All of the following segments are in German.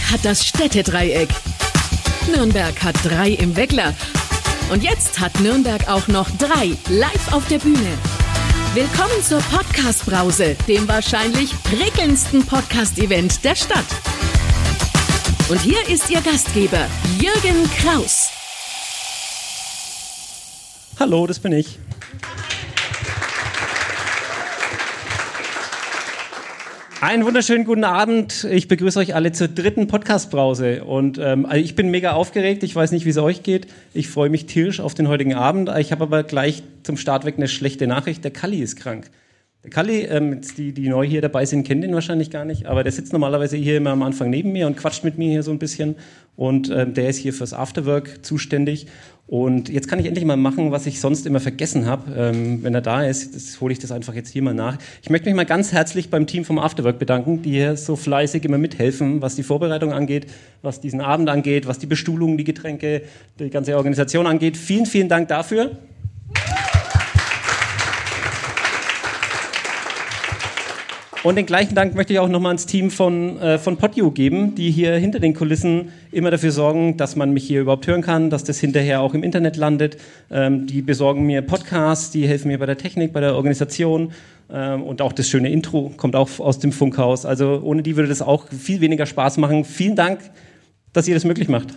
hat das Städtedreieck. Nürnberg hat 3 im Weckler. Und jetzt hat Nürnberg auch noch 3 live auf der Bühne. Willkommen zur Podcast-Brause, dem wahrscheinlich prickelndsten Podcast-Event der Stadt. Und hier ist Ihr Gastgeber, Jürgen Kraus. Hallo, das bin ich. Einen wunderschönen guten Abend. Ich begrüße euch alle zur 3. Podcast-Brause. Und ich bin mega aufgeregt. Ich weiß nicht, wie es euch geht. Ich freue mich tierisch auf den heutigen Abend. Ich habe aber gleich zum Start weg eine schlechte Nachricht. Der Kalli ist krank. Der Kalli, die neu hier dabei sind, kennen den wahrscheinlich gar nicht. Aber der sitzt normalerweise hier immer am Anfang neben mir und quatscht mit mir hier so ein bisschen. Und der ist hier fürs Afterwork zuständig. Und jetzt kann ich endlich mal machen, was ich sonst immer vergessen habe. Wenn er da ist, hole ich das einfach jetzt hier mal nach. Ich möchte mich mal ganz herzlich beim Team vom Afterwork bedanken, die hier so fleißig immer mithelfen, was die Vorbereitung angeht, was diesen Abend angeht, was die Bestuhlung, die Getränke, die ganze Organisation angeht. Vielen, vielen Dank dafür. Und den gleichen Dank möchte ich auch nochmal ans Team von PodU geben, die hier hinter den Kulissen immer dafür sorgen, dass man mich hier überhaupt hören kann, dass das hinterher auch im Internet landet. Die besorgen mir Podcasts, die helfen mir bei der Technik, bei der Organisation. Und auch das schöne Intro kommt auch aus dem Funkhaus. Also ohne die würde das auch viel weniger Spaß machen. Vielen Dank, dass ihr das möglich macht.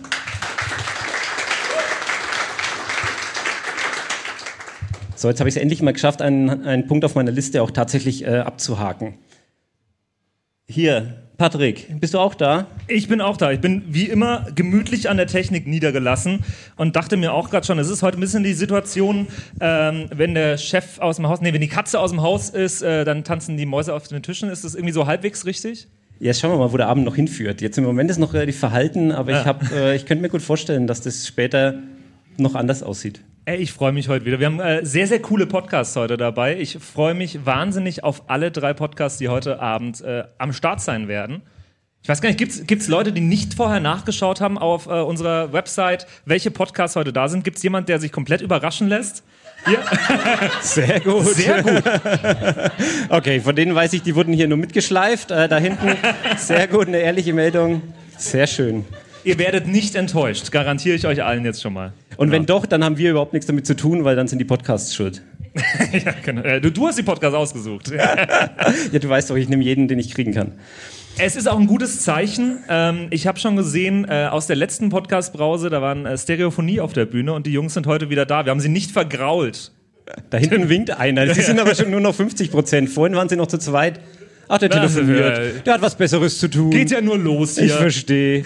So, jetzt habe ich es endlich mal geschafft, einen Punkt auf meiner Liste auch tatsächlich abzuhaken. Hier, Patrick, bist du auch da? Ich bin auch da. Ich bin wie immer gemütlich an der Technik niedergelassen und dachte mir auch gerade schon, es ist heute ein bisschen die Situation, wenn der Chef aus dem Haus, wenn die Katze aus dem Haus ist, dann tanzen die Mäuse auf den Tischen. Ist das irgendwie so halbwegs richtig? Ja, jetzt schauen wir mal, wo der Abend noch hinführt. Jetzt im Moment ist noch relativ verhalten, aber ich könnte mir gut vorstellen, dass das später noch anders aussieht. Ich freue mich heute wieder. Wir haben sehr, sehr coole Podcasts heute dabei. Ich freue mich wahnsinnig auf alle 3 Podcasts, die heute Abend am Start sein werden. Ich weiß gar nicht, gibt's Leute, die nicht vorher nachgeschaut haben auf unserer Website, welche Podcasts heute da sind? Gibt es jemanden, der sich komplett überraschen lässt? Ja. Sehr gut. Sehr gut. Okay, von denen weiß ich, die wurden hier nur mitgeschleift. Da hinten, sehr gut, eine ehrliche Meldung. Sehr schön. Ihr werdet nicht enttäuscht, garantiere ich euch allen jetzt schon mal. Und wenn doch, dann haben wir überhaupt nichts damit zu tun, weil dann sind die Podcasts schuld. Ja, genau. Du hast die Podcasts ausgesucht. Ja, du weißt doch, ich nehme jeden, den ich kriegen kann. Es ist auch ein gutes Zeichen. Ich habe schon gesehen, aus der letzten Podcast-Brause, da waren Stereophonie auf der Bühne und die Jungs sind heute wieder da. Wir haben sie nicht vergrault. Da hinten winkt einer. Sie sind aber schon nur noch 50%. Vorhin waren sie noch zu zweit. Ach, der telefoniert. Der hat was Besseres zu tun. Geht ja nur los hier. Ich verstehe.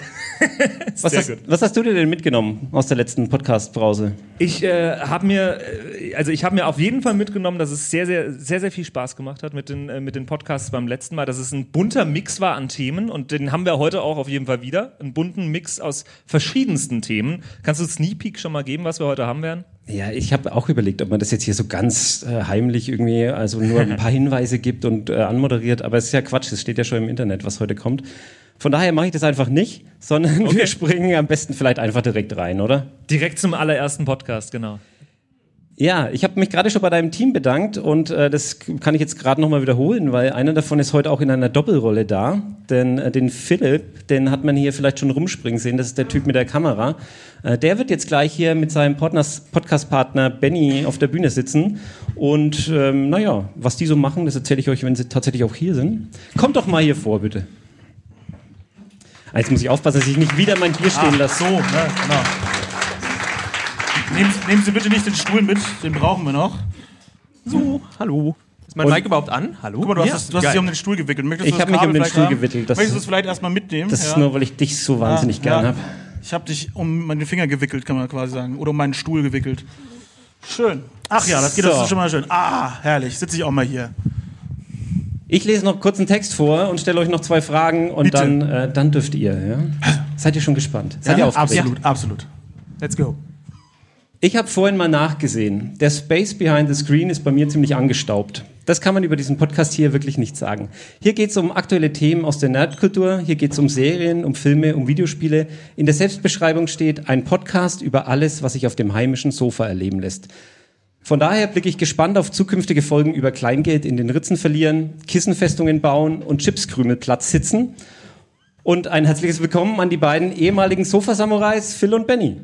Was hast du dir denn mitgenommen aus der letzten Podcast-Brause? Ich habe mir auf jeden Fall mitgenommen, dass es sehr, sehr, sehr, sehr viel Spaß gemacht hat mit den Podcasts beim letzten Mal, dass es ein bunter Mix war an Themen und den haben wir heute auch auf jeden Fall wieder. Einen bunten Mix aus verschiedensten Themen. Kannst du Sneak Peek schon mal geben, was wir heute haben werden? Ja, ich habe auch überlegt, ob man das jetzt hier so ganz heimlich irgendwie, also nur ein paar Hinweise gibt und anmoderiert, aber es ist ja Quatsch, es steht ja schon im Internet, was heute kommt. Von daher mache ich das einfach nicht, sondern wir springen am besten vielleicht einfach direkt rein, oder? Direkt zum allerersten Podcast, genau. Ja, ich habe mich gerade schon bei deinem Team bedankt und das kann ich jetzt gerade nochmal wiederholen, weil einer davon ist heute auch in einer Doppelrolle da, denn den Philipp, den hat man hier vielleicht schon rumspringen sehen, das ist der Typ mit der Kamera. Der wird jetzt gleich hier mit seinem Podcast-Partner Benny auf der Bühne sitzen und was die so machen, das erzähle ich euch, wenn sie tatsächlich auch hier sind. Kommt doch mal hier vor, bitte. Jetzt muss ich aufpassen, dass ich nicht wieder mein Bier stehen lasse. So, ne, genau. Nehmen Sie bitte nicht den Stuhl mit, den brauchen wir noch. So, hallo. Ist mein Mic überhaupt an? Hallo? Guck mal, du hast dich um den Stuhl gewickelt. Ich habe mich um den Stuhl gewickelt. Möchtest du es vielleicht erstmal mitnehmen? Das ist nur, weil ich dich so wahnsinnig gern habe. Ich habe dich um meine Finger gewickelt, kann man quasi sagen. Oder um meinen Stuhl gewickelt. Schön. Ach ja, das ist schon mal schön. Ah, herrlich. Sitze ich auch mal hier. Ich lese noch kurz einen Text vor und stelle euch noch 2 Fragen und dann dürft ihr. Ja? Seid ihr schon gespannt? Seid ihr aufgeregt? Absolut. Let's go. Ich habe vorhin mal nachgesehen. Der Space behind the screen ist bei mir ziemlich angestaubt. Das kann man über diesen Podcast hier wirklich nicht sagen. Hier geht es um aktuelle Themen aus der Nerdkultur, hier geht es um Serien, um Filme, um Videospiele. In der Selbstbeschreibung steht ein Podcast über alles, was sich auf dem heimischen Sofa erleben lässt. Von daher blicke ich gespannt auf zukünftige Folgen über Kleingeld in den Ritzen verlieren, Kissenfestungen bauen und Chipskrümel Platz sitzen. Und ein herzliches Willkommen an die beiden ehemaligen Sofa-Samurais, Phil und Benny.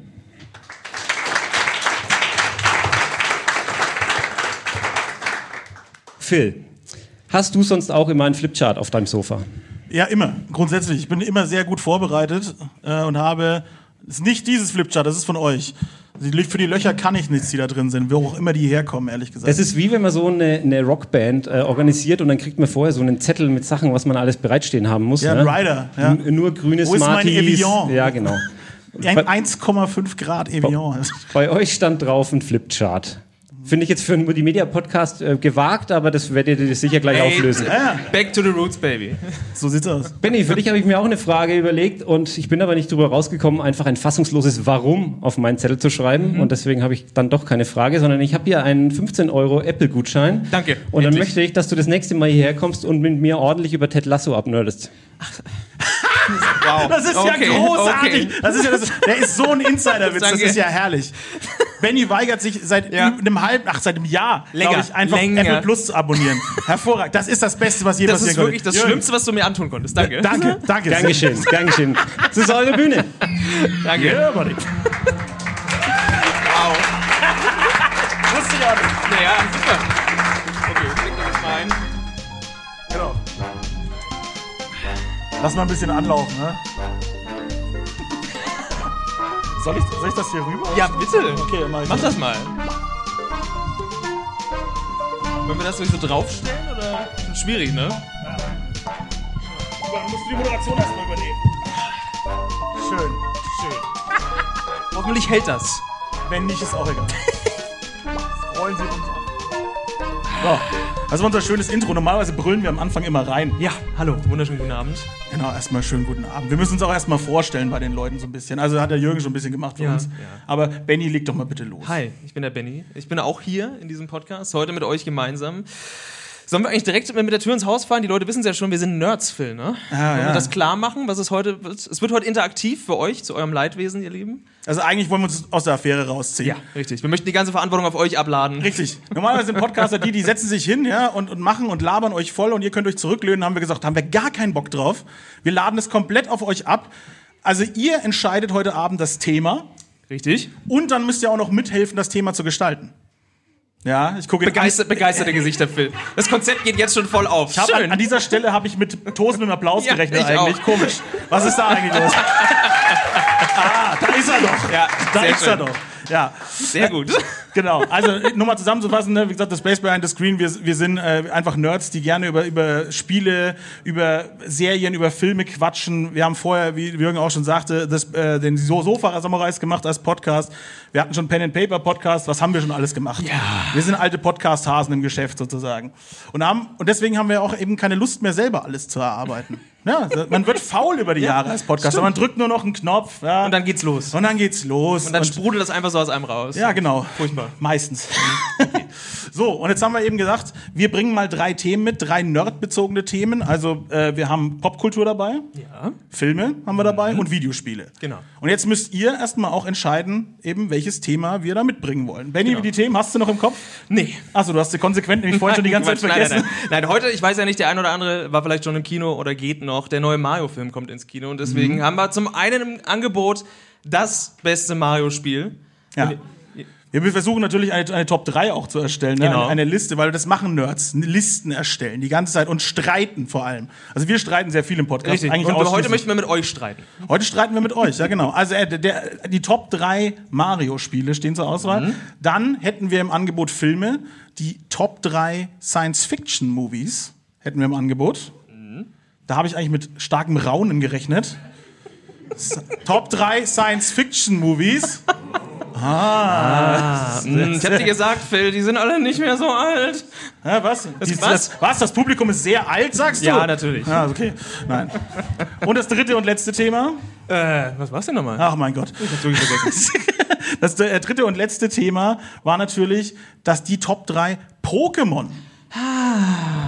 Phil, hast du sonst auch immer einen Flipchart auf deinem Sofa? Ja, immer. Grundsätzlich. Ich bin immer sehr gut vorbereitet und habe... Das ist nicht dieses Flipchart, das ist von euch. Für die Löcher kann ich nichts, die da drin sind, wo auch immer die herkommen, ehrlich gesagt. Es ist wie wenn man so eine Rockband organisiert und dann kriegt man vorher so einen Zettel mit Sachen, was man alles bereitstehen haben muss. Ja, ne? ein Rider. Ja. Nur grüne Wo Smarties. ist mein Evian? Ja, genau. Ein 1,5 Grad Evian. Bei euch stand drauf ein Flipchart. Finde ich jetzt für einen Multimedia-Podcast gewagt, aber das werdet ihr sicher gleich auflösen. Back to the roots, baby. So sieht's aus. Benni, für dich habe ich mir auch eine Frage überlegt und ich bin aber nicht drüber rausgekommen, einfach ein fassungsloses Warum auf meinen Zettel zu schreiben. Und deswegen habe ich dann doch keine Frage, sondern ich habe hier einen 15 € Apple-Gutschein. Danke. Und dann Endlich. möchte ich, dass du das nächste Mal hierher kommst und mit mir ordentlich über Ted Lasso abnerdest. Wow. Das ist Okay, ja großartig. okay. Das ist ja der ist so ein Insiderwitz, das Danke. ist ja herrlich. Benni weigert sich seit seit einem Jahr, Länger. glaube ich, einfach Länger. Apple Plus zu abonnieren. Hervorragend. Das ist das Beste, was je Das passieren ist wirklich das konnte. Schlimmste, was du mir antun konntest. Danke. Danke. Gern geschehen, gern geschehen. Das ist eure Bühne. Danke. Ja, buddy. Wow. Wusste ich auch nicht. Naja, super. Okay, klick da jetzt mal ein. Genau. Lass mal ein bisschen anlaufen, ne? Soll ich das hier rüber? Ja, bitte. Okay, Mach das mal. Wollen wir das so draufstellen oder? Schwierig, ne? Du musst die Moderation erstmal übernehmen. Schön. Hoffentlich hält das. Wenn nicht, ist auch egal. Rollen Sie uns an. So, das war unser schönes Intro. Normalerweise brüllen wir am Anfang immer rein. Ja, hallo, wunderschönen guten Abend. Genau, erstmal schönen guten Abend. Wir müssen uns auch erstmal vorstellen bei den Leuten so ein bisschen. Also hat der Jürgen schon ein bisschen gemacht für Ja, uns. ja. Aber Benni, leg doch mal bitte los. Hi, ich bin der Benni. Ich bin auch hier in diesem Podcast, heute mit euch gemeinsam. Sollen wir eigentlich direkt mit der Tür ins Haus fahren? Die Leute wissen es ja schon, wir sind Nerds, Phil, ne? Wollen wir das klar machen, was es heute wird? Es wird heute interaktiv für euch, zu eurem Leidwesen, ihr Lieben. Also eigentlich wollen wir uns aus der Affäre rausziehen. Ja, richtig. Wir möchten die ganze Verantwortung auf euch abladen. Richtig. Normalerweise sind Podcaster die setzen sich hin, ja, und machen und labern euch voll und ihr könnt euch zurücklehnen. Haben wir gesagt, haben wir gar keinen Bock drauf. Wir laden es komplett auf euch ab. Also ihr entscheidet heute Abend das Thema Richtig. und dann müsst ihr auch noch mithelfen, das Thema zu gestalten. Ja, ich gucke Begeisterte Gesichter, Phil. Das Konzept geht jetzt schon voll auf. An dieser Stelle habe ich mit tosendem Applaus Ja, gerechnet ich eigentlich. auch. Komisch. Was ist da eigentlich los? Da ist er doch. Ja, Da sehr ist er schön. doch. Ja. Sehr gut. Genau, also nur mal zusammenzufassen, ne? Wie gesagt, das Space Behind the Screen, wir sind einfach Nerds, die gerne über Spiele, über Serien, über Filme quatschen. Wir haben vorher, wie Jürgen auch schon sagte, den Sofa-Samurais gemacht als Podcast. Wir hatten schon Pen-and-Paper-Podcast, was haben wir schon alles gemacht? Ja. Wir sind alte Podcast-Hasen im Geschäft sozusagen. Und deswegen haben wir auch eben keine Lust mehr, selber alles zu erarbeiten. Ja, man wird faul über die Jahre als Podcaster. Man drückt nur noch einen Knopf. Ja, Und dann geht's los. und dann geht's los. Und dann sprudelt das einfach so aus einem raus. Ja, genau. Furchtbar. Meistens. Okay. So, und jetzt haben wir eben gesagt, wir bringen mal 3 Themen mit, 3 nerdbezogene Themen. Also wir haben Popkultur dabei, Ja. Filme haben wir dabei und Videospiele. Genau. Und jetzt müsst ihr erstmal auch entscheiden, eben welches Thema wir da mitbringen wollen. Benni, Genau. die Themen hast du noch im Kopf? Nee. Achso, du hast sie konsequent nämlich vorhin schon die ganze Zeit Quatsch, vergessen. Nein, heute, ich weiß ja nicht, der ein oder andere war vielleicht schon im Kino oder geht noch. Der neue Mario-Film kommt ins Kino und deswegen haben wir zum einen im Angebot das beste Mario-Spiel. Ja. Und- Ja, wir versuchen natürlich eine Top 3 auch zu erstellen, ne? Genau. eine Liste, weil das machen Nerds, Listen erstellen, die ganze Zeit und streiten vor allem. Also wir streiten sehr viel im Podcast. Richtig. Eigentlich Und heute ausschließlich. möchten wir mit euch streiten. Heute streiten wir mit euch, ja genau. Also die Top 3 Mario-Spiele stehen zur Auswahl. Dann hätten wir im Angebot Filme, die Top 3 Science-Fiction-Movies hätten wir im Angebot. Da habe ich eigentlich mit starkem Raunen gerechnet. Top 3 Science-Fiction-Movies. Ich hab dir gesagt, Phil, die sind alle nicht mehr so alt. Ja, was? Was? Das Publikum ist sehr alt, sagst du? Ja, natürlich. Ah, okay. Nein. Und das dritte und letzte Thema? Was war's denn nochmal? Ach mein Gott. Ich hab's wirklich vergessen. Das dritte und letzte Thema war natürlich, dass die Top 3 Pokémon.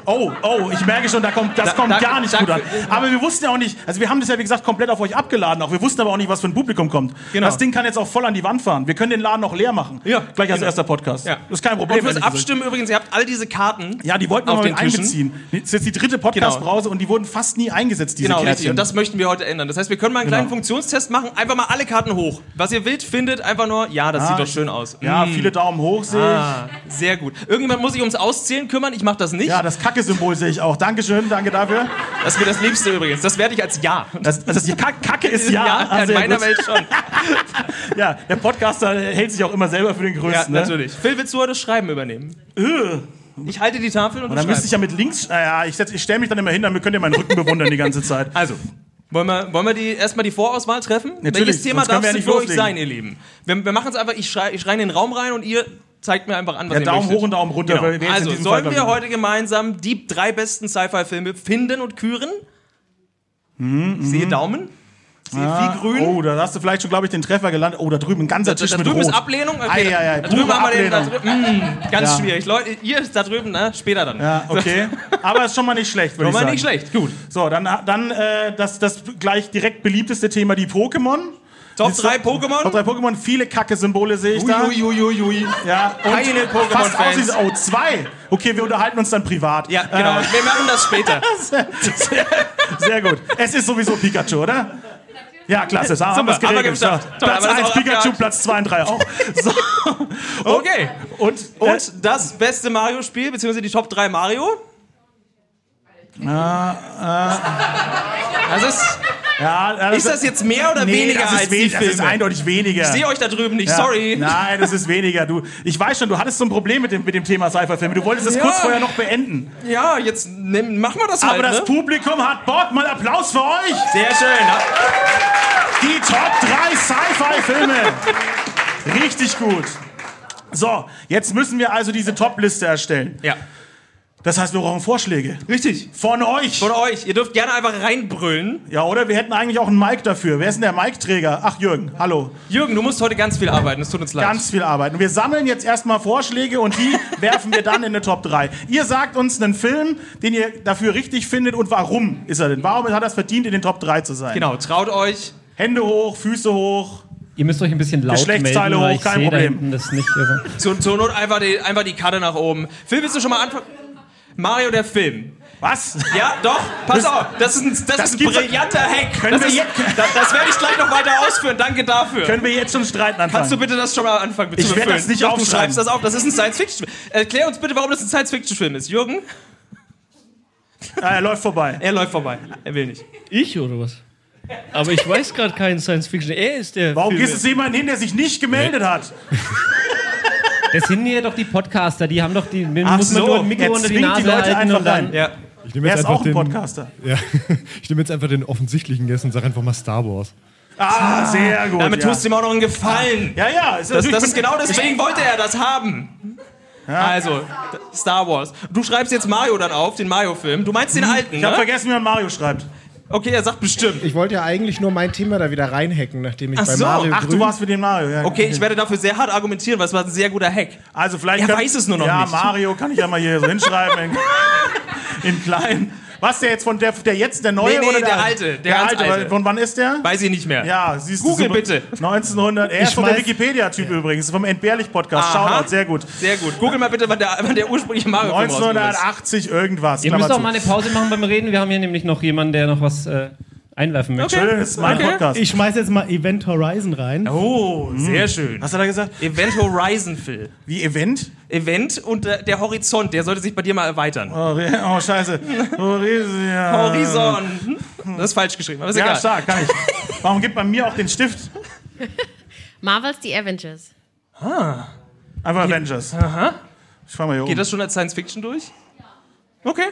Oh, ich merke schon, das kommt gar nicht gut an. Aber wir wussten ja auch nicht, also wir haben das ja wie gesagt komplett auf euch abgeladen, auch wir wussten aber auch nicht, was für ein Publikum kommt. Genau. Das Ding kann jetzt auch voll an die Wand fahren. Wir können den Laden auch leer machen. Ja, gleich als erster Podcast. Ja. Das ist kein Problem. Und fürs Abstimmen übrigens, ihr habt all diese Karten. Ja, die wollten wir mal mit einbeziehen. Das ist jetzt die 3. Podcast-Brause und die wurden fast nie eingesetzt, diese Kärtchen. Richtig. Und das möchten wir heute ändern. Das heißt, wir können mal einen kleinen Funktionstest machen. Einfach mal alle Karten hoch. Was ihr wild findet, einfach nur, ja, das sieht doch schön aus. Ja, viele Daumen hoch sehe ich. Sehr gut. Irgendwann muss ich ums Auszählen kümmern. Ich mache das nicht. Ja, das Kacke-Symbol sehe ich auch. Dankeschön, danke dafür. Das ist mir das Liebste übrigens. Das werde ich als Ja. Die Kacke ist Ja. In meiner Welt schon. Ja, der Podcaster hält sich auch immer selber für den Größten. Ja, natürlich. Phil, willst du heute das Schreiben übernehmen? Ich halte die Tafel und dann müsste ich ja mit links... ich stelle mich dann immer hin, dann könnt ihr meinen Rücken bewundern die ganze Zeit. Also, wollen wir erstmal die Vorauswahl treffen? Natürlich, welches Thema darf es für euch loslegen. sein, ihr Lieben? Wir machen es einfach, ich schrei in den Raum rein und ihr zeigt mir einfach an, was ihr Daumen möchtet. hoch und Daumen runter. Genau. Also, sollen wir heute gemeinsam die 3 besten Sci-Fi-Filme finden und küren? Ich sehe Daumen. Ich sehe viel Grün. Oh, da hast du vielleicht schon, glaube ich, den Treffer gelandet. Oh, da drüben ein ganzer Tisch mit Rot. Da drüben ist Ablehnung. Okay, da drüben haben wir den. Ganz schwierig. Leute, ihr ist da drüben, ne? Später dann. Ja, okay. Aber ist schon mal nicht schlecht, würde ich sagen. Schon mal nicht schlecht, gut. So, dann das gleich direkt beliebteste Thema, die Pokémon. Top 3 Pokémon? Top 3 Pokémon, viele Kacke-Symbole sehe ich da. Ui. Ja, und keine Pokémon-Fans. Oh, 2. Okay, wir unterhalten uns dann privat. Ja, genau. Wir machen das später. Sehr gut. Es ist sowieso Pikachu, oder? Ja, klasse. So, haben wir es geregelt. So, Platz 1 Pikachu, Platz 2 und 3 auch. So. Okay. Und das beste Mario-Spiel, beziehungsweise die Top 3 Mario? Das ist... Ja, ist das jetzt mehr oder weniger als die Filme? Das ist eindeutig weniger. Ich sehe euch da drüben nicht, sorry. Nein, das ist weniger. Ich weiß schon, du hattest so ein Problem mit dem Thema Sci-Fi-Filme. Du wolltest es kurz vorher noch beenden. Ja, jetzt machen wir das halt. Aber das Publikum hat Bock. Mal Applaus für euch. Sehr schön. Die Top 3 Sci-Fi-Filme. Richtig gut. So, jetzt müssen wir also diese Top-Liste erstellen. Ja. Das heißt, wir brauchen Vorschläge. Richtig. Von euch. Von euch. Ihr dürft gerne einfach reinbrüllen. Ja, oder wir hätten eigentlich auch einen Mic dafür. Wer ist denn der Mic-Träger? Ach, Jürgen, hallo. Jürgen, du musst heute ganz viel arbeiten. Es tut uns leid. Ganz viel arbeiten. Wir sammeln jetzt erstmal Vorschläge und die werfen wir dann in eine Top 3. Ihr sagt uns einen Film, den ihr dafür richtig findet und warum ist er denn? Warum hat er es verdient, in den Top 3 zu sein? Genau, traut euch. Hände hoch, Füße hoch. Ihr müsst euch ein bisschen laut Geschlechtsteile melden, hoch, kein Problem. Das nicht, Zur Not einfach die Karte nach oben. Phil, willst du schon mal anfangen? Mario, der Film. Was? Ja, doch, pass auf, das ist ein brillanter Hack. Das werde ich gleich noch weiter ausführen, danke dafür. Können wir jetzt schon streiten anfangen? Kannst du bitte das schon mal anfangen? Ich werde das nicht aufschreiben. Du schreibst das auf, das ist ein Science-Fiction-Film. Erklär uns bitte, warum das ein Science-Fiction-Film ist. Jürgen? Er läuft vorbei. Er läuft vorbei, er will nicht. Ich oder was? Aber ich weiß gerade keinen Science-Fiction. Er ist der Warum gehst du jemanden hin, der sich nicht gemeldet hat? Das sind ja doch die Podcaster, die haben doch die. Ach muss man so, nur ein Mikro unter die Nase die Leute halten einfach rein. Ja. Er ist auch ein Podcaster. Ja, ich nehme jetzt einfach den offensichtlichen Guess und sage einfach mal Star Wars. Ah, sehr gut. Damit tust du ihm auch noch einen Gefallen. Ja. Das ist genau deswegen wollte er das haben. Ja. Also, Star Wars. Du schreibst jetzt Mario dann auf, den Mario-Film. Du meinst den alten, Ich habe vergessen, wie man Mario schreibt. Okay, er sagt bestimmt. Ich wollte ja eigentlich nur mein Thema da wieder reinhacken, nachdem ich bei Mario Ach, du warst für den Mario. Ja, okay, ich werde dafür sehr hart argumentieren, weil es war ein sehr guter Hack. Also vielleicht weiß es nur noch nicht. Ja, Mario kann ich ja mal hier so hinschreiben. in klein. Was, der jetzt der jetzt, der neue oder der alte? Der alte. Von wann ist der? Weiß ich nicht mehr. Ja, siehst du. Google bitte. 1900. Er ist von der Wikipedia-Typ übrigens, vom Entbehrlich-Podcast. Shoutout, sehr gut. Sehr gut. Google mal bitte, wann der ursprüngliche Mario 1980 irgendwas. Ihr müsst auch mal eine Pause machen beim Reden. Wir haben hier nämlich noch jemanden, der noch was einwerfen möchte. Okay. Das ist mein Podcast. Ich schmeiß jetzt mal Event Horizon rein. Oh, sehr schön. Was hat er gesagt? Event Horizon, Phil. Wie Event? Event und der Horizont, der sollte sich bei dir mal erweitern. Oh scheiße. Horizon. Das ist falsch geschrieben, aber ist egal. Ja, stark, kann ich. Warum gibt man mir auch den Stift? Marvels The Avengers. Einfach Avengers. Aha. Ich fahr mal hier Geht das schon als Science Fiction durch? Okay.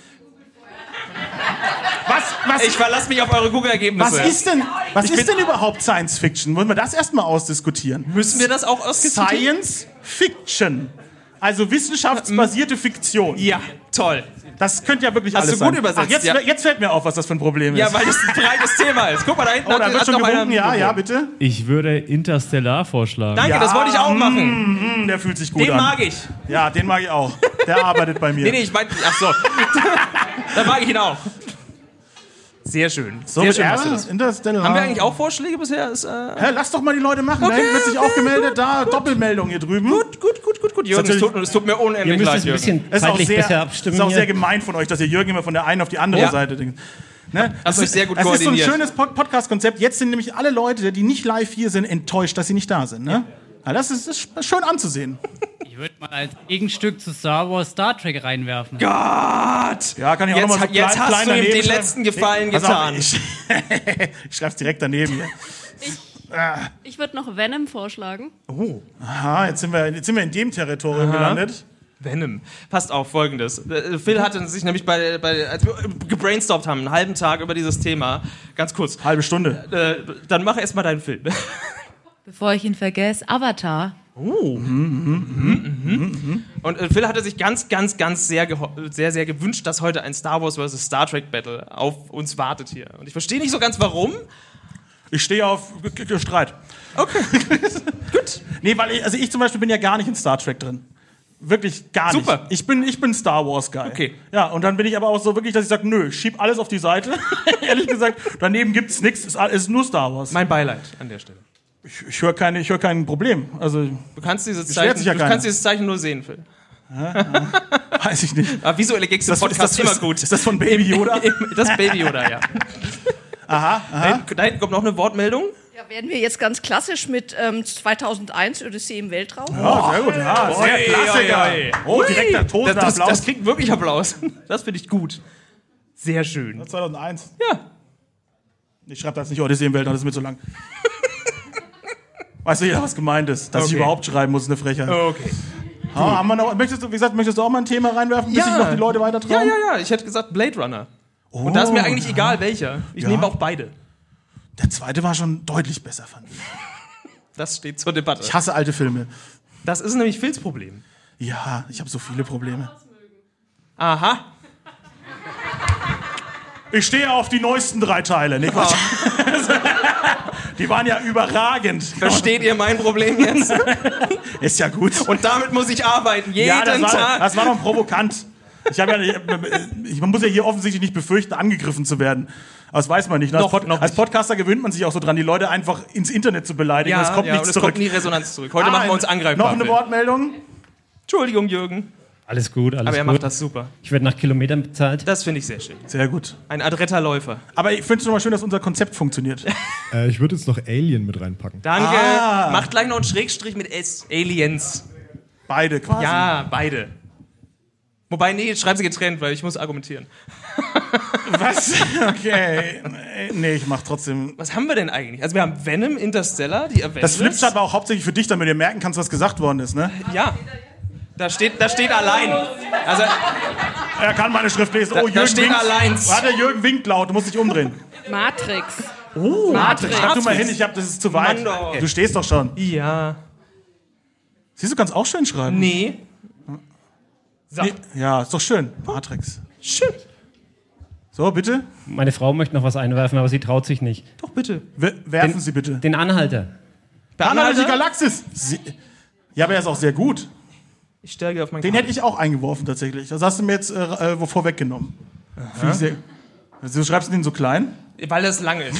Was? Ich verlasse mich auf eure Google-Ergebnisse. Was ist denn überhaupt Science Fiction? Wollen wir das erstmal ausdiskutieren? Müssen wir das auch ausdiskutieren? Science Fiction. Also wissenschaftsbasierte Fiktion. Ja, toll. Das könnte ja wirklich Hast alles du gut sein. übersetzt, Ach, jetzt fällt mir auf, was das für ein Problem ist. Ja, weil das ein breites Thema ist. Guck mal, da hinten da wird schon gewunken. Ja, bitte. Ich würde Interstellar vorschlagen. Danke, das wollte ich auch machen. Der fühlt sich gut Den an. mag ich. Ja, den mag ich auch. Der arbeitet bei mir. Nee, ich meine, ach so. Dann mag ich ihn auch. Sehr schön. So, Sehr mit schön, R, machst du das. Interstellar. Haben wir eigentlich auch Vorschläge bisher? Lass doch mal die Leute machen. Okay. Da wird sich auch gemeldet. Da, Doppelmeldung hier drüben. Gut. Jürgen, es tut mir unendlich Ihr müsst leid, es ein Jürgen. bisschen Es ist auch zeitlich besser sehr, abstimmen. ist auch hier. sehr gemein von euch, dass ihr Jürgen immer von der einen auf die andere Ja. Seite denkt. Ne? Hast euch sehr gut es ist so ein koordiniert. schönes Podcast-Konzept. Jetzt sind nämlich alle Leute, die nicht live hier sind, enttäuscht, dass sie nicht da sind. Ne? Ja, das ist schön anzusehen. Ich würde mal als Gegenstück zu Star Wars Star Trek reinwerfen. Gott! Ja, kann ich auch noch mal so Jetzt hast klein du ihm daneben den schreiben. letzten Gefallen Pass auf, getan. ich schreib's direkt daneben hier. Ich würde noch Venom vorschlagen. Aha, jetzt sind wir in dem Territorium gelandet. Venom. Passt auf, Folgendes. Phil hatte sich nämlich als wir gebrainstormt haben, einen halben Tag über dieses Thema, ganz kurz. Halbe Stunde. Dann mach erst mal deinen Film. Bevor ich ihn vergesse, Avatar. Und Phil hatte sich ganz sehr gewünscht, dass heute ein Star Wars vs. Star Trek Battle auf uns wartet hier. Und ich verstehe nicht so ganz, warum. Ich stehe auf Streit. Okay. Gut. Nee, weil ich zum Beispiel bin ja gar nicht in Star Trek drin. Wirklich gar Super. nicht. Ich bin Star Wars Guy. Okay. Ja, und dann bin ich aber auch so wirklich, dass ich sage, nö, ich schieb alles auf die Seite. Ehrlich gesagt, daneben gibt's nichts, es ist nur Star Wars. Mein Beileid an der Stelle. Ich höre kein Problem. Also, Du kannst dieses Beschwert sich ja keiner. Zeichen nur sehen, Phil. weiß ich nicht. Aber visuelle Gags im Podcast immer gut. Ist das von Baby Yoda? Das ist Baby Yoda, ja. Aha. Da hinten kommt noch eine Wortmeldung. Ja, werden wir jetzt ganz klassisch mit 2001 Odyssee im Weltraum? Ja, sehr gut. Ja, sehr Klassiker. Oh, direkter tosender Applaus. Das kriegt wirklich Applaus. Das finde ich gut. Sehr schön. 2001. Ja. Ich schreibe das nicht Odyssee im Weltraum, das ist mir zu lang. Weiß jeder, was gemeint ist. Dass ich überhaupt schreiben muss, ist eine Frechheit. Okay. Haben wir noch, möchtest du auch mal ein Thema reinwerfen, bis Ja. sich noch die Leute weiter trauen? Ja. Ich hätte gesagt Blade Runner. Und da ist mir eigentlich egal, welcher. Ich nehme auch beide. Der zweite war schon deutlich besser, fand ich. Das steht zur Debatte. Ich hasse alte Filme. Das ist nämlich Phils Problem. Ja, ich habe so viele Probleme. Aha. Ich stehe auf die neuesten 3 Teile. Nee, Quatsch. Die waren ja überragend. Versteht ihr mein Problem jetzt? Ist ja gut. Und damit muss ich arbeiten, jeden Tag. Das war doch provokant. Man muss ja hier offensichtlich nicht befürchten, angegriffen zu werden. Aber das weiß man nicht. Noch Als nicht. Podcaster gewöhnt man sich auch so dran, die Leute einfach ins Internet zu beleidigen. Es kommt nichts und es zurück. kommt nie Resonanz zurück. Heute machen wir uns angreifbar. Noch eine Phil. Wortmeldung? Entschuldigung, Jürgen. Alles gut, alles Aber er gut. macht das super. Ich werde nach Kilometern bezahlt. Das finde ich sehr schön. Sehr gut. Ein adretter Läufer. Aber ich finde es nochmal schön, dass unser Konzept funktioniert. Ich würde jetzt noch Alien mit reinpacken. Danke. Macht gleich noch einen Schrägstrich mit S. Aliens. Beide quasi. Ja, beide. Wobei, nee, schreib sie getrennt, weil ich muss argumentieren. Was? Okay. Nee, ich mach trotzdem. Was haben wir denn eigentlich? Also wir haben Venom, Interstellar, die Avengers. Das Flipchart war auch hauptsächlich für dich, damit du merken kannst, was gesagt worden ist, ne? Ja. Da steht allein. Also, Er kann meine Schrift lesen. Oh, da steht winkt. allein. Warte, Jürgen winkt laut, du musst dich umdrehen. Matrix. Oh, Matrix. Schreib du mal hin, das ist zu weit. Mann doch. Du stehst doch schon. Ja. Siehst du, kannst auch schön schreiben. Nee. So. Nee. Ja, ist doch schön. Matrix. Schön. So, bitte. Meine Frau möchte noch was einwerfen, aber sie traut sich nicht. Doch, bitte. Werfen Sie bitte. Den Anhalter. Anhalter die Galaxis. Ja, aber er ist auch sehr gut. Ich stärke auf meinen Den hätte ich auch eingeworfen, tatsächlich. Das hast du mir jetzt vorweggenommen. Du schreibst den so klein? Weil das lang ist.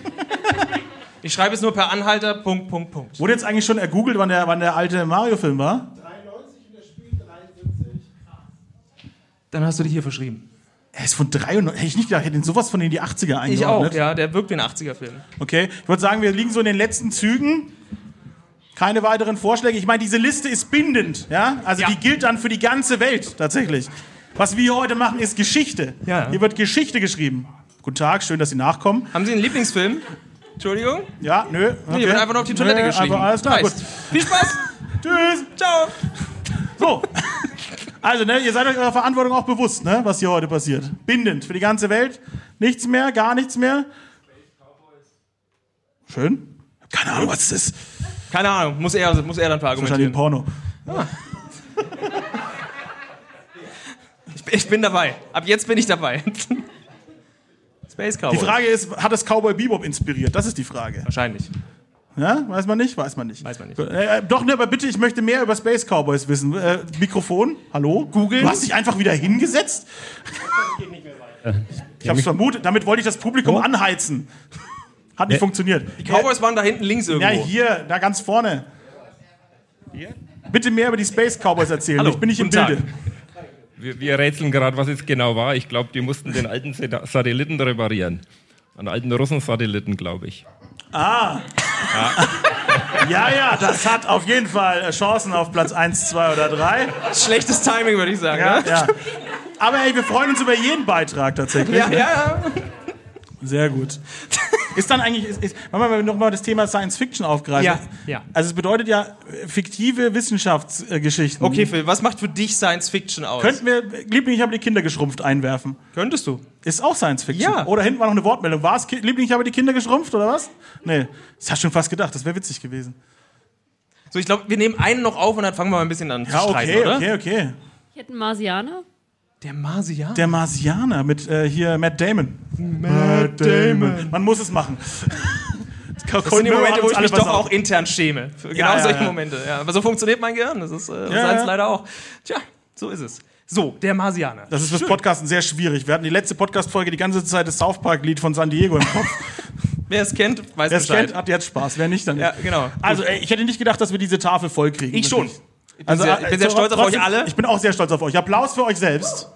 Ich schreibe es nur per Anhalter, Punkt. Wurde jetzt eigentlich schon ergoogelt, wann der alte Mario-Film war? 93 und der spielt 73. Dann hast du dich hier verschrieben. Er ist von 93. Hätte ich nicht gedacht, ich hätte ihn sowas von in die 80er eingeordnet. Ich auch, ja. Der wirkt wie ein 80er-Film. Okay, ich würde sagen, wir liegen so in den letzten Zügen. Keine weiteren Vorschläge. Ich meine, diese Liste ist bindend. Ja? Also die gilt dann für die ganze Welt tatsächlich. Was wir hier heute machen, ist Geschichte. Ja. Hier wird Geschichte geschrieben. Guten Tag, schön, dass Sie nachkommen. Haben Sie einen Lieblingsfilm? Entschuldigung? Ja, nö. Okay. Nee, wird einfach nur auf die Toilette geschrieben. Einfach, alles klar, gut. Heißt. Viel Spaß. Tschüss. Ciao. So. Also, ne, ihr seid euch eurer Verantwortung auch bewusst, ne, was hier heute passiert. Bindend für die ganze Welt. Nichts mehr, gar nichts mehr. Schön. Keine Ahnung, was das ist. Keine Ahnung, muss er dann Wahrscheinlich ein verargumentieren. Porno. Ich bin dabei. Ab jetzt bin ich dabei. Space Cowboy. Die Frage ist, hat es Cowboy Bebop inspiriert? Das ist die Frage. Wahrscheinlich. Ja, weiß man nicht? Weiß man nicht. Doch, ne, aber bitte, ich möchte mehr über Space Cowboys wissen. Mikrofon, hallo? Google? Du hast dich einfach wieder hingesetzt? Geht nicht mehr weiter. Ich hab's vermutet, damit wollte ich das Publikum anheizen. Hat nicht funktioniert. Die Cowboys waren da hinten links irgendwo. Ja, hier, da ganz vorne. Hier? Bitte mehr über die Space Cowboys erzählen. Hallo, ich bin nicht im Bilde. Wir rätseln gerade, was es genau war. Ich glaube, die mussten den alten Satelliten reparieren. Einen alten Russen-Satelliten, glaube ich. Ah. Ja, das hat auf jeden Fall Chancen auf Platz 1, 2 oder 3. Schlechtes Timing, würde ich sagen. Ja, ne? ja. Aber ey, wir freuen uns über jeden Beitrag tatsächlich. Ja. Sehr gut. Ist dann eigentlich, wenn wir nochmal das Thema Science Fiction aufgreifen. Ja. Also es bedeutet ja fiktive Wissenschaftsgeschichten. Okay, Phil, was macht für dich Science Fiction aus? Könnten wir Liebling, ich habe die Kinder geschrumpft einwerfen? Könntest du. Ist auch Science Fiction. Ja. Oder hinten war noch eine Wortmeldung. War es Liebling, ich habe die Kinder geschrumpft oder was? Nee, das hast du schon fast gedacht. Das wäre witzig gewesen. So, ich glaube, wir nehmen einen noch auf und dann fangen wir mal ein bisschen an zu streiten, oder? Okay. Ich hätte einen Marsianer. Der Marsianer? Der Marsianer mit hier Matt Damon. Matt Damon. Man muss es machen. Das sind die Momente, wo ich mich doch auch intern schäme. Genau solche Momente. Ja. Aber so funktioniert mein Gehirn. Das ist seins leider auch. Tja, so ist es. So, der Marsianer. Das ist fürs Podcasten sehr schwierig. Wir hatten die letzte Podcast-Folge die ganze Zeit das South Park-Lied von San Diego im Kopf. Wer es kennt, weiß Bescheid. Wer es kennt, hat jetzt Spaß. Wer nicht, dann nicht. Ja, genau. Also, ich hätte nicht gedacht, dass wir diese Tafel voll kriegen. Ich schon. Ich bin sehr stolz auf euch alle. Ich bin auch sehr stolz auf euch. Applaus für euch selbst.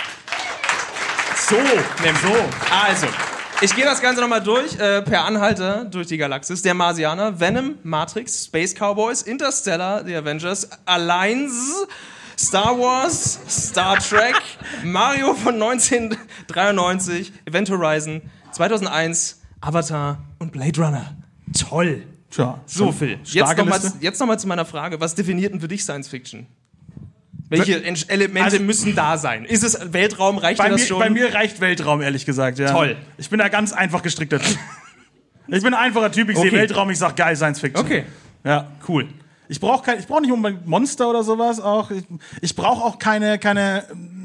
So. Also, ich gehe das Ganze nochmal durch, per Anhalter durch die Galaxis. Der Marsianer, Venom, Matrix, Space Cowboys, Interstellar, The Avengers, Alliance, Star Wars, Star Trek, Mario von 1993, Event Horizon, 2001, Avatar und Blade Runner. Toll. Tja, so, Phil, jetzt nochmal zu meiner Frage. Was definiert denn für dich Science Fiction? Welche Elemente müssen da sein? Ist es Weltraum? Reicht dir das schon? Bei mir reicht Weltraum, ehrlich gesagt. Ja. Toll. Ich bin da ganz einfach gestrickter Typ. Ich bin ein einfacher Typ, ich sehe Weltraum, ich sag geil, Science Fiction. Okay. Ja, cool. Ich brauch nicht unbedingt Monster oder sowas auch. Ich brauche auch keine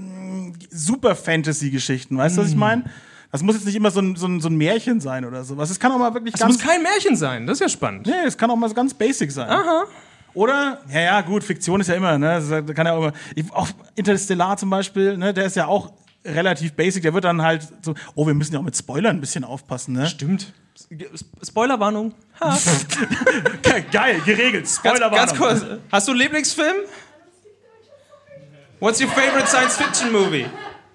Super-Fantasy-Geschichten, weißt du, was ich meine? Das muss jetzt nicht immer so ein Märchen sein oder sowas. Es kann auch mal wirklich muss kein Märchen sein, das ist ja spannend. Nee, es kann auch mal so ganz basic sein. Aha. Oder, ja gut, Fiktion ist ja immer, ne? Das kann ja auch immer. Auch Interstellar zum Beispiel, ne? Der ist ja auch relativ basic. Der wird dann halt so. Oh, wir müssen ja auch mit Spoilern ein bisschen aufpassen, ne? Stimmt. Spoilerwarnung. Geil, geregelt. Spoilerwarnung. Ganz kurz. Hast du einen Lieblingsfilm? What's your favorite science fiction movie?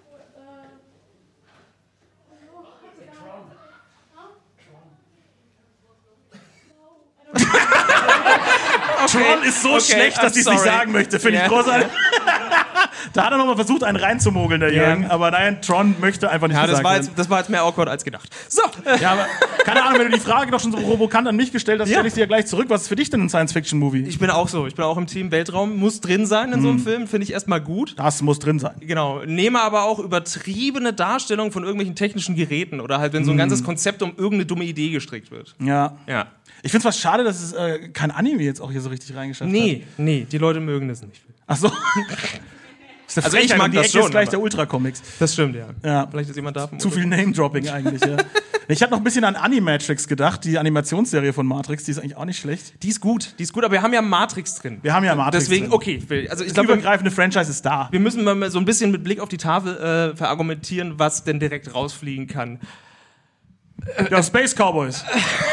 Tron ist so schlecht, dass ich es nicht sagen möchte. Finde ich großartig. Da hat er nochmal versucht, einen reinzumogeln, der Jürgen. Aber nein, Tron möchte einfach nicht gesagt werden. Das war jetzt mehr awkward als gedacht. So. Ja, aber keine Ahnung, wenn du die Frage doch schon so provokant an mich gestellt hast, stelle ich sie ja gleich zurück. Was ist für dich denn ein Science-Fiction-Movie? Ich bin auch so. Ich bin auch im Team Weltraum. Muss drin sein in so einem Film. Finde ich erstmal gut. Das muss drin sein. Genau. Nehme aber auch übertriebene Darstellungen von irgendwelchen technischen Geräten. Oder halt, wenn so ein ganzes Konzept um irgendeine dumme Idee gestrickt wird. Ja. Ich finde es fast schade, dass es kein Anime jetzt auch hier so richtig reingeschafft hat. Nee, die Leute mögen das nicht. Ach so. Also ich mag das schon. Ist gleich der Ultra-Comics. Das stimmt, ja. Vielleicht ist jemand da. Zu viel Name-Dropping eigentlich, ja. Ich habe noch ein bisschen an Animatrix gedacht, die Animationsserie von Matrix, die ist eigentlich auch nicht schlecht. Die ist gut, aber wir haben ja Matrix drin. Deswegen, drin. Okay, also ich glaube, das übergreifende Franchise ist da. Wir müssen mal so ein bisschen mit Blick auf die Tafel verargumentieren, was denn direkt rausfliegen kann. Ja, Space Cowboys.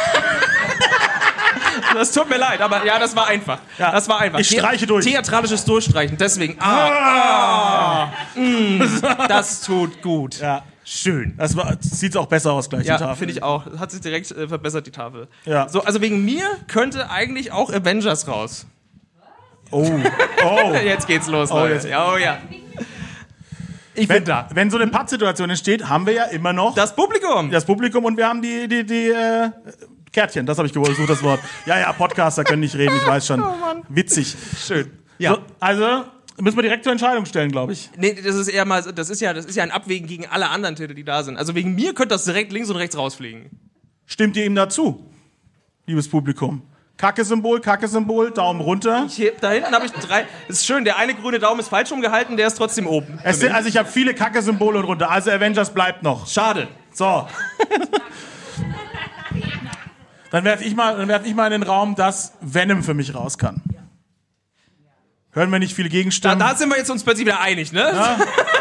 Das tut mir leid, aber ja, das war einfach. Ja, das war einfach. Ich streiche durch. Theatralisches Durchstreichen, deswegen. Das tut gut. Ja. Schön. Sieht auch besser aus gleich, die Tafel. Ja, finde ich auch. Hat sich direkt verbessert, die Tafel. Ja. So, also wegen mir könnte eigentlich auch Avengers raus. Oh. Jetzt geht's los, Leute. Oh ja. Ich bin da. Wenn so eine Pattsituation entsteht, haben wir ja immer noch das Publikum und wir haben die Kärtchen, das habe ich gesucht, das Wort. Ja, Podcaster können nicht reden, ich weiß schon. Oh Mann. Witzig. Schön. Ja. So, also müssen wir direkt zur Entscheidung stellen, glaube ich. Nee, das ist ja ein Abwägen gegen alle anderen Titel, die da sind. Also wegen mir könnte das direkt links und rechts rausfliegen. Stimmt ihr ihm dazu, liebes Publikum? Kacke-Symbol, Daumen runter. Da hinten habe ich 3. Ist schön, der eine grüne Daumen ist falsch rumgehalten, der ist trotzdem oben. Also ich habe viele Kacke-Symbole runter, also Avengers bleibt noch. Schade. So. Dann werf ich mal in den Raum, dass Venom für mich raus kann. Hören wir nicht viele Gegenstimmen? Da sind wir jetzt uns plötzlich wieder einig, ne? Ja.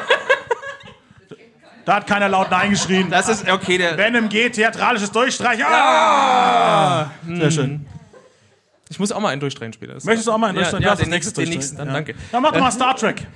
Da hat keiner laut Nein geschrien. Das ist, okay. Venom geht, theatralisches Durchstreichen. Ah! Sehr schön. Ich muss auch mal einen durchstreichen später. Möchtest du auch mal einen durchstreichen? Ja, den nächsten, dann danke. Dann mach doch mal Star Trek.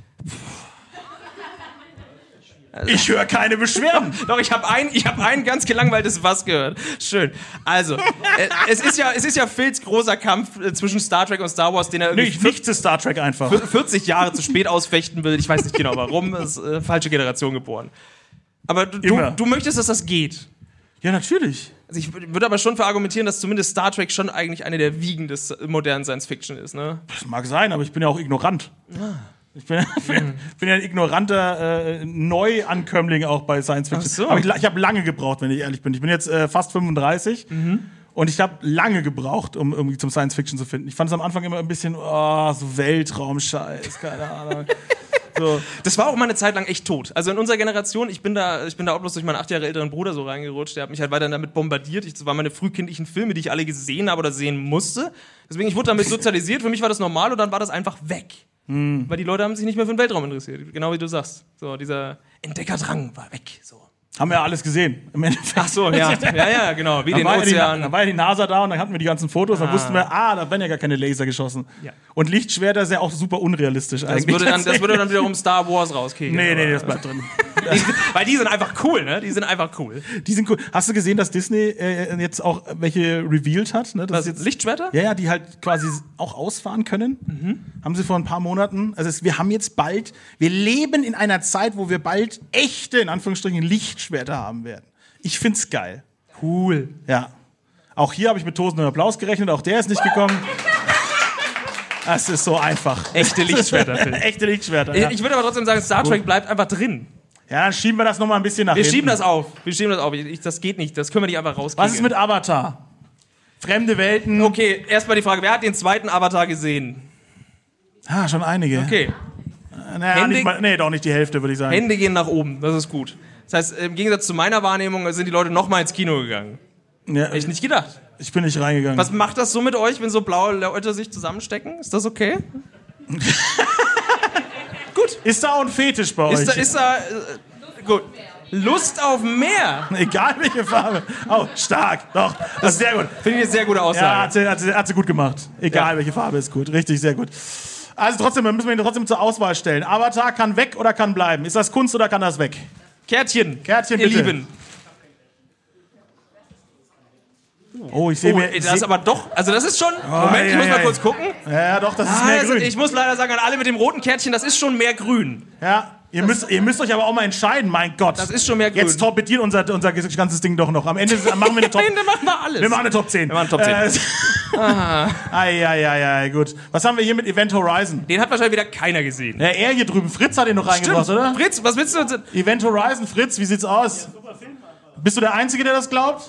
Ich höre keine Beschwerden. Doch, ich habe ein ganz gelangweiltes Was gehört. Schön. Also, es ist ja Phils großer Kampf zwischen Star Trek und Star Wars, den er irgendwie nicht zu Star Trek einfach 40 Jahre zu spät ausfechten will. Ich weiß nicht genau warum. Es ist falsche Generation geboren. Aber du möchtest, dass das geht. Ja, natürlich. Also ich würde aber schon verargumentieren, dass zumindest Star Trek schon eigentlich eine der Wiegen des modernen Science-Fiction ist, ne? Das mag sein, aber ich bin ja auch ignorant. Ich bin ja ein ignoranter Neuankömmling auch bei Science-Fiction. So. Aber ich habe lange gebraucht, wenn ich ehrlich bin. Ich bin jetzt fast 35 und ich habe lange gebraucht, um irgendwie zum Science-Fiction zu finden. Ich fand es am Anfang immer ein bisschen, so Weltraumscheiß, keine Ahnung. So. Das war auch mal eine Zeit lang echt tot. Also in unserer Generation, ich bin da auch bloß durch meinen 8 Jahre älteren Bruder so reingerutscht. Der hat mich halt weiter damit bombardiert. Das waren meine frühkindlichen Filme, die ich alle gesehen habe oder sehen musste. Deswegen, ich wurde damit sozialisiert. Für mich war das normal und dann war das einfach weg. Weil die Leute haben sich nicht mehr für den Weltraum interessiert. Genau wie du sagst. So, dieser Entdeckerdrang war weg. So. Haben wir ja alles gesehen, im Endeffekt. Ach so, ja. Ja, genau. Wie den Ozean. Da war ja die NASA da und dann hatten wir die ganzen Fotos. Dann wussten wir, da werden ja gar keine Laser geschossen. Ja. Und Lichtschwerter ist ja auch super unrealistisch eigentlich. Das würde dann wiederum Star Wars rauskriegen. Nee, das bleibt drin. Weil die sind einfach cool, ne? Die sind cool. Hast du gesehen, dass Disney jetzt auch welche revealed hat? Ne? Was, jetzt Lichtschwerter? Ja, die halt quasi auch ausfahren können. Haben sie vor ein paar Monaten. Also wir leben in einer Zeit, wo wir bald echte, in Anführungsstrichen, Lichtschwerter haben werden. Ich find's geil. Cool. Ja. Auch hier habe ich mit tosendem Applaus gerechnet, auch der ist nicht gekommen. Das ist so einfach. Echte Lichtschwerter. Echte Lichtschwerter. Ja. Ich würde aber trotzdem sagen, Star Trek bleibt einfach drin. Ja, dann schieben wir das nochmal ein bisschen nach hinten. Wir schieben das auf. Das geht nicht. Das können wir nicht einfach rauskriegen. Was ist mit Avatar? Fremde Welten. Okay, erstmal die Frage, wer hat den zweiten Avatar gesehen? Schon einige. Okay. Doch nicht die Hälfte, würde ich sagen. Hände gehen nach oben, das ist gut. Das heißt, im Gegensatz zu meiner Wahrnehmung sind die Leute nochmal ins Kino gegangen. Ja, hätte ich nicht gedacht. Ich bin nicht reingegangen. Was macht das so mit euch, wenn so blaue Leute sich zusammenstecken? Ist das okay? Gut. Ist da auch ein Fetisch bei euch? Ist da gut. Lust auf mehr. Egal welche Farbe. Oh, stark. Doch, das ist sehr gut. Finde ich eine sehr gute Aussage. Ja, hat sie gut gemacht. Egal welche Farbe ist gut. Richtig, sehr gut. Also trotzdem, müssen wir ihn trotzdem zur Auswahl stellen. Avatar kann weg oder kann bleiben? Ist das Kunst oder kann das weg? Kärtchen, bitte. Ihr Lieben. Oh, ich sehe mir... Das aber doch... Also das ist schon... Moment, ich muss mal kurz gucken. Ja, doch, das ist mehr grün. Ich muss leider sagen, an alle mit dem roten Kärtchen, das ist schon mehr grün. Ja, ihr müsst euch aber auch mal entscheiden, mein Gott. Das ist schon mehr grün. Jetzt torpediert unser ganzes Ding doch noch. Am Ende machen wir eine Top... Nein, dann machen wir alles. Wir machen eine Top 10. Wir machen Top 10. Gut. Was haben wir hier mit Event Horizon? Den hat wahrscheinlich wieder keiner gesehen. Ja, er hier drüben. Fritz hat den noch reingebracht, oder? Fritz, was willst du uns... Event Horizon, Fritz, wie sieht's aus? Bist du der Einzige, der das glaubt?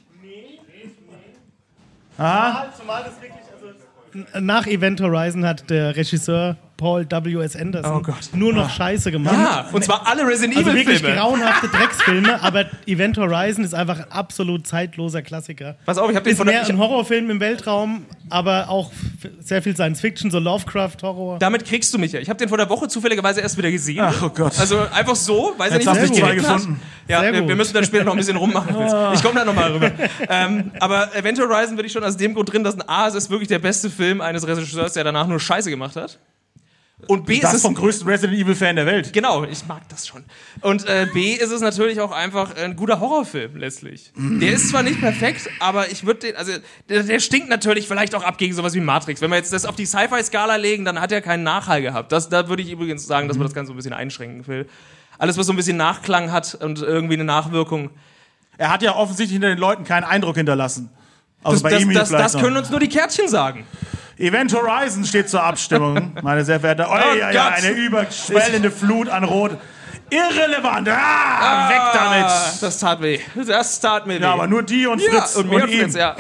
Aha. Zumal das wirklich, nach Event Horizon hat der Regisseur Paul W.S. Anderson nur noch Scheiße gemacht. Ja, und zwar alle Resident Evil Filme. Also wirklich grauenhafte Drecksfilme, aber Event Horizon ist einfach ein absolut zeitloser Klassiker. Pass auf, ich habe den ist mehr ein Horrorfilm im Weltraum, aber auch sehr viel Science-Fiction, so Lovecraft-Horror. Damit kriegst du mich ja. Ich habe den vor der Woche zufälligerweise erst wieder gesehen. Ach, oh Gott. Also einfach so, weiß ich nicht, was ich gefunden. Ja, wir müssen dann später noch ein bisschen rummachen. Ich komme da nochmal rüber. Aber Event Horizon würde ich schon aus dem Grund drin, dass es ist wirklich der beste Film eines Regisseurs, der danach nur Scheiße gemacht hat. Und B das ist es vom größten Resident Evil Fan der Welt. Genau, ich mag das schon. Und B ist es natürlich auch einfach ein guter Horrorfilm letztlich. Der ist zwar nicht perfekt, aber ich würde der stinkt natürlich vielleicht auch ab gegen sowas wie Matrix. Wenn wir jetzt das auf die Sci-Fi-Skala legen, dann hat er keinen Nachhall gehabt. Da würde ich übrigens sagen, dass man das Ganze so ein bisschen einschränken will. Alles, was so ein bisschen Nachklang hat und irgendwie eine Nachwirkung. Er hat ja offensichtlich hinter den Leuten keinen Eindruck hinterlassen. Also das können uns nur die Kärtchen sagen. Event Horizon steht zur Abstimmung, meine sehr verehrten... eine überschwellende Flut an Rot. Irrelevant! Weg damit! Das tat weh. Das tat mir weh. Ja, aber nur die und Fritz und ihm. Fritz, ja.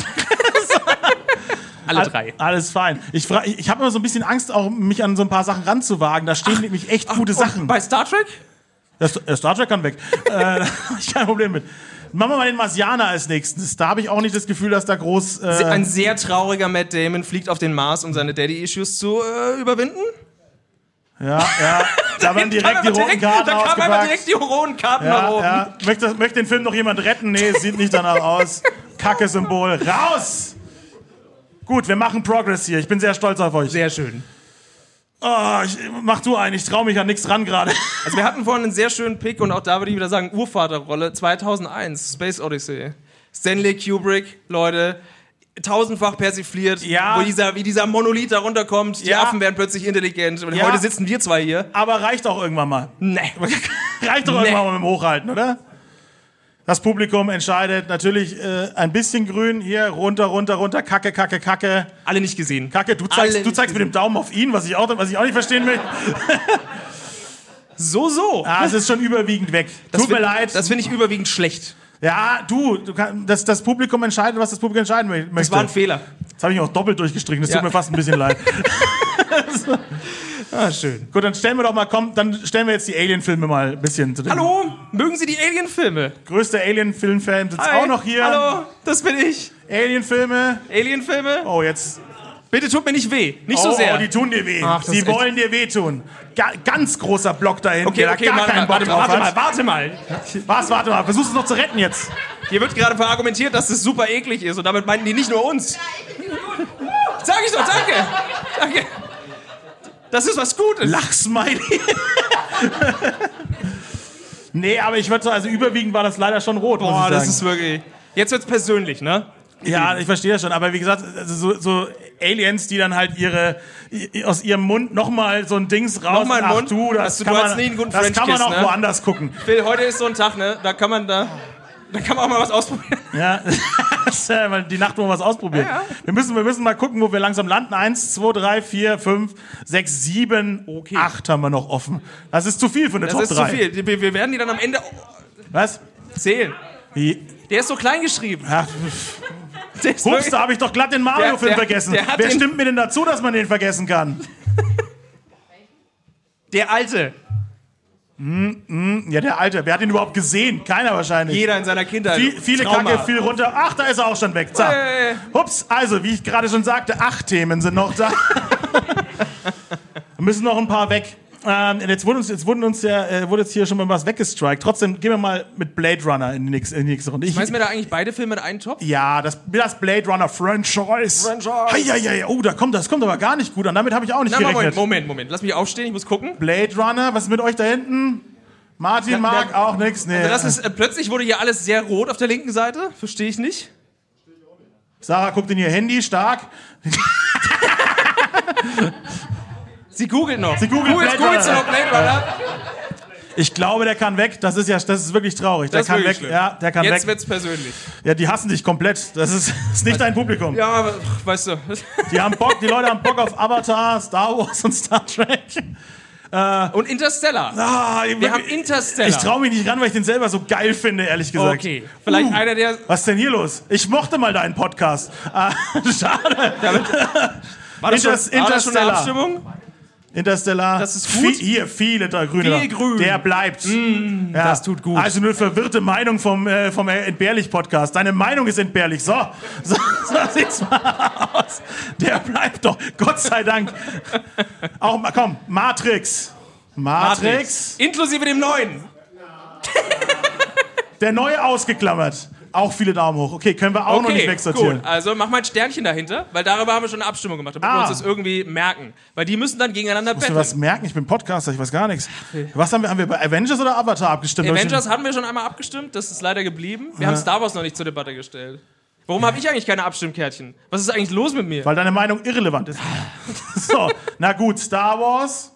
Alle drei. Alles fein. Ich habe immer so ein bisschen Angst, auch mich an so ein paar Sachen ranzuwagen. Da stehen nämlich echt gute Sachen. Bei Star Trek? Star Trek kann weg. Ich kein Problem mit. Machen wir mal den Marsianer als nächstes. Da habe ich auch nicht das Gefühl, dass da groß... Ein sehr trauriger Matt Damon fliegt auf den Mars, um seine Daddy-Issues zu überwinden. Ja. Da waren direkt die roten Karten Da kamen einfach direkt die roten Karten nach oben. Ja. Möchte den Film noch jemand retten? Nee, es sieht nicht danach aus. Kacke-Symbol. Raus! Gut, wir machen Progress hier. Ich bin sehr stolz auf euch. Sehr schön. Mach du einen, ich traue mich an nichts ran gerade. Also wir hatten vorhin einen sehr schönen Pick und auch da würde ich wieder sagen, Urvaterrolle 2001, Space Odyssey. Stanley Kubrick, Leute, tausendfach persifliert, wie dieser Monolith da runterkommt, die Affen werden plötzlich intelligent und heute sitzen wir zwei hier. Aber reicht auch irgendwann mal. Nee. Reicht doch irgendwann mal mit dem Hochhalten, oder? Das Publikum entscheidet natürlich ein bisschen grün. Hier, runter, Kacke. Alle nicht gesehen. Kacke, du zeigst mit dem Daumen auf ihn, was ich auch nicht verstehen will. So. Es ist schon überwiegend weg. Tut mir leid. Das finde ich überwiegend schlecht. Ja, das Publikum entscheidet, was das Publikum entscheiden möchte. Das war ein Fehler. Jetzt habe ich auch doppelt durchgestrichen, das tut mir fast ein bisschen leid. Schön. Gut, dann stellen wir jetzt die Alien-Filme mal ein bisschen zu den... Hallo, mögen Sie die Alien-Filme? Größter Alien-Film-Fan sitzt auch noch hier. Hallo, das bin ich. Alien-Filme? Oh, jetzt... Bitte tut mir nicht weh, nicht so sehr. Oh, die tun dir weh. Sie wollen dir wehtun. Ganz großer Block da hinten. Okay, warte mal. Warte mal, versuchst es noch zu retten jetzt. Hier wird gerade verargumentiert, dass es super eklig ist und damit meinten die nicht nur uns. Sag ich doch, danke. Das ist was Gutes. Lachsmiley. Nee, aber ich würde sagen, also überwiegend war das leider schon rot, muss ich sagen. Das ist wirklich... Jetzt wird's persönlich, ne? Ja, ich verstehe das schon, aber wie gesagt, also so Aliens, die dann halt aus ihrem Mund nochmal so ein Dings raus... Nochmal einen Mund? Du hast nie einen guten French Kiss, kann man auch woanders gucken. Phil, heute ist so ein Tag, ne? Da kann man auch mal was ausprobieren. Ja, die Nacht, wo man was ausprobiert. Ja. Wir müssen mal gucken, wo wir langsam landen. 1, 2, 3, 4, 5, 6, 7, 8 haben wir noch offen. Das ist zu viel für eine Top 3. Das ist zu viel. Wir werden die dann am Ende... Was? Zählen. Wie? Der ist so klein geschrieben. Ja. Ups, da habe ich doch glatt den Mario-Film vergessen. Wer stimmt mir denn dazu, dass man den vergessen kann? Der Alte. Ja, der Alte. Wer hat ihn überhaupt gesehen? Keiner wahrscheinlich. Jeder in seiner Kindheit. Viele Kacke, viel runter. Ach, da ist er auch schon weg. Zack. Ups, also, wie ich gerade schon sagte, 8 Themen sind noch da. Wir müssen noch ein paar weg. Jetzt wurde jetzt hier schon mal was weggestrikt. Trotzdem gehen wir mal mit Blade Runner in die nächste Runde. Schmeißen wir da eigentlich beide Filme in einen Topf? Ja, das Blade Runner Franchise. Oh, das kommt aber gar nicht gut an. Damit habe ich auch nicht gerechnet. Moment. Lass mich aufstehen, ich muss gucken. Blade Runner, was ist mit euch da hinten? Martin mag auch nichts. Nee. Also plötzlich wurde hier alles sehr rot auf der linken Seite. Verstehe ich nicht. Sarah guckt in ihr Handy, stark. Sie googelt noch. Googelt noch Blade Runner. Ich glaube, der kann weg. Das ist wirklich traurig. Der kann weg. Schlimm. Ja, der kann Jetzt weg. wird's persönlich. Ja, die hassen dich komplett. Das ist nicht dein Publikum. Ja, aber weißt du. Die Leute haben Bock auf Avatar, Star Wars und Star Trek. Und Interstellar. Wir haben Interstellar. Ich traue mich nicht ran, weil ich den selber so geil finde, ehrlich gesagt. Okay, vielleicht einer der... Was ist denn hier los? Ich mochte mal deinen Podcast. Schade. War das schon eine Abstimmung? Interstellar. Das ist gut. Viele da Grüne. Viel Grün. Der bleibt. Das tut gut. Also eine verwirrte Meinung vom Entbehrlich-Podcast. Deine Meinung ist entbehrlich. So sieht's mal aus. Der bleibt doch. Gott sei Dank. Komm, Matrix. Inklusive dem neuen. Der neue ausgeklammert. Auch viele Daumen hoch. Okay, können wir auch noch nicht wegsortieren. Gut. Also mach mal ein Sternchen dahinter, weil darüber haben wir schon eine Abstimmung gemacht, damit wir uns das irgendwie merken. Weil die müssen dann gegeneinander betteln. Musst du was merken? Ich bin Podcaster, ich weiß gar nichts. Was haben wir bei Avengers oder Avatar abgestimmt? Avengers hatten wir schon einmal abgestimmt, das ist leider geblieben. Wir haben Star Wars noch nicht zur Debatte gestellt. Warum habe ich eigentlich keine Abstimmkärtchen? Was ist eigentlich los mit mir? Weil deine Meinung irrelevant ist. So, na gut, Star Wars.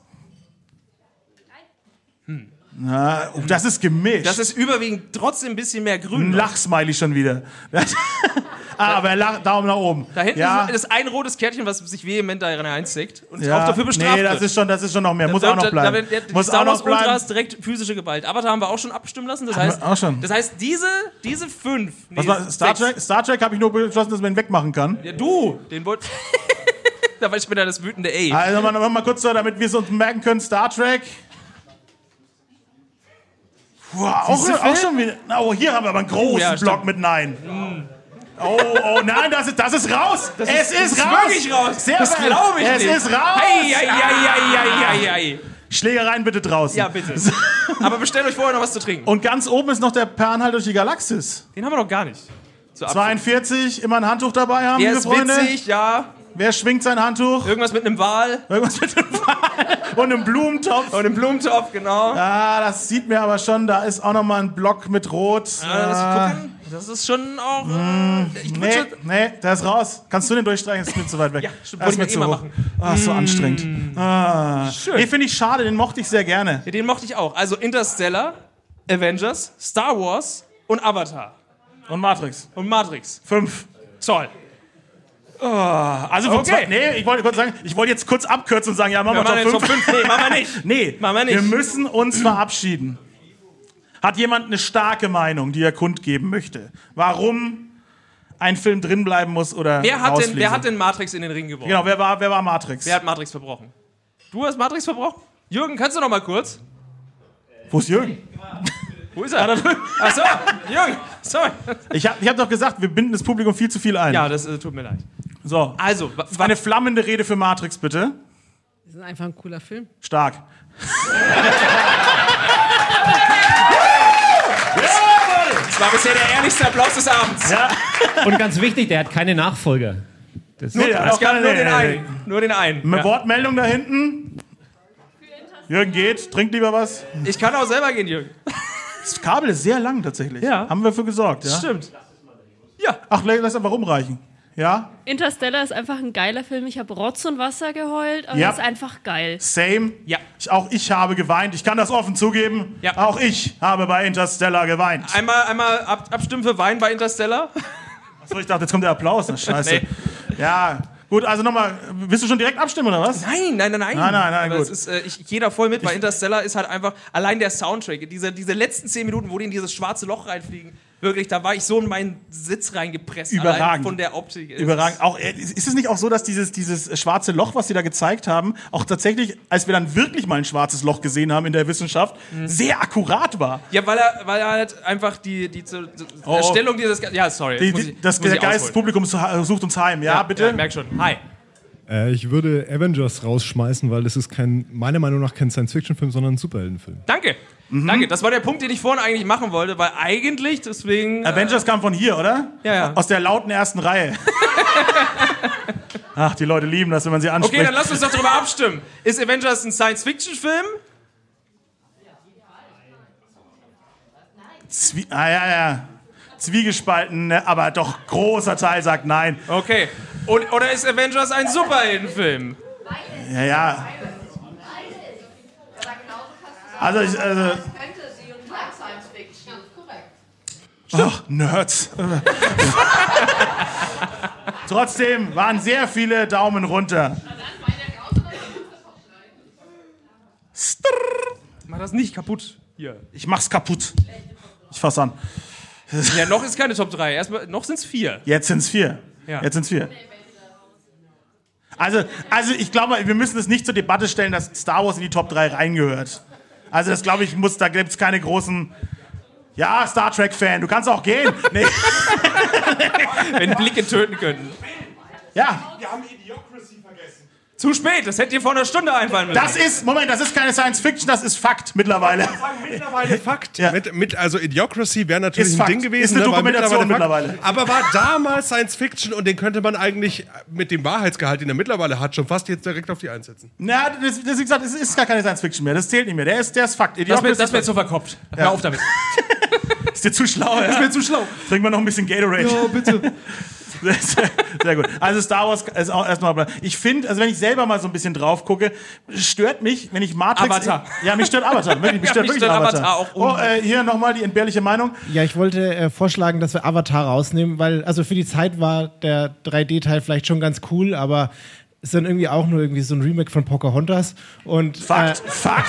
Das ist gemischt. Das ist überwiegend trotzdem ein bisschen mehr grün. Ein Lachsmiley schon wieder. Aber er lacht, Daumen nach oben. Da hinten ist ein rotes Kärtchen, was sich vehement daran einzickt und auch dafür bestraft wird. Das ist schon noch mehr. Muss auch noch bleiben. Die Star Wars Ultras direkt physische Gewalt. Avatar haben wir auch schon abstimmen lassen. Das heißt, diese 5. Was war Star Trek habe ich nur beschlossen, dass man ihn wegmachen kann. Ja, du! Den wollt. Da war ich wieder das wütende A. Also mal kurz so, damit wir es uns merken können. Star Trek. Wow, auch schon wieder. Oh, hier haben wir aber einen großen Block mit Nein. Oh, nein, das ist raus. Es ist wirklich raus. Das glaube ich nicht. Es ist raus. Ei. Schlägereien bitte draußen. Ja, bitte. Aber bestellt euch vorher noch was zu trinken. Und ganz oben ist noch der Perlenhalter durch die Galaxis. Den haben wir noch gar nicht. 42, immer ein Handtuch dabei haben, liebe Freunde. Witzig, ja. Wer schwingt sein Handtuch? Irgendwas mit einem Wal. Und einem Blumentopf. Genau. Ja, das sieht mir aber schon, da ist auch nochmal ein Block mit Rot. Das ist schon auch... Nee, der ist raus. Kannst du den durchstreichen? Das ist mir zu weit weg. Ja, stimmt, wollte ich mir machen. Ist so anstrengend. Schön. Nee, finde ich schade, den mochte ich sehr gerne. Ja, den mochte ich auch. Also Interstellar, Avengers, Star Wars und Avatar. Und Matrix. 5. Toll. Also okay. Ich wollte jetzt kurz abkürzen und sagen, ja, machen wir Top 5. Nee, machen wir nicht. Nee, wir müssen uns verabschieden. Hat jemand eine starke Meinung, die er kundgeben möchte? Warum ein Film drinbleiben muss oder wer hat denn Matrix in den Ring geworfen? Genau, wer war Matrix? Wer hat Matrix verbrochen? Du hast Matrix verbrochen? Jürgen, kannst du noch mal kurz? Wo ist Jürgen? Wo ist er? Achso, Jürgen, sorry. Ich hab doch gesagt, wir binden das Publikum viel zu viel ein. Ja, das tut mir leid. So, also eine flammende Rede für Matrix, bitte. Das ist einfach ein cooler Film. Stark. Das war bisher der ehrlichste Applaus des Abends. Ja. Und ganz wichtig, der hat keine Nachfolger. Es gab nur den einen. Eine Wortmeldung da hinten. Jürgen geht, trinkt lieber was. Ich kann auch selber gehen, Jürgen. Das Kabel ist sehr lang tatsächlich. Ja. Haben wir für gesorgt, ja? Stimmt. Ja. Ach, lass einfach rumreichen. Ja? Interstellar ist einfach ein geiler Film. Ich habe Rotz und Wasser geheult, aber es ist einfach geil. Same. Ja. Auch ich habe geweint. Ich kann das offen zugeben. Ja. Auch ich habe bei Interstellar geweint. Einmal abstimmen für Wein bei Interstellar. Achso, ich dachte, jetzt kommt der Applaus. Na, scheiße. Nee. Ja, gut, also nochmal. Willst du schon direkt abstimmen, oder was? Nein, gut. Es ist, ich gehe da voll mit, weil Interstellar ist halt einfach, allein der Soundtrack, diese letzten 10 Minuten, wo die in dieses schwarze Loch reinfliegen, wirklich, da war ich so in meinen Sitz reingepresst. Überragend. Von der Optik. Überragend. Auch, ist es nicht auch so, dass dieses schwarze Loch, was sie da gezeigt haben, auch tatsächlich, als wir dann wirklich mal ein schwarzes Loch gesehen haben in der Wissenschaft, sehr akkurat war? Ja, weil er halt einfach die Erstellung dieses... Ja, sorry. Der Geist des Publikums sucht uns heim. Ja, bitte? Ja, merk schon. Hi. Ich würde Avengers rausschmeißen, weil das ist meiner Meinung nach kein Science-Fiction-Film, sondern ein Superheldenfilm. Danke. Danke, das war der Punkt, den ich vorhin eigentlich machen wollte, weil eigentlich deswegen... Avengers kam von hier, oder? Ja. Aus der lauten ersten Reihe. Ach, die Leute lieben das, wenn man sie anspricht. Okay, dann lass uns doch darüber abstimmen. Ist Avengers ein Science-Fiction-Film? Ja. Zwiegespalten, ne? Aber doch großer Teil sagt nein. Okay. Oder ist Avengers ein Superheldenfilm? Ja. Also Ach, Nerds. Trotzdem waren sehr viele Daumen runter. Mach das nicht kaputt. Hier. Ich mach's kaputt. Ich fass an. Ja, noch ist keine Top 3. Erstmal, noch sind's 4. Jetzt sind's 4. Ja. Also ich glaube, wir müssen es nicht zur Debatte stellen, dass Star Wars in die Top 3 reingehört. Also das glaube ich, da gibt es keine großen... Ja, Star Trek-Fan, du kannst auch gehen. Nee. Wenn Blicke töten könnten. Ja. Wir haben Idiocracy vergessen. Zu spät, das hätte dir vor einer Stunde einfallen müssen. Das ist keine Science-Fiction, das ist Fakt mittlerweile. Mittlerweile Fakt. Ja. Also Idiocracy wäre natürlich ist ein Ding gewesen. Ist eine Dokumentation mittlerweile. Aber war damals Science-Fiction und den könnte man eigentlich mit dem Wahrheitsgehalt, den er mittlerweile hat, schon fast jetzt direkt auf die einsetzen. Na, wie gesagt, es ist gar keine Science-Fiction mehr, das zählt nicht mehr, der ist Fakt. Das wird jetzt so verkopft. Hör auf damit. Ist dir zu schlau, ja? Ist mir zu schlau. Trinken wir noch ein bisschen Gatorade. Ja, bitte. Sehr gut. Also Star Wars ist auch erstmal... Ich finde, also wenn ich selber mal so ein bisschen drauf gucke, stört mich, wenn ich Matrix... Avatar. Ja, mich stört Avatar. Mich stört wirklich Avatar. Auch hier nochmal die entbehrliche Meinung. Ja, ich wollte vorschlagen, dass wir Avatar rausnehmen, weil also für die Zeit war der 3D-Teil vielleicht schon ganz cool, aber es ist dann irgendwie auch nur irgendwie so ein Remake von Pocahontas. Und, Fakt.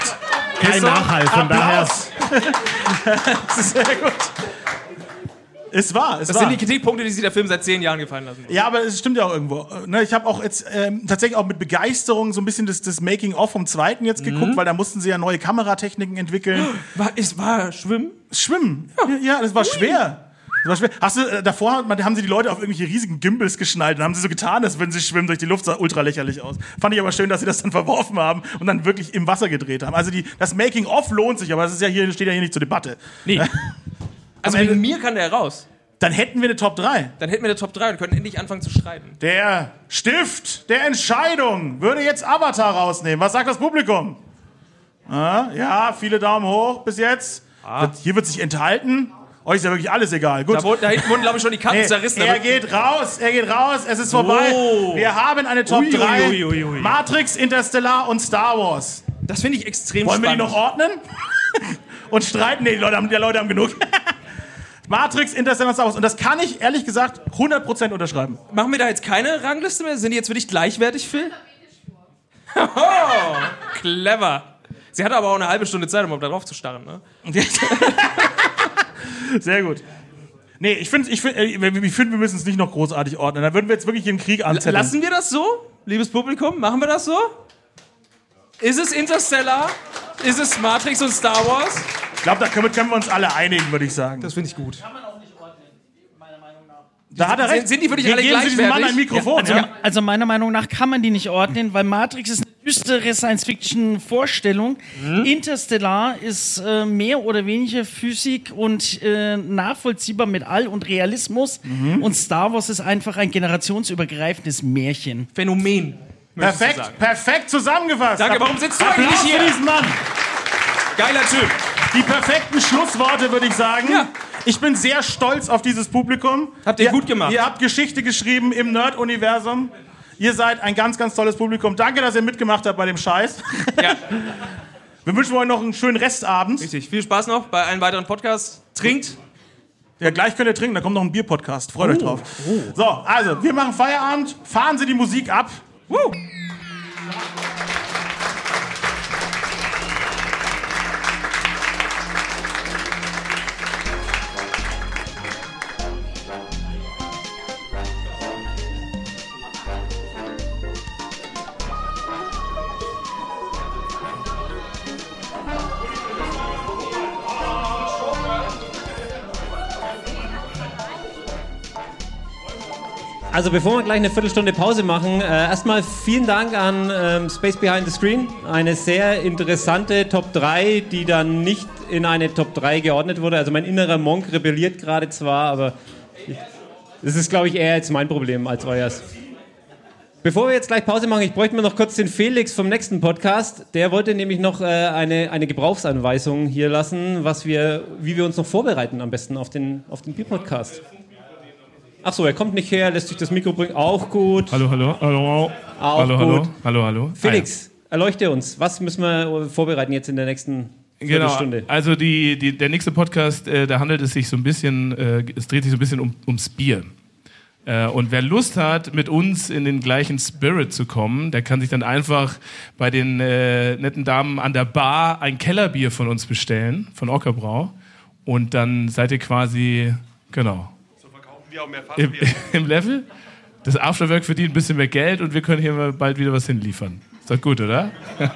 Kein Nachhalt, von daher... Das ist sehr gut. Es war. Das sind die Kritikpunkte, die sich der Film seit 10 Jahren gefallen lassen. Ja, aber es stimmt ja auch irgendwo. Ne, ich habe auch jetzt tatsächlich auch mit Begeisterung so ein bisschen das Making-of vom zweiten jetzt geguckt, weil da mussten sie ja neue Kameratechniken entwickeln. War Schwimmen? Schwimmen. Ja, das war schwer. Hast du, davor haben sie die Leute auf irgendwelche riesigen Gimbals geschnallt und haben sie so getan, als wenn sie schwimmen durch die Luft, sah ultra lächerlich aus. Fand ich aber schön, dass sie das dann verworfen haben und dann wirklich im Wasser gedreht haben. Also das Making-of lohnt sich, aber das ist ja hier, steht ja hier nicht zur Debatte. Nee. Also wegen mir kann der raus. Dann hätten wir eine Top 3. Und können endlich anfangen zu streiten. Der Stift der Entscheidung würde jetzt Avatar rausnehmen. Was sagt das Publikum? Ja, viele Daumen hoch bis jetzt. Hier wird sich enthalten. Euch ist ja wirklich alles egal. Gut. Da hinten wurden, glaube ich, schon die Karten zerrissen. Er geht raus, es ist vorbei. Wir haben eine Top 3. Matrix, Interstellar und Star Wars. Das finde ich extrem spannend. Wollen wir die noch ordnen? Und streiten? Nee, die Leute haben genug. Matrix, Interstellar und Star Wars. Und das kann ich, ehrlich gesagt, 100% unterschreiben. Machen wir da jetzt keine Rangliste mehr? Sind die jetzt für dich gleichwertig, Phil? Oh, clever. Sie hatte aber auch eine halbe Stunde Zeit, um da drauf zu starren, ne? Sehr gut. Nee, ich finde, wir müssen es nicht noch großartig ordnen. Dann würden wir jetzt wirklich den Krieg anzetteln. Lassen wir das so, liebes Publikum? Machen wir das so? Ist es Interstellar? Ist es Matrix und Star Wars? Ich glaube, da können wir uns alle einigen, würde ich sagen. Das finde ich gut. Kann man auch nicht ordnen, meiner Meinung nach. Da hat er recht. Sind die für dich alle geben Sie diesem Mann ein Mikrofon. Ja, also meiner Meinung nach kann man die nicht ordnen, weil Matrix ist eine düstere Science-Fiction-Vorstellung. Interstellar ist mehr oder weniger Physik und nachvollziehbar mit All- und Realismus. Und Star Wars ist einfach ein generationsübergreifendes Märchen. Phänomen. Perfekt zusammengefasst. Danke, warum sitzt du eigentlich hier? Für diesen Mann. Geiler Typ. Die perfekten Schlussworte, würde ich sagen. Ja. Ich bin sehr stolz auf dieses Publikum. Habt ihr gut gemacht. Ihr habt Geschichte geschrieben im Nerd-Universum. Ihr seid ein ganz, ganz tolles Publikum. Danke, dass ihr mitgemacht habt bei dem Scheiß. Ja. Wir wünschen euch noch einen schönen Restabend. Richtig. Viel Spaß noch bei einem weiteren Podcast. Trinkt. Ja, gleich könnt ihr trinken. Da kommt noch ein Bier-Podcast. Freut euch drauf. So, also, wir machen Feierabend. Fahren Sie die Musik ab. Also bevor wir gleich eine Viertelstunde Pause machen, erstmal vielen Dank an Space Behind the Screen. Eine sehr interessante Top 3, die dann nicht in eine Top 3 geordnet wurde. Also mein innerer Monk rebelliert gerade zwar, aber das ist, glaube ich, eher jetzt mein Problem als euers. Bevor wir jetzt gleich Pause machen, ich bräuchte mir noch kurz den Felix vom nächsten Podcast. Der wollte nämlich noch eine Gebrauchsanweisung hier lassen, wie wir uns noch vorbereiten am besten auf den Bier-Podcast. Ach so, er kommt nicht her, lässt sich das Mikro bringen. Auch gut. Hallo. Hallo. Felix, erleuchte uns. Was müssen wir vorbereiten jetzt in der nächsten Viertelstunde? Genau, also der nächste Podcast, da handelt es sich so ein bisschen, es dreht sich so ein bisschen ums Bier. Und wer Lust hat, mit uns in den gleichen Spirit zu kommen, der kann sich dann einfach bei den netten Damen an der Bar ein Kellerbier von uns bestellen, von Ockerbrau. Und dann seid ihr quasi, genau, im Level. Das Afterwork verdient ein bisschen mehr Geld und wir können hier bald wieder was hinliefern. Ist doch gut, oder?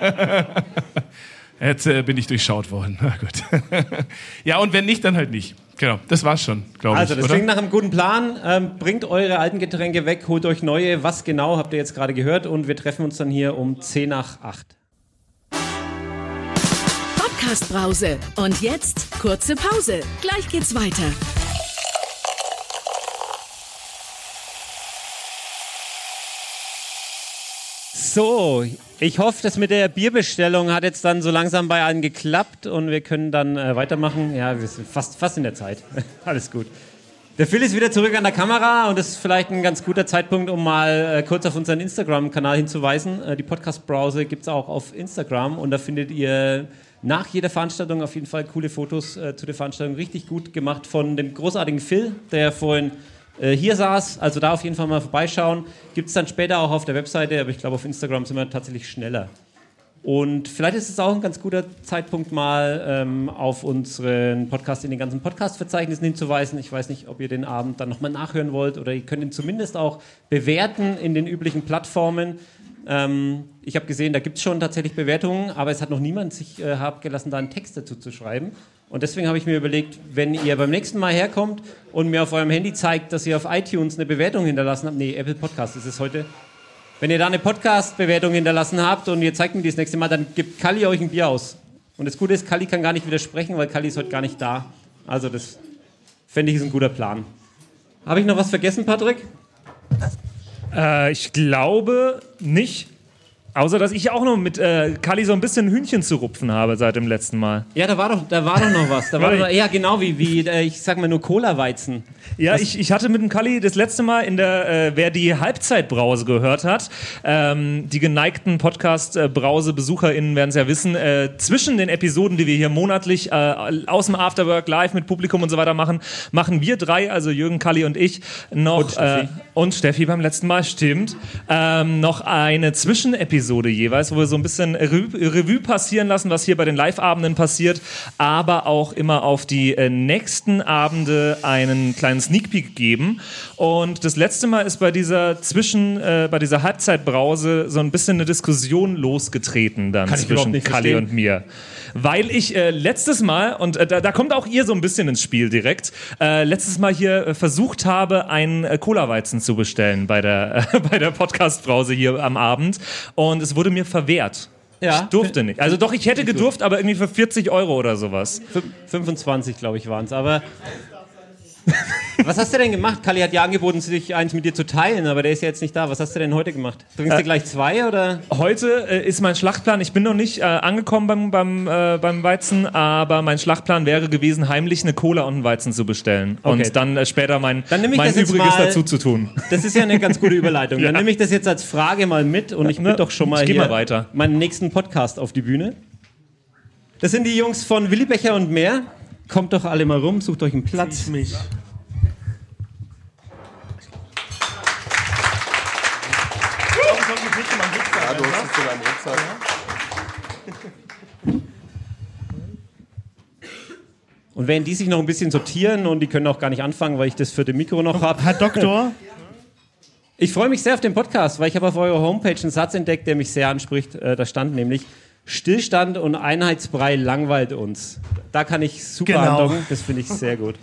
Jetzt bin ich durchschaut worden. Na gut. Ja, und wenn nicht, dann halt nicht. Genau, das war's schon, glaube ich. Also, das klingt nach einem guten Plan. Bringt eure alten Getränke weg, holt euch neue. Was genau, habt ihr jetzt gerade gehört. Und wir treffen uns dann hier um 7:50. Podcast-Brause. Und jetzt kurze Pause. Gleich geht's weiter. So, ich hoffe, das mit der Bierbestellung hat jetzt dann so langsam bei allen geklappt und wir können dann weitermachen. Ja, wir sind fast in der Zeit. Alles gut. Der Phil ist wieder zurück an der Kamera und das ist vielleicht ein ganz guter Zeitpunkt, um mal kurz auf unseren Instagram-Kanal hinzuweisen. Die Podcast-Brause gibt es auch auf Instagram und da findet ihr nach jeder Veranstaltung auf jeden Fall coole Fotos zu der Veranstaltung. Richtig gut gemacht von dem großartigen Phil, der vorhin hier saß, also da auf jeden Fall mal vorbeischauen. Gibt es dann später auch auf der Webseite, aber ich glaube auf Instagram sind wir tatsächlich schneller. Und vielleicht ist es auch ein ganz guter Zeitpunkt, mal auf unseren Podcast in den ganzen Podcast-Verzeichnissen hinzuweisen. Ich weiß nicht, ob ihr den Abend dann nochmal nachhören wollt oder ihr könnt ihn zumindest auch bewerten in den üblichen Plattformen. Ich habe gesehen, da gibt es schon tatsächlich Bewertungen, aber es hat noch niemand sich herabgelassen, da einen Text dazu zu schreiben. Und deswegen habe ich mir überlegt, wenn ihr beim nächsten Mal herkommt und mir auf eurem Handy zeigt, dass ihr auf iTunes eine Bewertung hinterlassen habt, nee, Apple Podcast ist es heute. Wenn ihr da eine Podcast-Bewertung hinterlassen habt und ihr zeigt mir die das nächste Mal, dann gibt Kalli euch ein Bier aus. Und das Gute ist, Kalli kann gar nicht widersprechen, weil Kalli ist heute gar nicht da. Also das fände ich ist ein guter Plan. Habe ich noch was vergessen, Patrick? Ich glaube nicht. Außer, dass ich auch noch mit Kalli so ein bisschen Hühnchen zu rupfen habe seit dem letzten Mal. Ja, da war doch noch was. Ja, genau, wie ich sag mal nur Cola-Weizen. Ja, ich hatte mit dem Kalli das letzte Mal wer die Halbzeitbrause gehört hat, die geneigten Podcast-Brause-BesucherInnen werden es ja wissen, zwischen den Episoden, die wir hier monatlich aus dem Afterwork live mit Publikum und so weiter machen wir drei, also Jürgen, Kalli und ich, noch und Steffi beim letzten Mal, stimmt, noch eine Zwischenepisode jeweils, wo wir so ein bisschen Revue passieren lassen, was hier bei den Live-Abenden passiert, aber auch immer auf die nächsten Abende einen kleinen Sneak Peek geben. Und das letzte Mal ist bei dieser Halbzeitbrause so ein bisschen eine Diskussion losgetreten dann zwischen Kalli und mir. Weil ich letztes Mal, und da kommt auch ihr so ein bisschen ins Spiel direkt, letztes Mal hier versucht habe, einen Cola-Weizen zu bestellen bei der Podcast-Brause hier am Abend. Und es wurde mir verwehrt. Ja. Ich durfte nicht. Also doch, ich hätte gedurft, aber irgendwie für 40 € oder sowas. 25, glaube ich, waren es. Aber was hast du denn gemacht? Kalli hat ja angeboten, sich eins mit dir zu teilen, aber der ist ja jetzt nicht da. Was hast du denn heute gemacht? Trinkst du gleich 2 oder? Heute ist mein Schlachtplan, ich bin noch nicht angekommen beim Weizen, aber mein Schlachtplan wäre gewesen, heimlich eine Cola und einen Weizen zu bestellen. Okay. Und dann später mein Übriges dazu zu tun. Das ist ja eine ganz gute Überleitung. Dann nehme ich das jetzt als Frage mal mit und ich bitte doch schon mal hier meinen nächsten Podcast auf die Bühne. Das sind die Jungs von Willi Becher und mehr. Kommt doch alle mal rum, sucht euch einen Platz. Mich. Ja, du hast es zu deinem Rucksack. Und während die sich noch ein bisschen sortieren und die können auch gar nicht anfangen, weil ich das für den Mikro noch habe. Herr Doktor? Ich freue mich sehr auf den Podcast, weil ich habe auf eurer Homepage einen Satz entdeckt, der mich sehr anspricht. Da stand nämlich: Stillstand und Einheitsbrei langweilt uns. Da kann ich super andocken, das finde ich sehr gut.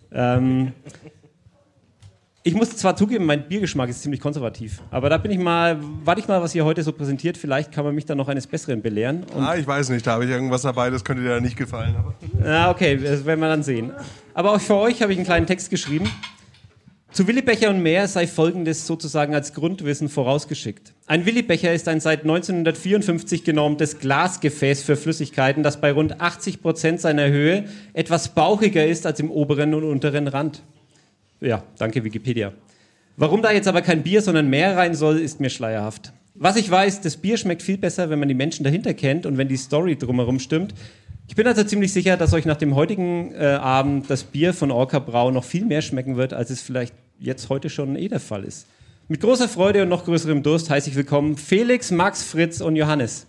Ich muss zwar zugeben, mein Biergeschmack ist ziemlich konservativ, aber da warte ich mal, was ihr heute so präsentiert. Vielleicht kann man mich dann noch eines Besseren belehren. Ich weiß nicht, da habe ich irgendwas dabei, das könnte dir da nicht gefallen. Okay, das werden wir dann sehen. Aber auch für euch habe ich einen kleinen Text geschrieben. Zu Willi Becher und mehr sei Folgendes sozusagen als Grundwissen vorausgeschickt. Ein Willi Becher ist ein seit 1954 genormtes Glasgefäß für Flüssigkeiten, das bei rund 80% seiner Höhe etwas bauchiger ist als im oberen und unteren Rand. Ja, danke Wikipedia. Warum da jetzt aber kein Bier, sondern mehr rein soll, ist mir schleierhaft. Was ich weiß, das Bier schmeckt viel besser, wenn man die Menschen dahinter kennt und wenn die Story drumherum stimmt. Ich bin also ziemlich sicher, dass euch nach dem heutigen Abend das Bier von Orca Brau noch viel mehr schmecken wird, als es vielleicht jetzt heute schon der Fall ist. Mit großer Freude und noch größerem Durst heiße ich willkommen Felix, Max, Fritz und Johannes.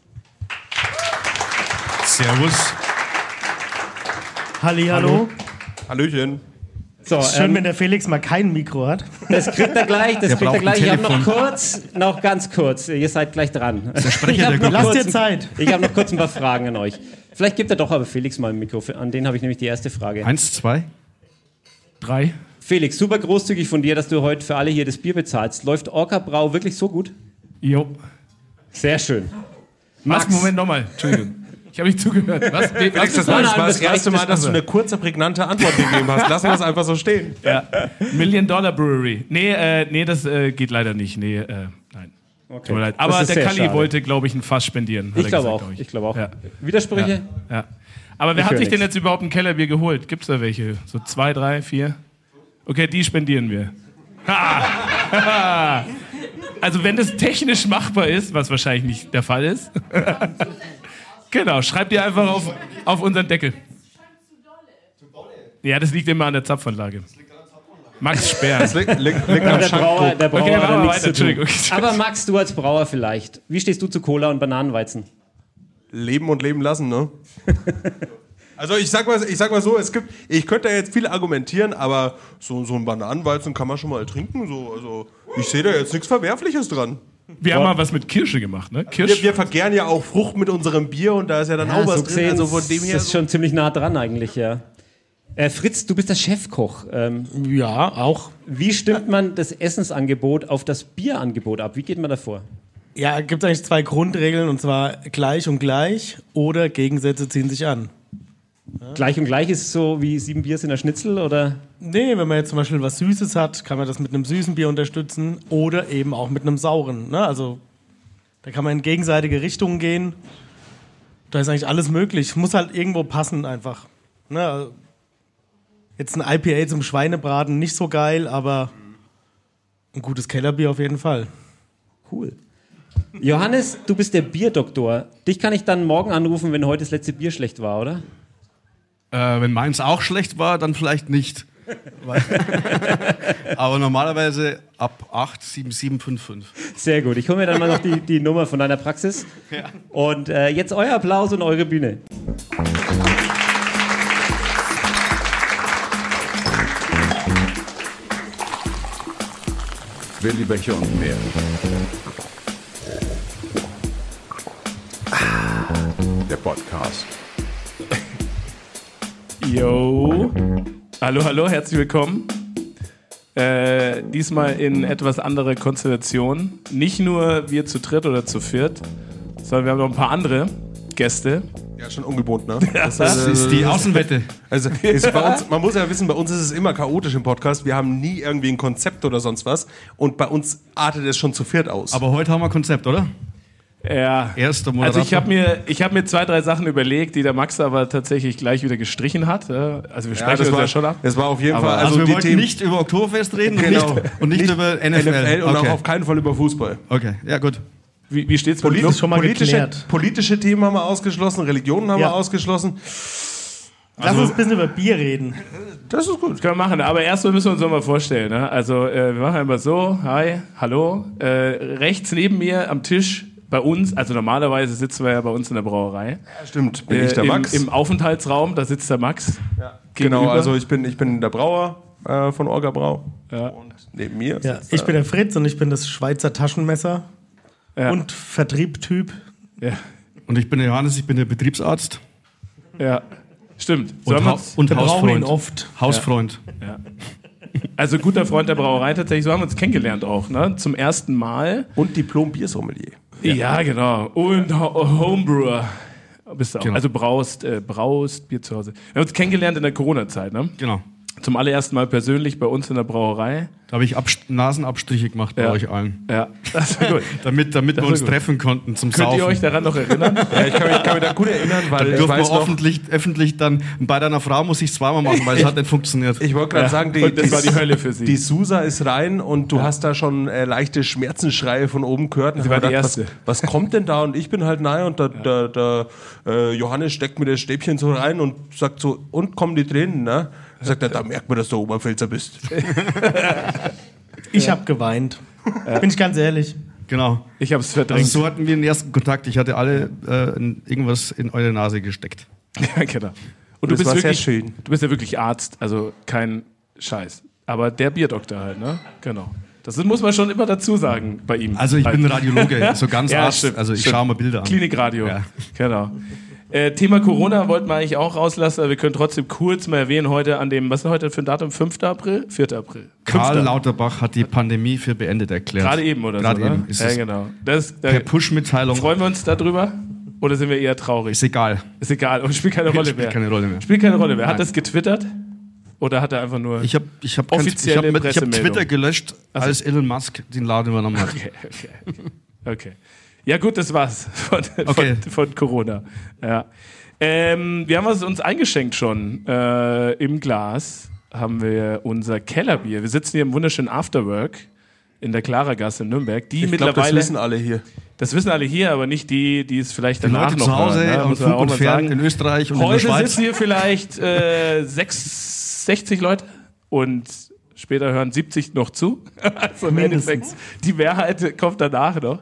Servus. Hallihallo. Hallöchen. So, schön, wenn der Felix mal kein Mikro hat. Das kriegt er gleich. Ich habe noch ganz kurz. Ihr seid gleich dran. Lasst dir Zeit. Ich habe noch kurz ein paar Fragen an euch. Vielleicht gibt er doch aber Felix mal ein Mikro. An den habe ich nämlich die erste Frage. 1, 2, 3. Felix, super großzügig von dir, dass du heute für alle hier das Bier bezahlst. Läuft Orca Brau wirklich so gut? Jo. Sehr schön. Max, Moment nochmal. Entschuldigung. Ich habe nicht zugehört. Was? Felix, das war das erste Mal, dass du eine kurze, prägnante Antwort gegeben hast. Lassen wir es einfach so stehen. Ja. $1 Million Brewery. Nee, das geht leider nicht. Nein. Okay. Tut mir leid. Aber der Kalli wollte, glaube ich, ein Fass spendieren. Ich glaube auch. Ja. Widersprüche? Ja. Aber wer hat sich denn jetzt überhaupt ein Kellerbier geholt? Gibt es da welche? So 2, 3, 4? Okay, die spendieren wir. Also wenn das technisch machbar ist, was wahrscheinlich nicht der Fall ist. Genau, schreibt ihr einfach auf unseren Deckel. Ja, das liegt immer an der Zapfanlage. Max Sperr. Das liegt am Shampoo. Der Brauer hat nichts zu tun. Aber Max, du als Brauer vielleicht. Wie stehst du zu Cola und Bananenweizen? leben und leben lassen, ne? Also ich sag mal so, ich könnte da jetzt viel argumentieren, aber so ein Bananenweizen kann man schon mal trinken. So, also ich sehe da jetzt nichts Verwerfliches dran. Wir haben mal was mit Kirsche gemacht, ne? Wir vergären ja auch Frucht mit unserem Bier und da ist ja dann auch was drin. Also von dem her das ist schon ziemlich nah dran eigentlich, ja. Fritz, du bist der Chefkoch. Ja, auch. Wie stimmt man das Essensangebot auf das Bierangebot ab? Wie geht man da vor? Ja, gibt es eigentlich 2 Grundregeln, und zwar gleich und gleich oder Gegensätze ziehen sich an. Ja. Gleich und gleich ist so wie 7 Bier sind ein Schnitzel, oder? Nee, wenn man jetzt zum Beispiel was Süßes hat, kann man das mit einem süßen Bier unterstützen oder eben auch mit einem sauren. Ne? Also da kann man in gegenseitige Richtungen gehen. Da ist eigentlich alles möglich. Muss halt irgendwo passen einfach. Ne? Also, jetzt ein IPA zum Schweinebraten nicht so geil, aber ein gutes Kellerbier auf jeden Fall. Cool. Johannes, du bist der Bierdoktor. Dich kann ich dann morgen anrufen, wenn heute das letzte Bier schlecht war, oder? Wenn meins auch schlecht war, dann vielleicht nicht. Aber normalerweise ab 87755. Sehr gut. Ich hole mir dann mal noch die Nummer von deiner Praxis. Ja. Und jetzt euer Applaus und eure Bühne. Willi Becher und mehr. Der Podcast. Yo. Hallo, herzlich willkommen. Diesmal in etwas andere Konstellation. Nicht nur wir zu dritt oder zu viert, sondern wir haben noch ein paar andere Gäste. Ja, schon ungewohnt, ne? Das ist die Außenwette. Also ist bei uns, man muss ja wissen, bei uns ist es immer chaotisch im Podcast. Wir haben nie irgendwie ein Konzept oder sonst was. Und bei uns artet es schon zu viert aus. Aber heute haben wir ein Konzept, oder? Ja. Erster Moderator. Also ich hab mir 2, 3 Sachen überlegt, die der Max aber tatsächlich gleich wieder gestrichen hat. Also wir sprechen uns ja schon ab. Es war auf jeden Fall. Also wir wollten nicht über Oktoberfest reden und nicht über NFL. Und auch auf keinen Fall über Fußball. Okay, ja gut. Wie steht's mit politische Themen haben wir ausgeschlossen, Religionen haben wir ausgeschlossen. Lass uns ein bisschen über Bier reden. Das ist gut. Das können wir machen, aber erstmal müssen wir uns noch mal vorstellen. Ne? Also wir machen immer so, hi, hallo. Rechts neben mir am Tisch bei uns, also normalerweise sitzen wir ja bei uns in der Brauerei. Ja, stimmt, bin ich der Max. Im Aufenthaltsraum, da sitzt der Max. Ja. Genau, also ich bin der Brauer von Orga Brau. Ja. Und neben mir sitzt ich bin der Fritz und ich bin das Schweizer Taschenmesser und Vertriebtyp. Ja. Und ich bin der Johannes, ich bin der Betriebsarzt. Ja, stimmt. Und Hausfreund. Oft. Hausfreund. Ja. Also guter Freund der Brauerei tatsächlich, so haben wir uns kennengelernt auch, ne? Zum ersten Mal. Und Diplom-Biersommelier. Ja, genau. Und Homebrewer. Bist du auch. Genau. Also braust Bier zu Hause. Wir haben uns kennengelernt in der Corona-Zeit, ne? Genau. Zum allerersten Mal persönlich bei uns in der Brauerei. Da habe ich Nasenabstriche gemacht bei euch allen. Ja, das war gut. damit wir uns treffen konnten zum Saufen. Könnt ihr euch daran noch erinnern? Ja, ich kann mich da gut erinnern, weil ich weiß noch, öffentlich dann, bei deiner Frau muss ich es zweimal machen, weil es hat nicht funktioniert. Ich wollte gerade sagen, das war die Hölle für sie. Die Susa ist rein und du hast da schon leichte Schmerzensschreie von oben gehört. Sie war die Erste. Was kommt denn da? Und ich bin halt nahe und der Johannes steckt mir das Stäbchen so rein und sagt so, und kommen die Tränen, ne? Sagt er, da merkt man, dass du Oberpfälzer bist. Ich habe geweint. Bin ich ganz ehrlich. Genau. Ich habe es verdrängt. Also so hatten wir den ersten Kontakt. Ich hatte alle irgendwas in eure Nase gesteckt. Ja, genau. Und du bist wirklich, schön. Du bist ja wirklich Arzt, also kein Scheiß. Aber der Bierdoktor halt, ne? Genau. Das muss man schon immer dazu sagen bei ihm. Also ich bin Radiologe, so ganz ja, Arzt. Stimmt, also ich schaue mal Bilder an. Klinikradio, ja. Genau. Thema Corona wollten wir eigentlich auch rauslassen, aber wir können trotzdem kurz mal erwähnen, heute an dem, was ist heute für ein Datum? 5. April? 4. April. Karl Lauterbach hat die Pandemie für beendet erklärt. Gerade eben, oder Gerade so? Gerade eben. Ist ja, genau. Per Push-Mitteilung. Freuen wir uns darüber? Oder sind wir eher traurig? Ist egal. Ist egal und spielt keine Rolle mehr. Spielt keine Rolle mehr. Spielt keine Rolle mehr. Hat das getwittert? Oder hat er einfach nur ich hab Twitter gelöscht, als Elon Musk den Laden übernommen hat. Okay. Ja gut, das war's von Corona. Ja. Wir haben uns eingeschenkt schon. Im Glas haben wir unser Kellerbier. Wir sitzen hier im wunderschönen Afterwork in der Klaragasse in Nürnberg. Ich glaube, das wissen alle hier. Das wissen alle hier, aber nicht die es vielleicht danach Leute noch zu Hause hören. und Fug und Fern in Österreich und heute in der Schweiz. sitzen hier vielleicht 60 Leute und später hören 70 noch zu. Also im Endeffekt, die Mehrheit kommt danach noch.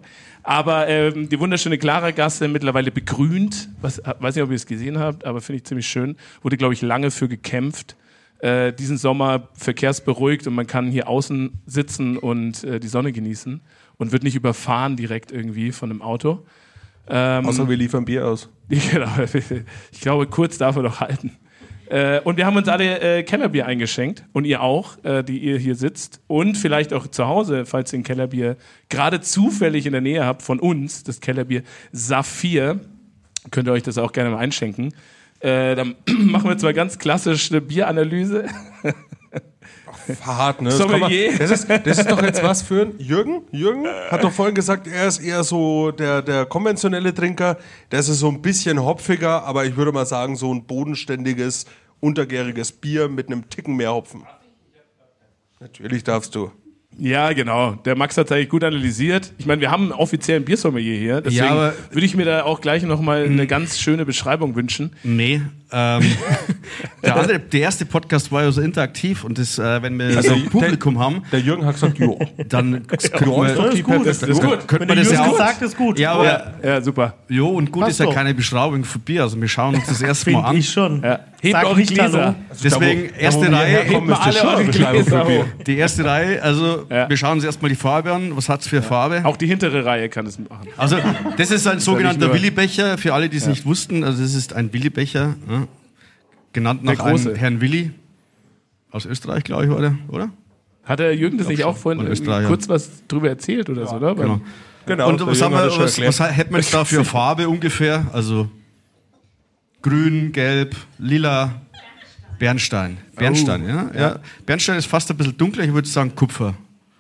Aber die wunderschöne Clara-Gasse, mittlerweile begrünt, weiß nicht, ob ihr es gesehen habt, aber finde ich ziemlich schön, wurde, glaube ich, lange für gekämpft. Diesen Sommer verkehrsberuhigt und man kann hier außen sitzen und die Sonne genießen und wird nicht überfahren direkt irgendwie von einem Auto. Außer wir liefern Bier aus. Genau, ich glaube, kurz darf er noch halten. Und wir haben uns alle Kellerbier eingeschenkt und ihr auch, die ihr hier sitzt und vielleicht auch zu Hause, falls ihr ein Kellerbier gerade zufällig in der Nähe habt von uns, das Kellerbier Saphir, könnt ihr euch das auch gerne mal einschenken. Dann machen wir jetzt mal ganz klassisch eine Bieranalyse. Hart, ne? Das ist doch jetzt was für ein Jürgen. Jürgen hat doch vorhin gesagt, er ist eher so der konventionelle Trinker. Das ist so ein bisschen hopfiger, aber ich würde mal sagen, so ein bodenständiges, untergäriges Bier mit einem Ticken mehr Hopfen. Natürlich darfst du. Ja, genau. Der Max hat es eigentlich gut analysiert. Ich meine, wir haben einen offiziellen Biersommelier hier. Deswegen würde ich mir da auch gleich nochmal eine ganz schöne Beschreibung wünschen. Nee. Der erste Podcast war ja so interaktiv und das, wenn wir so ein Publikum haben. Der Jürgen hat gesagt, jo. Dann könnte man das ja auch sagt, ist gut. Ja, aber ja, super. Jo, und gut ist ja keine Beschreibung für Bier. Also wir schauen uns das erste Mal an. Ich schon. Ja. Hebt eure Gläser. Deswegen, erste Reihe. Hebt mal alle eure Gläser hoch. Die erste Reihe, also wir schauen uns erstmal die Farbe an. Was hat es für Farbe? Auch die hintere Reihe kann es machen. Also das ist ein sogenannter Willi-Becher, für alle, die es nicht wussten. Also das ist ein Willi-Becher, genannt nach einem Herrn Willi. Aus Österreich, glaube ich, war der, oder? Hat der Jürgen das nicht auch vorhin kurz was drüber erzählt oder so, oder? Genau. Und was hätten wir jetzt da für Farbe ungefähr? Also grün, gelb, lila, Bernstein. Bernstein, ja. Bernstein ist fast ein bisschen dunkler, ich würde sagen Kupfer.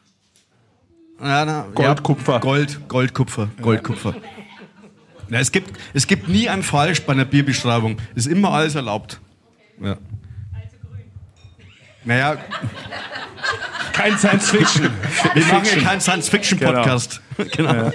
Goldkupfer. Goldkupfer. Ja, es gibt nie ein Falsch bei einer Bierbeschreibung. Es ist immer alles erlaubt. Ja. Naja. Kein Science-Fiction. Wir machen ja keinen Science-Fiction-Podcast. Genau. Ja.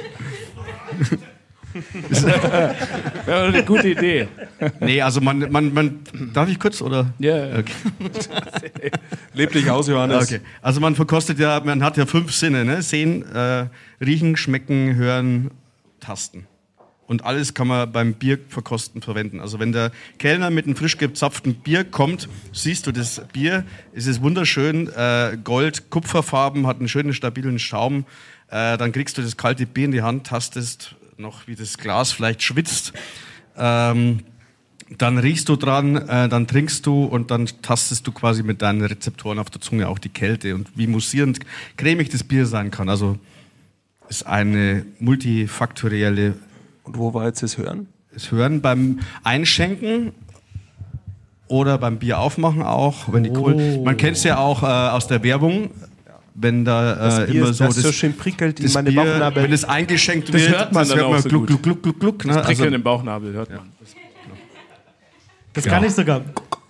Wäre eine gute Idee. Nee, also man darf ich kurz, oder? Ja. Okay. Leb dich aus, Johannes. Okay. Also man hat ja 5 Sinne, ne? Sehen, riechen, schmecken, hören, tasten. Und alles kann man beim Bierverkosten verwenden. Also wenn der Kellner mit einem frisch gezapften Bier kommt, siehst du das Bier, es ist wunderschön, Gold, Kupferfarben, hat einen schönen, stabilen Schaum. Dann kriegst du das kalte Bier in die Hand, tastest noch, wie das Glas vielleicht schwitzt. Dann riechst du dran, dann trinkst du und dann tastest du quasi mit deinen Rezeptoren auf der Zunge auch die Kälte und wie mussierend cremig das Bier sein kann. Also ist eine multifaktorielle. Und wo war jetzt das Hören? Das Hören beim Einschenken oder beim Bier aufmachen auch. Wenn man kennt es ja auch aus der Werbung. Wenn da das Bier immer so schön prickelt in meine Bier, Bauchnabel. wenn es eingeschenkt wird, hört man dann auch so gluck, gut. gluck, gluck, gluck, ne? Das Prickeln im Bauchnabel hört man. Das kann ich sogar.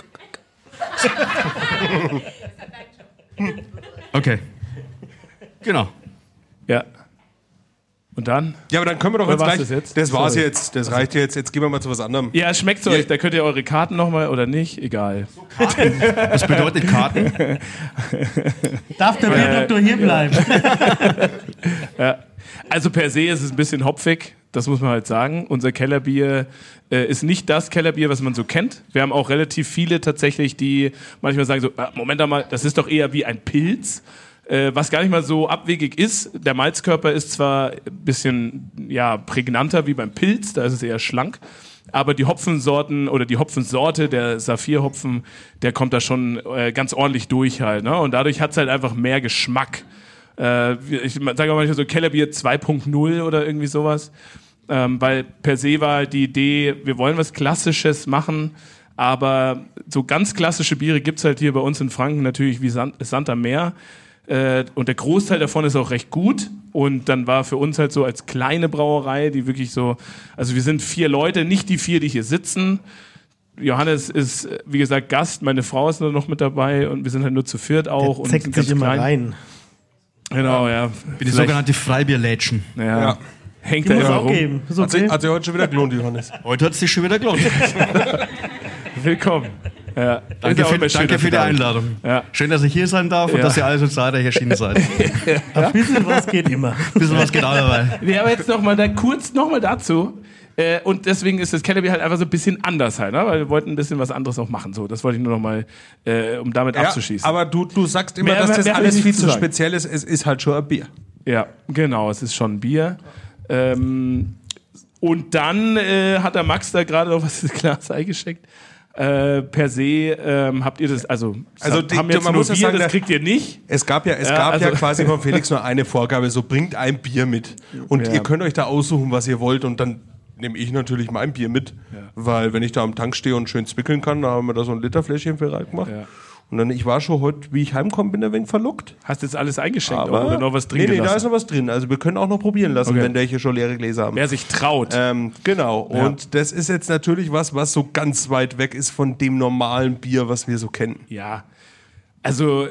Okay. Genau. Ja. Und dann? Ja, aber dann können wir doch jetzt gleich. Das war's Sorry. jetzt. Das reicht jetzt. Jetzt gehen wir mal zu was anderem. Ja, es schmeckt euch. Da könnt ihr eure Karten nochmal oder nicht. Egal. Was bedeutet Karten? Darf der Bierdoktor hier bleiben? Ja. Also per se ist es ein bisschen hopfig. Das muss man halt sagen. Unser Kellerbier ist nicht das Kellerbier, was man so kennt. Wir haben auch relativ viele tatsächlich, die manchmal sagen so, Moment mal, das ist doch eher wie ein Pilz. Was gar nicht mal so abwegig ist. Der Malzkörper ist zwar ein bisschen prägnanter wie beim Pilz, da ist es eher schlank, aber die Hopfensorten oder die Hopfensorte, der Saphir-Hopfen, der kommt da schon ganz ordentlich durch halt. Ne? Und dadurch hat es halt einfach mehr Geschmack. Ich sage auch manchmal so Kellerbier 2.0 oder irgendwie sowas, weil per se war halt die Idee, wir wollen was Klassisches machen, aber so ganz klassische Biere gibt's halt hier bei uns in Franken natürlich wie Sand am Meer. Und der Großteil davon ist auch recht gut. Und dann war für uns halt so als kleine Brauerei, die wirklich so, also wir sind 4 Leute, nicht die 4, die hier sitzen. Johannes ist, wie gesagt, Gast, meine Frau ist noch mit dabei und wir sind halt nur zu 4 auch. Der zeckt sich immer rein. Genau, ja. Wie die sogenannte Freibierlätschen. Ja. Hängt Die da muss immer auch rum. geben. Ist okay. Hat sich heute schon wieder gelohnt, Johannes. Heute hat es sich schon wieder gelohnt. Willkommen. Ja. Danke für die Einladung. Ja. Schön, dass ich hier sein darf und dass ihr alle so zahlreich erschienen seid. Ein bisschen was geht immer. Ein bisschen was geht auch dabei. Nee, aber jetzt nochmal dazu. Und deswegen ist das Canopy halt einfach so ein bisschen anders halt, ne? Weil wir wollten ein bisschen was anderes auch machen. So, das wollte ich nur nochmal, um damit abzuschießen. Aber du sagst immer, dass das alles viel zu speziell ist. Es ist halt schon ein Bier. Ja, genau, es ist schon ein Bier. Und dann hat der Max da gerade noch was ins Glas eingeschenkt. Per se habt ihr das, haben jetzt man nur muss ja Bier, sagen, das kriegt ihr nicht. Es gab ja quasi von Felix nur eine Vorgabe, so bringt ein Bier mit. Und ihr könnt euch da aussuchen, was ihr wollt und dann nehme ich natürlich mein Bier mit, weil wenn ich da am Tank stehe und schön zwickeln kann, da haben wir da so ein Literfläschchen für reingemacht. Ja. Und dann, ich war schon heute, wie ich heimkomme, bin ein wenig verlockt. Hast jetzt alles eingeschenkt oder noch was drin gelassen? Nee, da ist noch was drin. Also wir können auch noch probieren lassen, wenn welche schon leere Gläser haben. Wer sich traut. Genau. Ja. Und das ist jetzt natürlich was so ganz weit weg ist von dem normalen Bier, was wir so kennen. Ja. Also,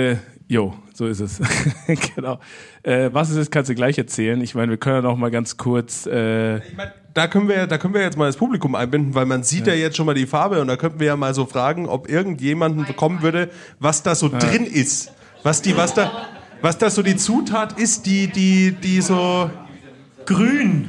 so ist es. Genau. Was es ist, kannst du gleich erzählen. Ich meine, wir können ja noch mal ganz kurz... Da können wir jetzt mal das Publikum einbinden, weil man sieht ja jetzt schon mal die Farbe und da könnten wir ja mal so fragen, ob irgendjemanden bekommen würde, was da so drin ist. Was da so die Zutat ist, die so... Grün.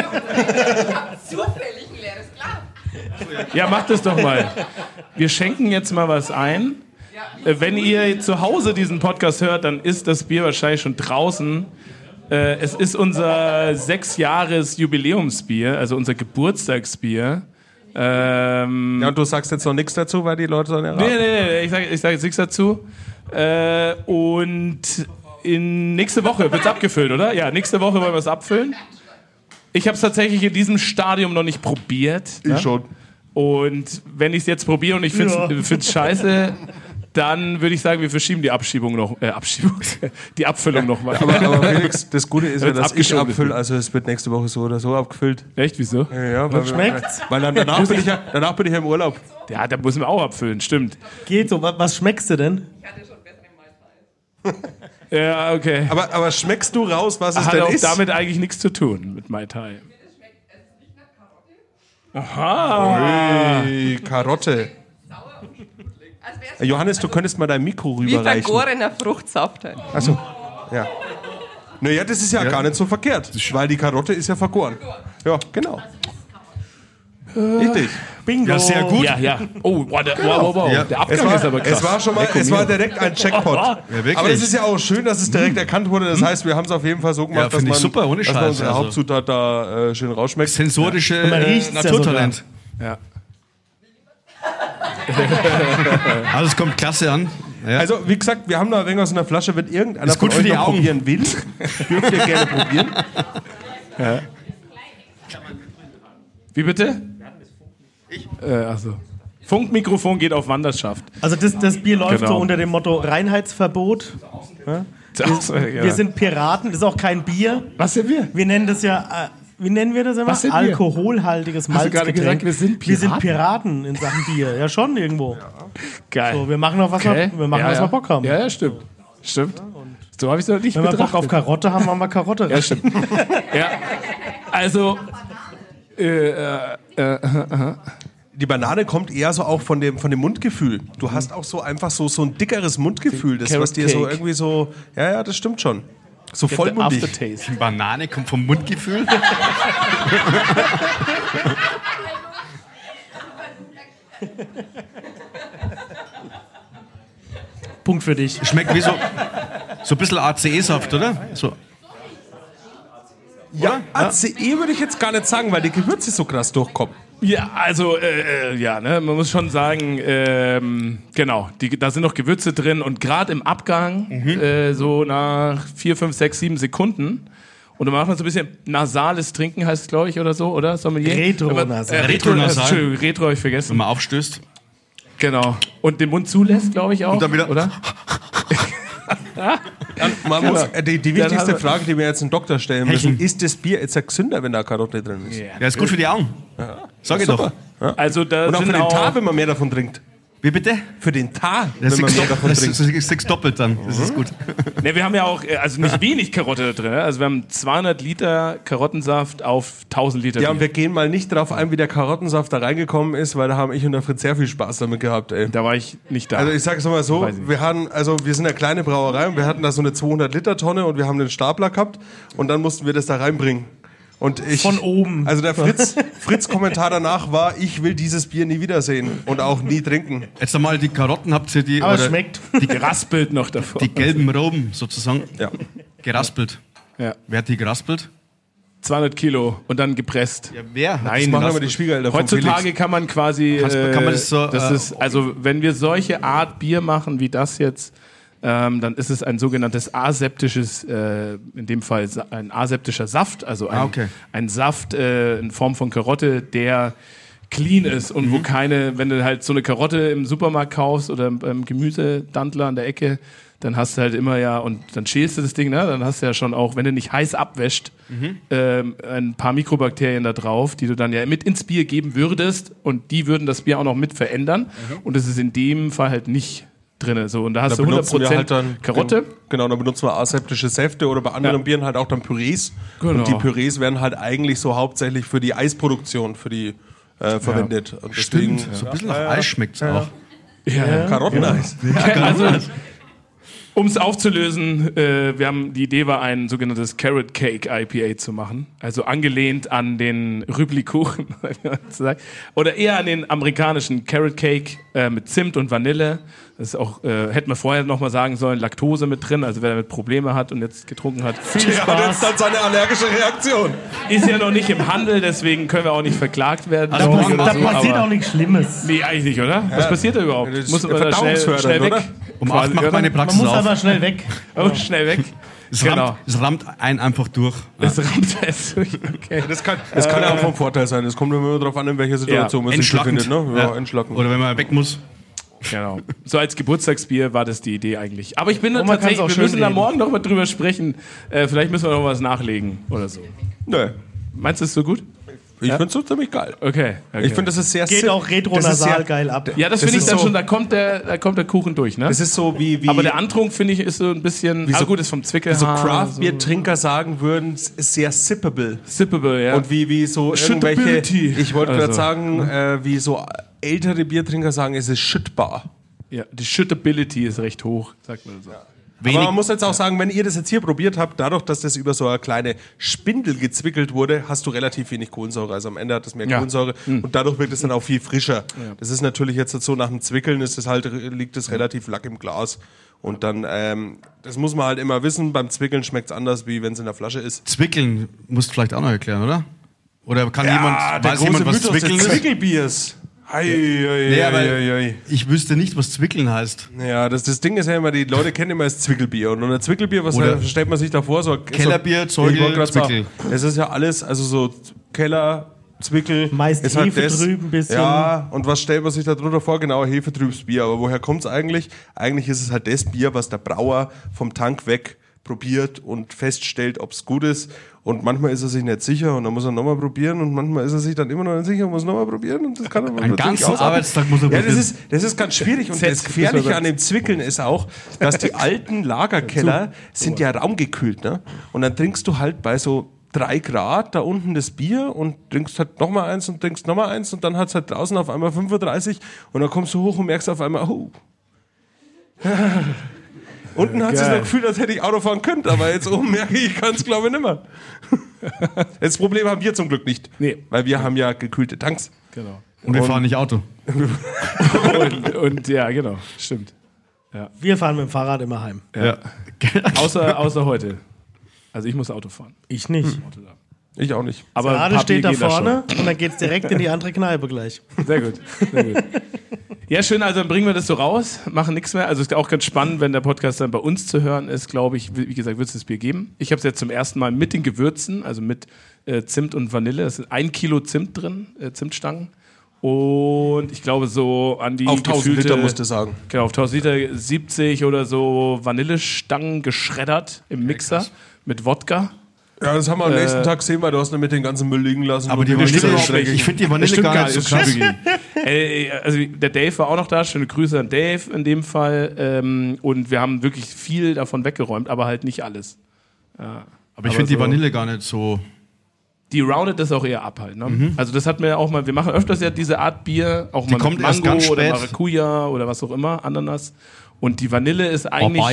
Zufällig ein leeres Glas. Ja, macht es doch mal. Wir schenken jetzt mal was ein. Wenn ihr zu Hause diesen Podcast hört, dann ist das Bier wahrscheinlich schon draußen. Es ist unser 6-Jahres-Jubiläumsbier, also unser Geburtstagsbier. Ja, und du sagst jetzt noch nichts dazu, weil die Leute sollen ja raten. Nee, ich sag jetzt nichts dazu. Und nächste Woche wird es abgefüllt, oder? Ja, nächste Woche wollen wir es abfüllen. Ich habe es tatsächlich in diesem Stadium noch nicht probiert. Ich schon. Und wenn ich es jetzt probiere und ich finde es scheiße, dann würde ich sagen, wir verschieben die die Abfüllung noch mal. Aber Felix, das Gute ist ja, dass ich abfülle, also es wird nächste Woche so oder so abgefüllt. Echt, wieso? Ja, weil schmeckt's? Weil danach bin ich ja im Urlaub. Ja, da müssen wir auch abfüllen, stimmt. Geht so, was schmeckst du denn? Ich hatte schon bessere Mai Tai. Ja, okay. Aber schmeckst du raus, was es denn ist? Hat auch damit eigentlich nichts zu tun, mit Mai Tai. Aha. Ui, Karotte. Johannes, du könntest mal dein Mikro rüberreichen. Wie vergorener Fruchtsaft. Achso, ja. Naja, das ist ja gar nicht so verkehrt, weil die Karotte ist ja vergoren. Ja, genau. Richtig. Bingo. Ja, sehr gut. Ja. Oh, wow. Ja. Der Abgang ist aber krass. Es war direkt ein Checkpot. Ja, aber es ist ja auch schön, dass es direkt erkannt wurde. Das heißt, wir haben es auf jeden Fall so gemacht, dass man unsere Hauptzutat da schön rausschmeckt. Sensorische Naturtalent. Ja. Also es kommt klasse an. Ja. Also wie gesagt, wir haben da ein wenig aus einer Flasche, wenn irgendeiner von euch noch probieren will, dürft ihr gerne probieren. Ja. Wie bitte? Funkmikrofon geht auf Wanderschaft. Also das Bier läuft so unter dem Motto Reinheitsverbot. Ja? Wir sind Piraten, das ist auch kein Bier. Was sind wir? Wir nennen das ja... Wie nennen wir das immer? Alkoholhaltiges Malzgetränk. Hast du gerade gesagt, wir sind Piraten? Wir sind Piraten in Sachen Bier. Ja, schon irgendwo. Ja. Geil. So, wir machen noch was, was wir Bock haben. Ja, stimmt. Ja, so habe ich es noch nicht betrachtet. Wenn wir Bock auf Karotte haben, machen wir Karotte. Ja, stimmt. Ja. Also, die Banane kommt eher so auch von dem Mundgefühl. Du hast auch so einfach so ein dickeres Mundgefühl, das was dir so irgendwie so, ja, das stimmt schon. So vollmundig. Die Banane kommt vom Mundgefühl. Punkt für dich. Schmeckt wie so ein bisschen ACE-Saft, oder? So. Ja, ACE würde ich jetzt gar nicht sagen, weil die Gewürze so krass durchkommen. Ja, also, man muss schon sagen, genau, da sind noch Gewürze drin und gerade im Abgang, so nach 4, 5, 6, 7 Sekunden, und dann macht man so ein bisschen nasales Trinken, heißt es, glaube ich, oder so, oder? Sommelier? Retronasal. Entschuldigung, Retro habe ich vergessen. Wenn man aufstößt. Genau. Und den Mund zulässt, glaube ich auch, und dann wieder, oder? Die wichtigste Frage, die wir jetzt einen Doktor stellen müssen, ist das Bier jetzt gesünder, wenn da Karotte drin ist? Ja, ist gut für die Augen. Ja. Sag ich doch. Ja. Also da und auch sind für den Tag, wenn man mehr davon trinkt. Wie bitte? Für den Tag, Ja, wenn man mehr davon trinkt. 6 doppelt dann. Das ist gut. Ne, wir haben ja auch, also nicht wenig Karotte da drin. Also wir haben 200 Liter Karottensaft auf 1000 Liter. Ja, und wir gehen mal nicht drauf ein, wie der Karottensaft da reingekommen ist, weil da haben ich und der Fritz sehr viel Spaß damit gehabt, ey. Da war ich nicht da. Also ich sag's mal so, wir sind eine kleine Brauerei und wir hatten da so eine 200 Liter Tonne und wir haben einen Stapler gehabt und dann mussten wir das da reinbringen. Und Von oben. Also der Fritz Kommentar danach war, ich will dieses Bier nie wiedersehen und auch nie trinken. Jetzt einmal die Karotten, habt ihr die... Aber es schmeckt. Die geraspelt noch davor. Die gelben Roben sozusagen. Ja. Geraspelt. Ja. Wer hat die geraspelt? 200 Kilo und dann gepresst. Ja, wer? Nein, das machen aber die Schwiegereltern von heutzutage Felix. kann man quasi... Kann man das so... also wenn wir solche Art Bier machen wie das jetzt, dann ist es ein sogenanntes aseptisches, in dem Fall ein aseptischer Saft, also ein Saft in Form von Karotte, der clean ist und wo keine, wenn du halt so eine Karotte im Supermarkt kaufst oder beim Gemüsedandler an der Ecke, dann hast du halt immer und dann schälst du das Ding, ne? Dann hast du ja schon auch, wenn du nicht heiß abwäscht, ein paar Mikrobakterien da drauf, die du dann ja mit ins Bier geben würdest und die würden das Bier auch noch mit verändern und das ist in dem Fall halt nicht drin. So, und da hast du 100% halt dann, Karotte. Genau, dann benutzen wir aseptische Säfte oder bei anderen Bieren halt auch dann Pürees. Genau. Und die Pürees werden halt eigentlich so hauptsächlich für die Eisproduktion verwendet. Und deswegen, So ein bisschen nach Eis schmeckt es auch. Ja. Karotteneis. Also, um es aufzulösen, die Idee war, ein sogenanntes Carrot Cake IPA zu machen. Also angelehnt an den Rübli-Kuchen. Oder eher an den amerikanischen Carrot Cake mit Zimt und Vanille. Das ist auch, hätten wir vorher noch mal sagen sollen, Laktose mit drin. Also wer damit Probleme hat und jetzt getrunken hat, viel Spaß. Der hat jetzt dann seine allergische Reaktion. Ist ja noch nicht im Handel, deswegen können wir auch nicht verklagt werden. Also da passiert auch nichts Schlimmes. Nee, eigentlich nicht, oder? Was passiert da überhaupt? Muss man da schnell weg? Oder? Um 8 macht meine Praxis Man muss auf. aber schnell weg. Oh, schnell weg. Es rammt einen einfach durch. Es rammt es durch, okay. Das kann ja auch vom Vorteil sein. Es kommt immer darauf an, in welcher Situation man sich befindet. Ne? Ja, entschlacken. Oder wenn man weg muss. Genau. So als Geburtstagsbier war das die Idee eigentlich. Aber ich bin man tatsächlich, kann's auch wir müssen schön da reden. morgen noch mal drüber sprechen. Vielleicht müssen wir noch was nachlegen oder so. Nö. Meinst du, es ist so gut? Ich finde es so ziemlich geil. Okay. Ich finde, das ist sehr Geht auch retro-nasal geil ab. Ja, das finde ich dann schon, da kommt der Kuchen durch, ne? Das ist so wie Aber der Antrunk, finde ich, ist so ein bisschen, gut, ist vom Zwickel. so Craft-Bier-Trinker sagen würden, ist sehr sippable. Sippable, ja. Und wie so irgendwelche, Shittability. ich wollte gerade Also, sagen, wie so ältere Biertrinker sagen, es ist shitbar. Ja, die Shittability ist recht hoch, sagt man so. Aber man muss jetzt auch sagen, wenn ihr das jetzt hier probiert habt, dadurch, dass das über so eine kleine Spindel gezwickelt wurde, hast du relativ wenig Kohlensäure. Also am Ende hat es mehr Kohlensäure und dadurch wird es dann auch viel frischer. Ja. Das ist natürlich jetzt so nach dem Zwickeln liegt es relativ lack im Glas. Und dann, das muss man halt immer wissen, beim Zwickeln schmeckt es anders, wie wenn es in der Flasche ist. Zwickeln musst du vielleicht auch noch erklären, oder? Oder kann weiß jemand, was Zwickeln ist? Zwickelbiers. Ich wüsste nicht, was Zwickeln heißt. Ja, das Ding ist ja immer, die Leute kennen immer das Zwickelbier. Und ein Zwickelbier, was stellt man sich da vor? So Kellerbier, Zeugel, Zwickel. Es ist ja alles, also so Keller, Zwickel. Meist ist halt Hefetrüb ein bisschen. Ja, und was stellt man sich da drunter vor? Genau, Hefetrübs Bier. Aber woher kommt es eigentlich? Eigentlich ist es halt das Bier, was der Brauer vom Tank weg probiert und feststellt, ob es gut ist. Und manchmal ist er sich nicht sicher und dann muss er nochmal probieren und manchmal ist er sich dann immer noch nicht sicher und muss nochmal probieren und das kann er einen ganzen Arbeitstag muss er probieren. Ja, das ist ganz schwierig und das Gefährliche an dem Zwickeln ist auch, dass die alten Lagerkeller sind ja raumgekühlt, ne? Und dann trinkst du halt bei so 3 Grad da unten das Bier und trinkst halt nochmal eins und trinkst nochmal eins und dann hat es halt draußen auf einmal 35 und dann kommst du hoch und merkst auf einmal, oh. Unten hat sich das Gefühl, als hätte ich Auto fahren können, aber jetzt oben merke ich kann es glaube ich nicht mehr. Das Problem haben wir zum Glück nicht, weil wir haben ja gekühlte Tanks. Genau. Und wir fahren nicht Auto. und ja, genau, stimmt. Ja. Wir fahren mit dem Fahrrad immer heim. Ja. Außer heute. Also ich muss Auto fahren. Ich nicht. Ich auch nicht. Aber Papi steht da vorne und dann geht's direkt in die andere Kneipe gleich. Sehr gut. Sehr gut. Ja, schön, also dann bringen wir das so raus, machen nichts mehr. Also ist auch ganz spannend, wenn der Podcast dann bei uns zu hören ist, glaube ich, wie gesagt, wird es das Bier geben. Ich habe es jetzt zum ersten Mal mit den Gewürzen, also mit Zimt und Vanille. Es sind 1 Kilo Zimt drin, Zimtstangen. Und ich glaube so an die auf 1000 Liter musst du sagen. Genau, auf 1000 Liter 70 oder so Vanillestangen geschreddert im Mixer mit Wodka. Ja, das haben wir am nächsten Tag gesehen, weil du hast damit den ganzen Müll liegen lassen. Aber die Vanille, ich finde die Vanille gar nicht so krass. Also der Dave war auch noch da. Schöne Grüße an Dave in dem Fall. Und wir haben wirklich viel davon weggeräumt, aber halt nicht alles. Ja, aber ich finde die Vanille gar nicht so... Die roundet das auch eher ab halt. Ne? Also das hatten wir auch mal, wir machen öfters ja diese Art Bier, auch mal mit Mango oder Maracuja oder was auch immer, Ananas. Und die Vanille ist eigentlich...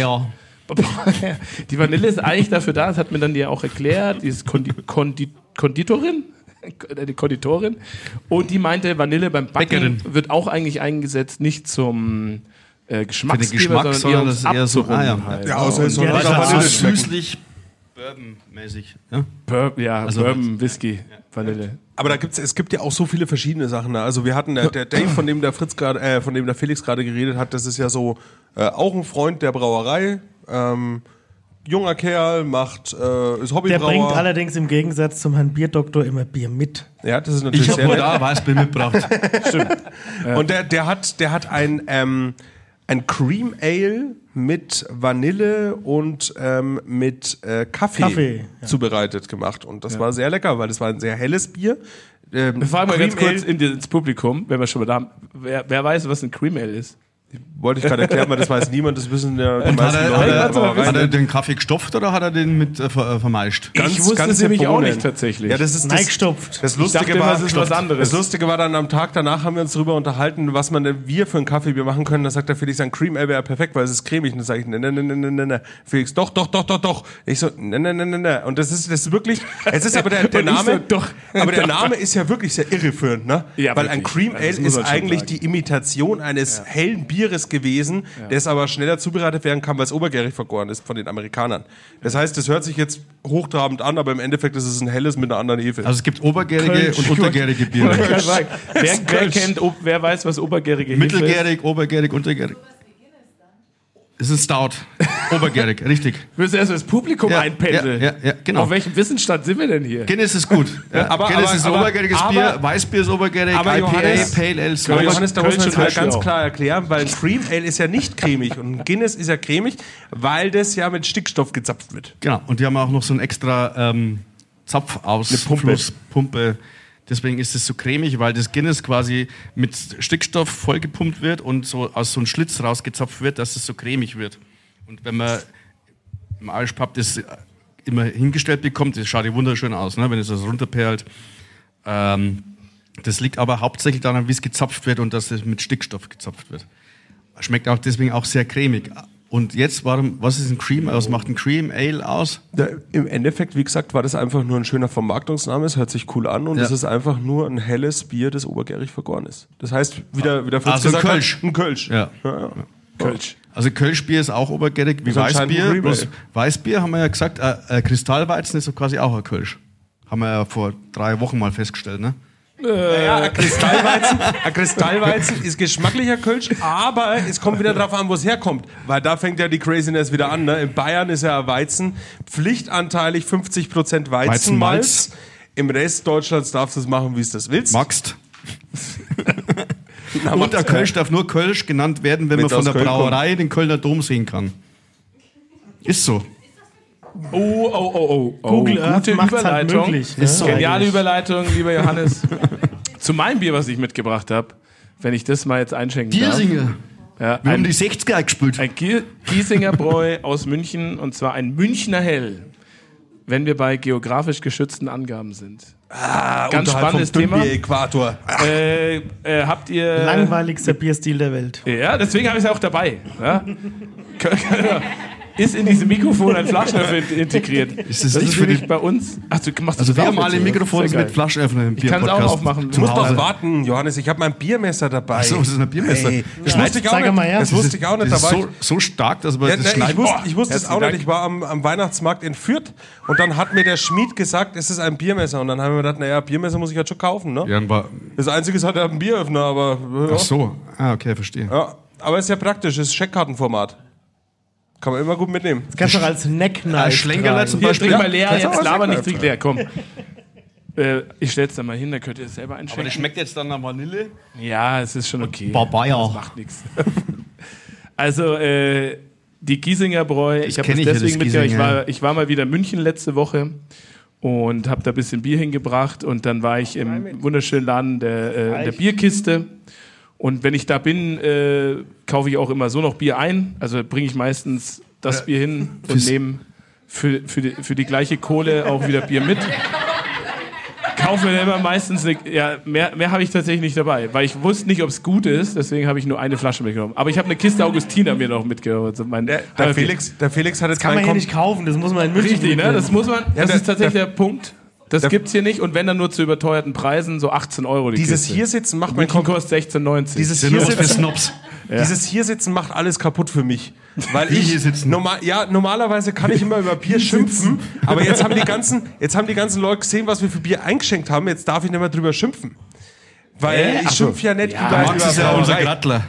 Die Vanille ist eigentlich dafür da, das hat mir dann die auch erklärt, die ist Konditorin. Die Konditorin. Und die meinte, Vanille beim Backen wird auch eigentlich eingesetzt, nicht zum Geschmacksgeber, sondern das ist eher so halt. Ja, außer es soll Vanille süßlich Bourbon-mäßig. Ja, also Bourbon, Whisky, Vanille. Aber es gibt ja auch so viele verschiedene Sachen. Also wir hatten der Dave, von dem der Felix gerade geredet hat, das ist ja so auch ein Freund der Brauerei. Junger Kerl, ist Hobbybrauer. Der bringt allerdings im Gegensatz zum Herrn Bierdoktor immer Bier mit. Ja, das ist natürlich sehr nett. Ich habe Weißbier mitgebracht. Stimmt. Ja. Und der hat ein Cream Ale mit Vanille und mit Kaffee zubereitet gemacht. Und das war sehr lecker, weil das war ein sehr helles Bier. Wir fragen mal ganz kurz ins Publikum, wenn wir schon mal da haben. Wer weiß, was ein Cream Ale ist? Wollte ich gerade erklären, weil das weiß niemand, das wissen ja die meisten Leute. Hat er den Kaffee gestopft oder hat er den mit vermeischt? Ich wusste es nämlich auch nicht tatsächlich. Ja, das ist gestopft. Das Lustige war dann am Tag danach haben wir uns darüber unterhalten, was wir für ein Kaffeebier machen können. Da sagt der Felix, ein Cream Ale wäre perfekt, weil es ist cremig. Und dann sage ich, ne. Felix, doch. Ich so, ne. Und das ist wirklich, es ist aber der Name, aber der Name ist ja wirklich sehr irreführend, ne? Ja, weil ein Cream Ale ist eigentlich die Imitation eines hellen Biers gewesen, das aber schneller zubereitet werden kann, weil es obergärig vergoren ist von den Amerikanern. Das heißt, das hört sich jetzt hochtrabend an, aber im Endeffekt ist es ein helles mit einer anderen Hefe. Also es gibt obergärige und untergärige Biere. Wer weiß, was obergärige Hefe ist? Mittelgärig, obergärig, untergärig. Es ist Stout. Obergärig, richtig. Du müssen erst das Publikum einpendeln. Ja, genau. Auf welchem Wissensstand sind wir denn hier? Guinness ist gut. Guinness ist ein obergäriges Bier, Weißbier ist obergärig, IPA, Johannes, Pale Ale ist Johannes, da muss man jetzt ganz klar erklären, weil ein Cream Ale ist ja nicht cremig und ein Guinness ist ja cremig, weil das mit Stickstoff gezapft wird. Genau, und die haben auch noch so einen extra Zapfausflusspumpe. Deswegen ist es so cremig, weil das Guinness quasi mit Stickstoff vollgepumpt wird und so aus so einem Schlitz rausgezapft wird, dass es so cremig wird. Und wenn man im Irish Pub das immer hingestellt bekommt, das schaut ja wunderschön aus, ne, wenn es das runterperlt. Das liegt aber hauptsächlich daran, wie es gezapft wird und dass es mit Stickstoff gezapft wird. Schmeckt auch deswegen auch sehr cremig. Und jetzt, was ist ein Cream? Was macht ein Cream Ale aus? Im Endeffekt, wie gesagt, war das einfach nur ein schöner Vermarktungsname. Es hört sich cool an und es ist einfach nur ein helles Bier, das obergärig vergoren ist. Das heißt, wieder Fritz gesagt Kölsch. Hat, ein Kölsch. Ja. Kölsch. Also Kölschbier ist auch obergärig wie Weißbier. Weißbier haben wir ja gesagt, Kristallweizen ist so quasi auch ein Kölsch. Haben wir ja vor 3 Wochen mal festgestellt, ne? Ein Kristallweizen ist geschmacklicher Kölsch, aber es kommt wieder drauf an, wo es herkommt. Weil da fängt ja die Craziness wieder an. Ne? In Bayern ist ja Weizen pflichtanteilig 50% Weizenmalz. Im Rest Deutschlands darfst du es machen, wie es das willst. Magst. Und der Kölsch darf nur Kölsch genannt werden, wenn man von der Brauerei den Kölner Dom sehen kann. Ist so. Google Earth macht's halt möglich. Ne? So geniale Überleitung, lieber Johannes. Zu meinem Bier, was ich mitgebracht habe, wenn ich das mal jetzt einschenken Giesinger. darf. Wir haben die 60er gespielt. Ein Giesinger Bräu aus München und zwar ein Münchner Hell, wenn wir bei geografisch geschützten Angaben sind. Ganz spannendes Thema. Äquator. Habt ihr... Langweiligster Bierstil der Welt. Ja, deswegen habe ich es auch dabei. Ja? Ist in diesem Mikrofon ein Flaschenöffner integriert. Ist das nicht für dich bei uns? Ach, du machst also wir haben alle Mikrofone mit Flaschenöffner im Bierpodcast. Ich kann es auch aufmachen. Du musst doch warten, Johannes, ich habe mein Biermesser dabei. Achso, das ist ein Biermesser. Hey, das wusste ich auch nicht. Das ist so stark, dass man das schneiden. Ich wusste es auch nicht. Ich war am Weihnachtsmarkt in Fürth und dann hat mir der Schmied gesagt, es ist ein Biermesser. Und dann haben wir gedacht, naja, Biermesser muss ich halt schon kaufen. Ne? Ja, das Einzige ist halt ein Bieröffner, aber... Ja. Ach so, okay, verstehe. Ja, aber es ist ja praktisch, es ist Scheckkartenformat. Kann man immer gut mitnehmen. Das kannst du auch als Neckknife Schlenkerler zum Beispiel. Trink mal leer, jetzt laber nicht, trink leer, komm. Ich stell's da mal hin, da könnt ihr es selber einschenken. Aber das schmeckt jetzt dann nach Vanille? Ja, es ist schon okay. Babaja. Das macht nichts. Also, die Giesinger Bräu, ich habe das deswegen mitgebracht. Ich war mal wieder in München letzte Woche und habe da ein bisschen Bier hingebracht und dann war ich im wunderschönen Laden der Bierkiste. Und wenn ich da bin, kaufe ich auch immer so noch Bier ein. Also bringe ich meistens das Bier hin und nehme für die gleiche Kohle auch wieder Bier mit. Kaufe mir immer meistens mehr habe ich tatsächlich nicht dabei, weil ich wusste nicht, ob es gut ist, deswegen habe ich nur eine Flasche mitgenommen. Aber ich habe eine Kiste Augustiner mir noch mitgenommen. Also der Felix hat jetzt das kann man hier nicht kaufen, das muss man in München richtig, ne? Das muss man. Das ist tatsächlich der Punkt. Das gibt's hier nicht und wenn dann nur zu überteuerten Preisen, so 18 €. Dieses Hiersitzen macht mein Kopf kostet 16,90. Dieses Hiersitzen macht alles kaputt für mich. Weil ich normalerweise kann ich immer über Bier schimpfen, aber jetzt haben die ganzen Leute gesehen, was wir für Bier eingeschenkt haben, jetzt darf ich nicht mehr drüber schimpfen. Weil ich schimpfe ja nicht über Max ist ja unser Grattler.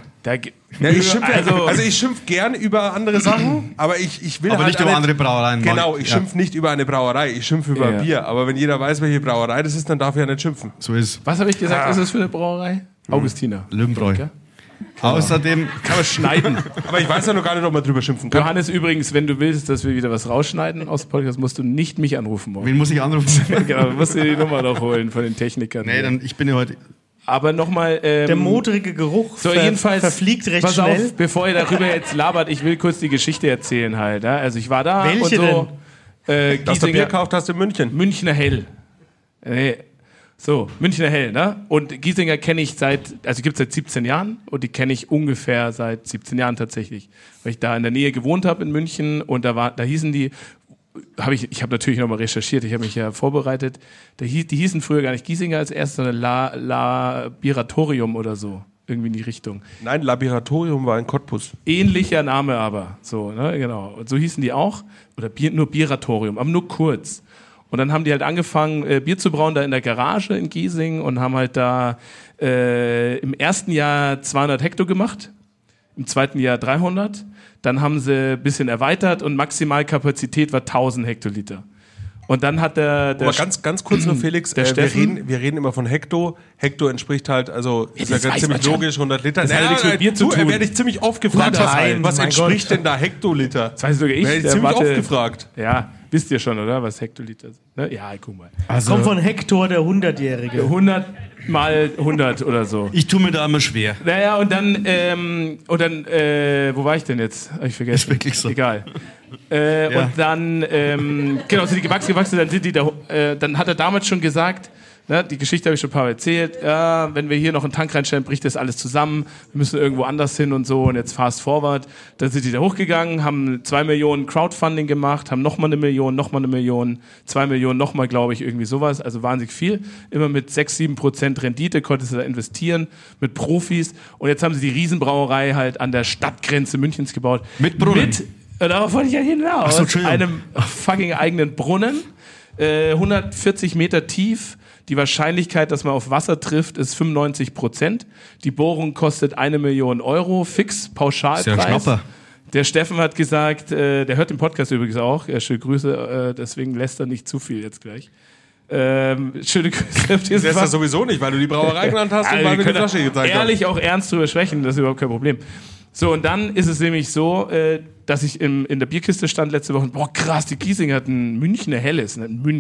Ich schimpfe gern über andere Sachen, aber ich will aber halt nicht über andere Brauereien. Genau, ich schimpfe nicht über eine Brauerei, ich schimpfe über Bier. Aber wenn jeder weiß, welche Brauerei das ist, dann darf ich ja nicht schimpfen. So ist. Was habe ich gesagt, ist das für eine Brauerei? Augustiner. Löwenbräu. Außerdem kann man schneiden. Aber ich weiß ja noch gar nicht, ob man drüber schimpfen kann. Johannes, übrigens, wenn du willst, dass wir wieder was rausschneiden aus dem Podcast, musst du nicht mich anrufen morgen. Wen muss ich anrufen? Genau, du musst dir die Nummer noch holen von den Technikern. Nee, ich bin ja heute... Aber nochmal... der modrige Geruch verfliegt recht pass schnell. Auf, bevor ihr darüber jetzt labert, ich will kurz die Geschichte erzählen halt. Ja? Also ich war da Welche und so... Dass du Bier gekauft hast in München. Münchner Hell. Münchner Hell, ne? Und Giesinger kenne ich gibt es seit 17 Jahren und die kenne ich ungefähr seit 17 Jahren tatsächlich. Weil ich da in der Nähe gewohnt habe in München und da hießen die... Ich habe natürlich nochmal recherchiert, ich habe mich ja vorbereitet. Die hießen früher gar nicht Giesinger als erstes, sondern Labiratorium oder so. Irgendwie in die Richtung. Nein, Labiratorium war in Cottbus. Ähnlicher Name aber. So, ne, genau. Und so hießen die auch. Oder nur Biratorium, aber nur kurz. Und dann haben die halt angefangen, Bier zu brauen da in der Garage in Giesing und haben halt da im ersten Jahr 200 Hektar gemacht, im zweiten Jahr 300. Dann haben sie ein bisschen erweitert und Maximalkapazität war 1000 Hektoliter. Und dann hat der aber ganz kurz nur, Felix, wir reden immer von Hekto. Hekto entspricht halt, also ist ja ganz ziemlich logisch, 100 Liter. Das hat ja nichts mit Bier zu tun. Er werde ich ziemlich oft gefragt, was entspricht denn da Hektoliter? Das weiß sogar ich. Werde ich ziemlich oft gefragt. Ja, wisst ihr schon, oder? Was Hektoliter sind? Ne? Ja, guck mal. Also, kommt von Hektor, der 100-Jährige. 100 mal 100 oder so. Ich tue mir da immer schwer. Naja, und dann, wo war ich denn jetzt? Hab ich vergessen. Ist wirklich so. Egal. Und dann, genau, sind die gewachsen, dann sind die da, dann hat er damals schon gesagt, ne, die Geschichte habe ich schon ein paar Mal erzählt, ja, wenn wir hier noch einen Tank reinstellen, bricht das alles zusammen, wir müssen irgendwo anders hin und so und jetzt fast forward. Dann sind die da hochgegangen, haben 2 Millionen Crowdfunding gemacht, haben nochmal 1 Million, nochmal 1 Million, 2 Millionen, nochmal, glaube ich, irgendwie sowas, also wahnsinnig viel. Immer mit 6-7% Rendite konntest du da investieren, mit Profis und jetzt haben sie die Riesenbrauerei halt an der Stadtgrenze Münchens gebaut. Mit Brunnen. Darauf wollte ich ja hinaus. Ach so, einem fucking eigenen Brunnen, 140 Meter tief. Die Wahrscheinlichkeit, dass man auf Wasser trifft, ist 95%. Die Bohrung kostet 1 Million Euro, fix, Pauschalpreis. Ist ja ein Schnapper. Der Steffen hat gesagt, der hört den Podcast übrigens auch, schöne Grüße, deswegen lässt er nicht zu viel jetzt gleich. Schöne Grüße auf dieses. Das ist ja sowieso nicht, weil du die Brauerei genannt hast und weil wir die Flasche gezeigt haben. Ehrlich auch ernst drüber sprechen, das ist überhaupt kein Problem. So, und dann ist es nämlich so, dass ich in der Bierkiste stand letzte Woche, boah krass, die Giesinger hat ein Münchner Helles,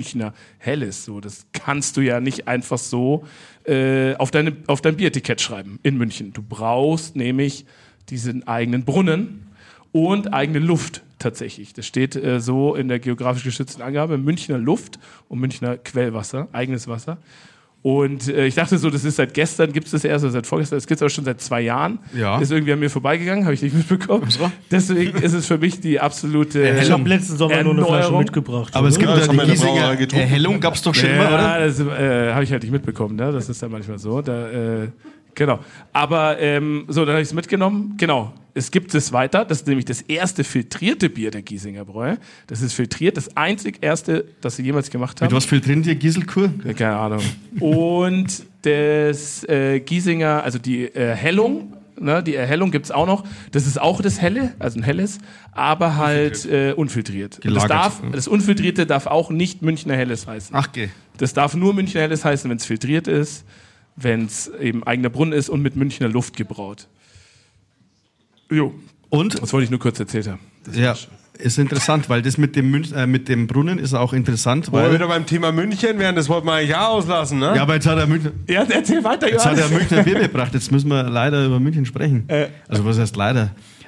so, das kannst du ja nicht einfach so auf dein Bieretikett schreiben in München. Du brauchst nämlich diesen eigenen Brunnen und eigene Luft tatsächlich. Das steht so in der geografisch geschützten Angabe, Münchner Luft und Münchner Quellwasser, eigenes Wasser. Und ich dachte so, das ist seit gestern, gibt es das erst, oder seit vorgestern, das gibt es aber schon seit 2 Jahren. Ja. Ist irgendwie an mir vorbeigegangen, habe ich nicht mitbekommen. Deswegen ist es für mich die absolute Ich habe letzten Sommer nur eine Flasche mitgebracht. Aber es gibt ja die Giesinger Erhellung, gab es doch schon immer, oder? Ja, das habe ich halt nicht mitbekommen, ne? Das ist dann manchmal so. Genau. Aber so, dann habe ich es mitgenommen. Genau. Es gibt es weiter. Das ist nämlich das erste filtrierte Bier der Giesinger Bräu. Das ist filtriert. Das einzig erste, das sie jemals gemacht haben. Mit was filtrieren die Gieselkur? Ja, keine Ahnung. Und das Giesinger, also die Erhellung, ne, die Erhellung gibt's auch noch. Das ist auch das Helle, also ein helles, aber halt unfiltriert. Das Unfiltrierte darf auch nicht Münchner Helles heißen. Ach, okay. Das darf nur Münchner Helles heißen, wenn es filtriert ist, wenn es eben eigener Brunnen ist und mit Münchner Luft gebraut. Jo. Und? Das wollte ich nur kurz erzählt haben. Ja. Ist interessant, weil das mit dem Brunnen ist auch interessant. Weil wir wieder beim Thema München wären, das wollten wir eigentlich auch auslassen, ne? Ja, aber jetzt hat er München. Ja, erzähl weiter, Jetzt hat er Münchner Bier gebracht. Jetzt müssen wir leider über München sprechen. Also was heißt leider?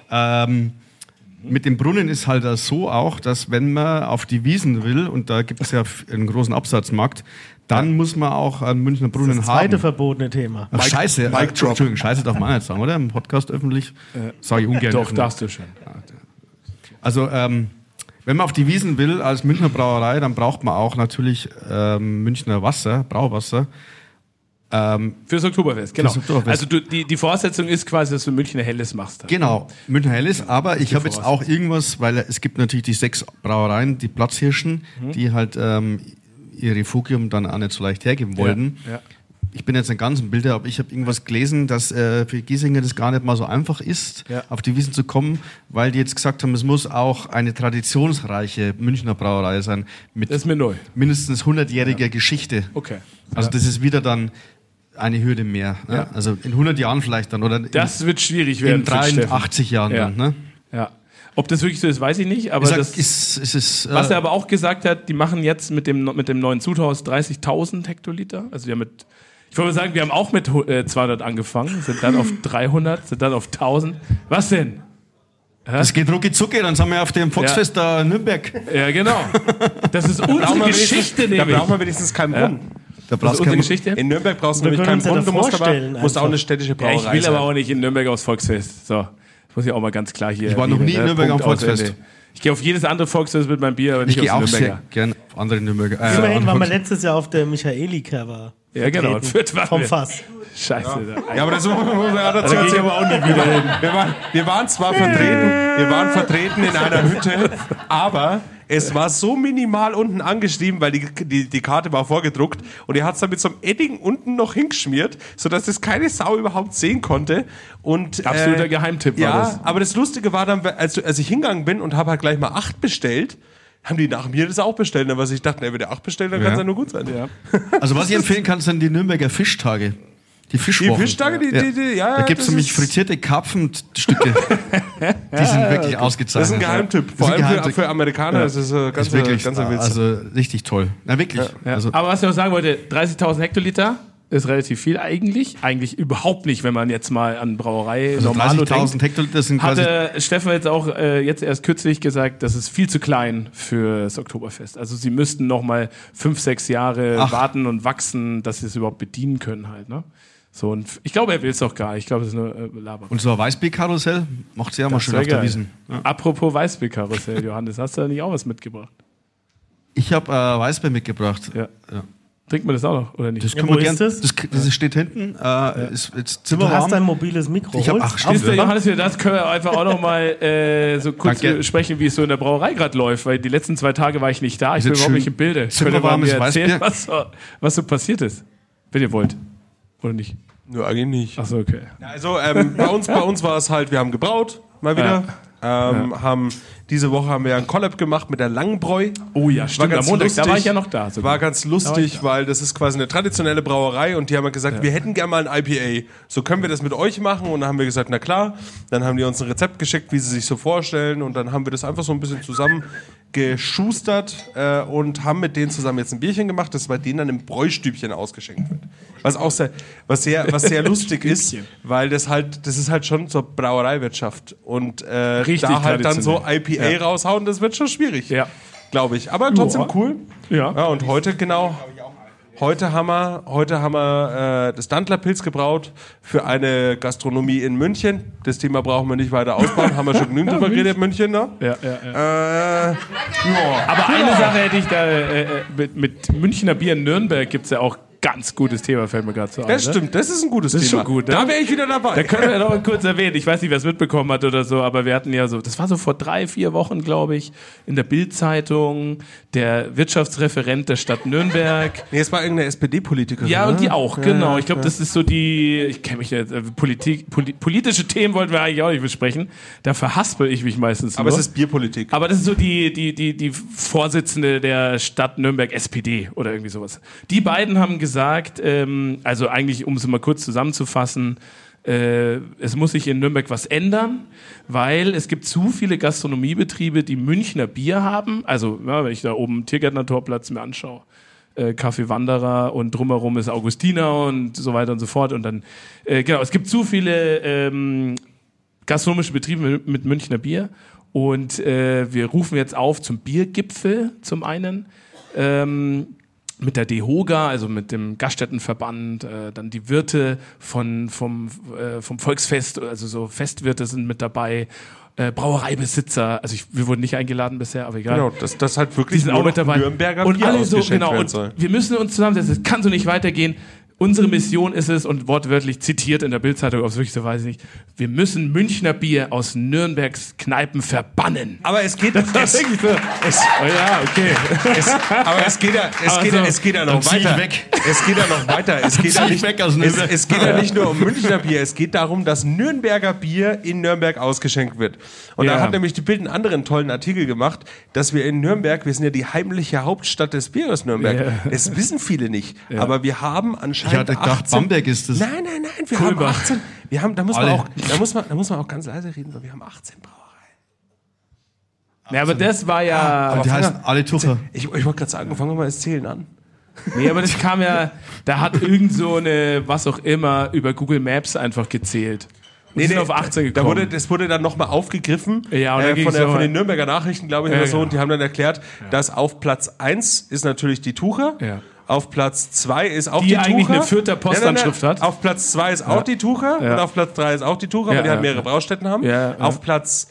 Mit dem Brunnen ist halt so auch, dass wenn man auf die Wiesen will, und da gibt es ja einen großen Absatzmarkt, dann muss man auch einen Münchner Brunnen das haben. zweite verbotene Thema. Ach, Scheiße. Entschuldigung, Scheiße darf man auch nicht sagen, oder? Im Podcast öffentlich. Sage ich ungern. Doch, darfst du schon. Also, wenn man auf die Wiesen will als Münchner Brauerei, dann braucht man auch natürlich Münchner Wasser, Brauwasser. Fürs Oktoberfest, genau. Fürs Oktoberfest. Also die Voraussetzung ist quasi, dass du Münchner Helles machst. Halt. Genau, Münchner Helles, aber ich habe jetzt auch irgendwas, weil es gibt natürlich die 6 Brauereien, die Platzhirschen, die halt ihr Refugium dann auch nicht so leicht hergeben wollten. Ja. Ich bin jetzt ein ganz im Bilder, aber ich habe irgendwas gelesen, dass für Giesinger das gar nicht mal so einfach ist, auf die Wiesen zu kommen, weil die jetzt gesagt haben, es muss auch eine traditionsreiche Münchner Brauerei sein mit das ist mir neu. Mindestens 100-jähriger Geschichte. Okay. Also das ist wieder dann eine Hürde mehr. Ne? Ja. Also in 100 Jahren vielleicht dann. Oder das wird schwierig werden. In 83 Jahren dann. Ne? Ja. Ob das wirklich so ist, weiß ich nicht. Aber was er aber auch gesagt hat, die machen jetzt mit dem neuen Zuthaus 30.000 Hektoliter. Also wir ich wollte mal sagen, wir haben auch mit 200 angefangen, sind dann auf 300, sind dann auf 1000. Was denn? Das geht rucki zucki, dann sind wir auf dem Volksfest da in Nürnberg. Ja, genau. Das ist unsere Geschichte nämlich. Da brauchen wir wenigstens keinen Brunnen. Da brauchst du Geschichte. In Nürnberg brauchst du nämlich keinen Brunnen, du musst auch eine städtische Brauerei sein. Ich will aber auch nicht in Nürnberg aufs Volksfest. So, das muss ich auch mal ganz klar hier. Ich war noch nie in Nürnberg am Volksfest. Ich gehe auf jedes andere Volksfest mit meinem Bier, aber nicht aufs Nürnberger. Ich gehe auch sehr gerne auf andere Nürnberger. Immerhin waren wir letztes Jahr auf der Michaelika. Ja, genau. Vom Fass. Scheiße. Ja, aber das muss man ja dazu erzählen. Aber auch nie wieder hin. Wir waren zwar vertreten in einer Hütte, aber es war so minimal unten angeschrieben, weil die Karte war vorgedruckt und er hat es dann mit so einem Edding unten noch hingeschmiert, sodass das keine Sau überhaupt sehen konnte. Und, absoluter Geheimtipp war das. Ja, aber das Lustige war dann, als ich hingegangen bin und habe halt gleich mal 8 bestellt, haben die nach mir das auch bestellt. Was ich dachte, wenn der 8 bestellt, dann kann es ja nur gut sein. Ja. Also was ich empfehlen kann, sind die Nürnberger Fischtage. Die Fischwochen. Die Fischtage, da gibt es nämlich frittierte Karpfenstücke. Die sind wirklich ausgezeichnet. Das ist ein Geheimtipp. Vor allem für Amerikaner. Ja. Das ist ganz wirklich, ganz also richtig toll. Na wirklich. Ja. Also, aber was ich noch sagen wollte, 30.000 Hektoliter ist relativ viel eigentlich. Eigentlich überhaupt nicht, wenn man jetzt mal an Brauerei Normalo denkt. 30.000 Hektoliter sind hatte Steffen jetzt auch jetzt erst kürzlich gesagt, das ist viel zu klein für das Oktoberfest. Also sie müssten noch mal 5-6 Jahre warten und wachsen, dass sie es überhaupt bedienen können halt, ne? So, und ich glaube, er will es auch gar nicht. Ich glaube, es ist nur Laber. Und so ein Weißbierkarussell macht sie ja mal schön auf der Wiesn. Ja. Apropos Weißbierkarussell, Johannes, hast du da nicht auch was mitgebracht? Ich habe Weißbier mitgebracht. Ja. Trinkt man das auch noch, oder nicht? Das können wir gern. Das steht hinten. Ist jetzt du hast ein mobiles Mikro. Ich habe Johannes, das können wir einfach auch noch mal so kurz sprechen, wie es so in der Brauerei gerade läuft, weil die letzten 2 Tage war ich nicht da. Ich bin überhaupt nicht im Bilde. Könnt ihr mal mir erzählen, was so passiert ist? Wenn ihr wollt. Oder nicht? Nö, eigentlich nicht. Achso, okay. Also bei uns war es halt, wir haben gebraut, mal wieder. Diese Woche haben wir einen Collab gemacht mit der Langbräu. Oh ja, stimmt. Am Montag, da war ich ja noch da. Sogar. War ganz lustig, weil das ist quasi eine traditionelle Brauerei und die haben gesagt, wir hätten gerne mal ein IPA. So können wir das mit euch machen und dann haben wir gesagt, na klar. Dann haben die uns ein Rezept geschickt, wie sie sich so vorstellen und dann haben wir das einfach so ein bisschen zusammen geschustert und haben mit denen zusammen jetzt ein Bierchen gemacht, das bei denen dann im Bräustübchen ausgeschenkt wird. Was sehr lustig ist, weil das ist halt schon so Brauereiwirtschaft und da halt dann so IPA raushauen, das wird schon schwierig, glaube ich. Aber trotzdem cool. Ja, und heute haben wir das Dandlerpilz gebraut für eine Gastronomie in München. Das Thema brauchen wir nicht weiter ausbauen. Haben wir schon genügend drüber geredet, München, ne? Ja. Aber eine Sache hätte ich da, mit Münchner Bier in Nürnberg gibt es ja auch ganz gutes Thema, fällt mir gerade so ein. Das stimmt, das ist ein gutes Thema. Das ist schon gut, ne? Da wäre ich wieder dabei. Da können wir noch kurz erwähnen, ich weiß nicht, wer es mitbekommen hat oder so, aber wir hatten ja so, das war so vor 3-4 Wochen, glaube ich, in der Bild-Zeitung, der Wirtschaftsreferent der Stadt Nürnberg. Nee, es war irgendeine SPD-Politikerin. Ja, und die auch, genau. Ich glaube, das ist so ich kenne mich jetzt, politische Themen wollten wir eigentlich auch nicht besprechen. Da verhaspel ich mich meistens Aber es ist Bierpolitik. Aber das ist so die Vorsitzende der Stadt Nürnberg, SPD oder irgendwie sowas. Die beiden haben gesagt, also eigentlich, um es mal kurz zusammenzufassen, es muss sich in Nürnberg was ändern, weil es gibt zu viele Gastronomiebetriebe, die Münchner Bier haben. Also, ja, wenn ich da oben Tiergärtner-Torplatz mir anschaue, Café Wanderer und drumherum ist Augustiner und so weiter und so fort. Und dann, genau, es gibt zu viele gastronomische Betriebe mit Münchner Bier. Und wir rufen jetzt auf zum Biergipfel zum einen. Mit der DEHOGA, also mit dem Gaststättenverband, dann die Wirte vom Volksfest, also so Festwirte sind mit dabei. Brauereibesitzer, also wir wurden nicht eingeladen bisher, aber egal. Genau, das halt wirklich die sind auch mit dabei. Nürnberger und Bier alle so, ausgeschenkt genau, werden und soll. wir müssen uns zusammensetzen, es kann so nicht weitergehen. Unsere Mission ist es, und wortwörtlich zitiert in der Bildzeitung, ob es wirklich so weiß ich nicht, wir müssen Münchner Bier aus Nürnbergs Kneipen verbannen. Aber es geht... Das ist wirklich so. Oh ja, okay. Es geht ja noch weiter. Es geht ja noch weiter. Es geht ja nicht nur um Münchner Bier, es geht darum, dass Nürnberger Bier in Nürnberg ausgeschenkt wird. Und da hat nämlich die Bild einen anderen tollen Artikel gemacht, dass wir in Nürnberg, wir sind ja die heimliche Hauptstadt des Bieres Nürnberg. Ja. Das wissen viele nicht. Ja. Aber wir haben anscheinend Ich hatte gedacht, Bamberg ist das. Nein, wir haben 18. Da muss man auch ganz leise reden, weil wir haben 18 Brauereien. Ja, aber das war ja... Aber die heißen alle Tucher. Ich wollte gerade sagen, fangen wir mal das Zählen an. Nee, aber das kam ja... Da hat irgend so eine, was auch immer, über Google Maps einfach gezählt. Sind auf 18 gekommen. Das wurde dann nochmal aufgegriffen ja, von den Nürnberger Nachrichten, glaube ich, oder so. Und die haben dann erklärt, dass auf Platz 1 ist natürlich die Tucher. Ja. Auf Platz 2 ist auch die Tucher. Die eigentlich eine Fürther Postanschrift hat. Auf Platz 2 ist auch die Tucher. Und auf Platz 3 ist auch die Tucher, weil die halt mehrere Braustätten haben. Ja. Auf Platz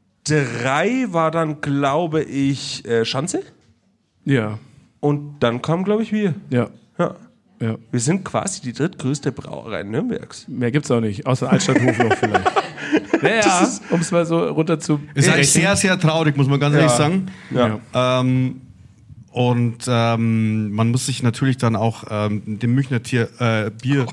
3 war dann, glaube ich, Schanze. Ja. Und dann kam, glaube ich, wir. Ja. Wir sind quasi die drittgrößte Brauerei Nürnbergs. Mehr gibt's auch nicht, außer Altstadthof noch vielleicht. Naja, um es mal so runter zu... Ist eigentlich sehr, sehr traurig, muss man ganz ehrlich sagen. Ja. Man muss sich natürlich dann auch dem Münchner Bier.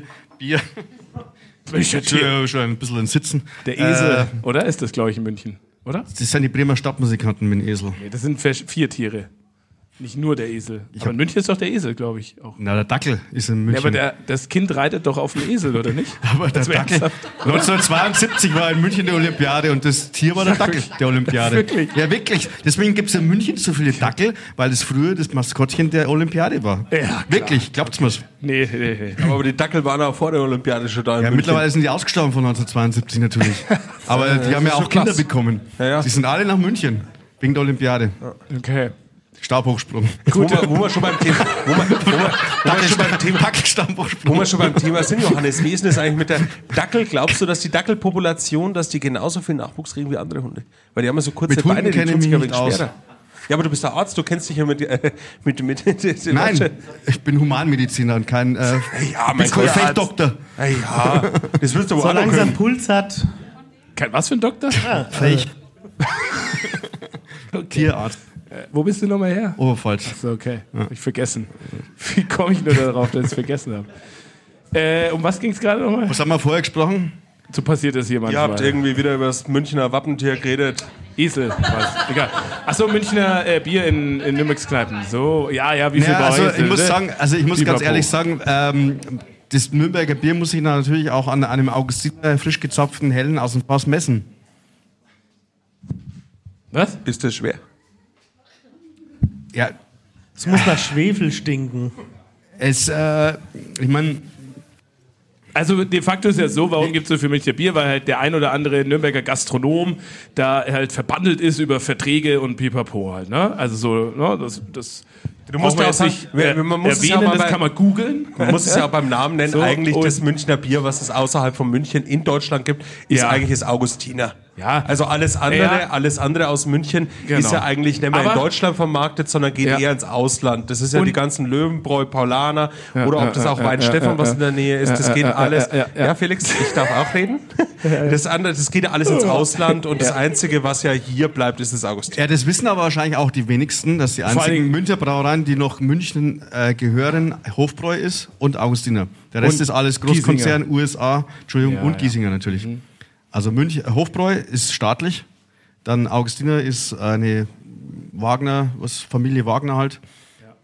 Schon ein bisschen in Sitzen. Der Esel, oder? Ist das, glaube ich, in München, oder? Das sind die Bremer Stadtmusikanten mit dem Esel. Nee, das sind 4 Tiere. Nicht nur der Esel. Aber in München ist doch der Esel, glaube ich. Auch. Na, der Dackel ist in München. Ja, aber das Kind reitet doch auf dem Esel, oder nicht? Aber der Dackel. 1972 war in München die Olympiade und das Tier war der Dackel der Olympiade. Wirklich? Ja, wirklich. Deswegen gibt es in München so viele Dackel, weil das früher das Maskottchen der Olympiade war. Ja, klar. Wirklich, glaubt's mir's. Nee. Aber die Dackel waren auch vor der Olympiade schon da. Ja, mittlerweile sind die ausgestorben von 1972 natürlich. Aber die haben ja auch Kinder bekommen. Ja. Die sind alle nach München wegen der Olympiade. Okay. Stabhochsprung. Gut, wo wir schon beim Thema sind, Johannes, wie ist denn das eigentlich mit der Dackel? Glaubst du, dass die Dackelpopulation, dass die genauso viel Nachwuchs kriegen wie andere Hunde? Weil die haben ja so kurze Beine, die tun sich ja ein wenig schwerer. Ja, aber du bist der Arzt, du kennst dich ja mit Nein, ich bin Humanmediziner und kein Fechtdoktor. Ja, das willst du aber so langsam Puls hat. Was für ein Doktor? Fecht. Tierarzt. Wo bist du nochmal her? Oberpfalz. Achso, okay. Ja. Hab ich vergessen. Wie komme ich nur darauf, dass ich es vergessen habe? Um was ging es gerade nochmal? Was haben wir vorher gesprochen? So passiert das hier manchmal. Ihr habt irgendwie wieder über das Münchner Wappentier geredet. Esel. Was? Egal. Achso, Münchner Bier in Nürnbergs Kneipen. So, ja, wie viel ich muss ganz ehrlich sagen, das Nürnberger Bier muss sich natürlich auch an einem Augustiner frisch gezapften Hellen aus dem Fass messen. Was? Ist das schwer? Ja. Es muss nach Schwefel stinken. Ich meine... Also de facto ist ja so, warum gibt es so viel Münchner Bier? Weil halt der ein oder andere Nürnberger Gastronom da halt verbandelt ist über Verträge und Pipapo halt, ne? Also so, ne? Du musst ja auch sagen, das kann man googeln. Man muss es ja auch beim Namen nennen. So, eigentlich das Münchner Bier, was es außerhalb von München in Deutschland gibt, ist eigentlich das Augustiner. Ja. Also alles andere aus München ist ja eigentlich nicht mehr in Deutschland vermarktet, sondern geht eher ins Ausland. Das ist ja die ganzen Löwenbräu, Paulaner oder ob das auch Weinstefan, was in der Nähe ist. Das geht alles. Ja, Felix, ich darf auch reden. Das geht ja alles ins Ausland und das Einzige, was ja hier bleibt, ist das Augustiner. Ja, das wissen aber wahrscheinlich auch die wenigsten, dass die einzigen Münchner Brauereien, die noch München gehören, Hofbräu ist und Augustiner. Der Rest ist alles Großkonzern, Giesinger. USA, und Giesinger natürlich. Mhm. Also Hofbräu ist staatlich, dann Augustiner ist eine Familie Wagner halt.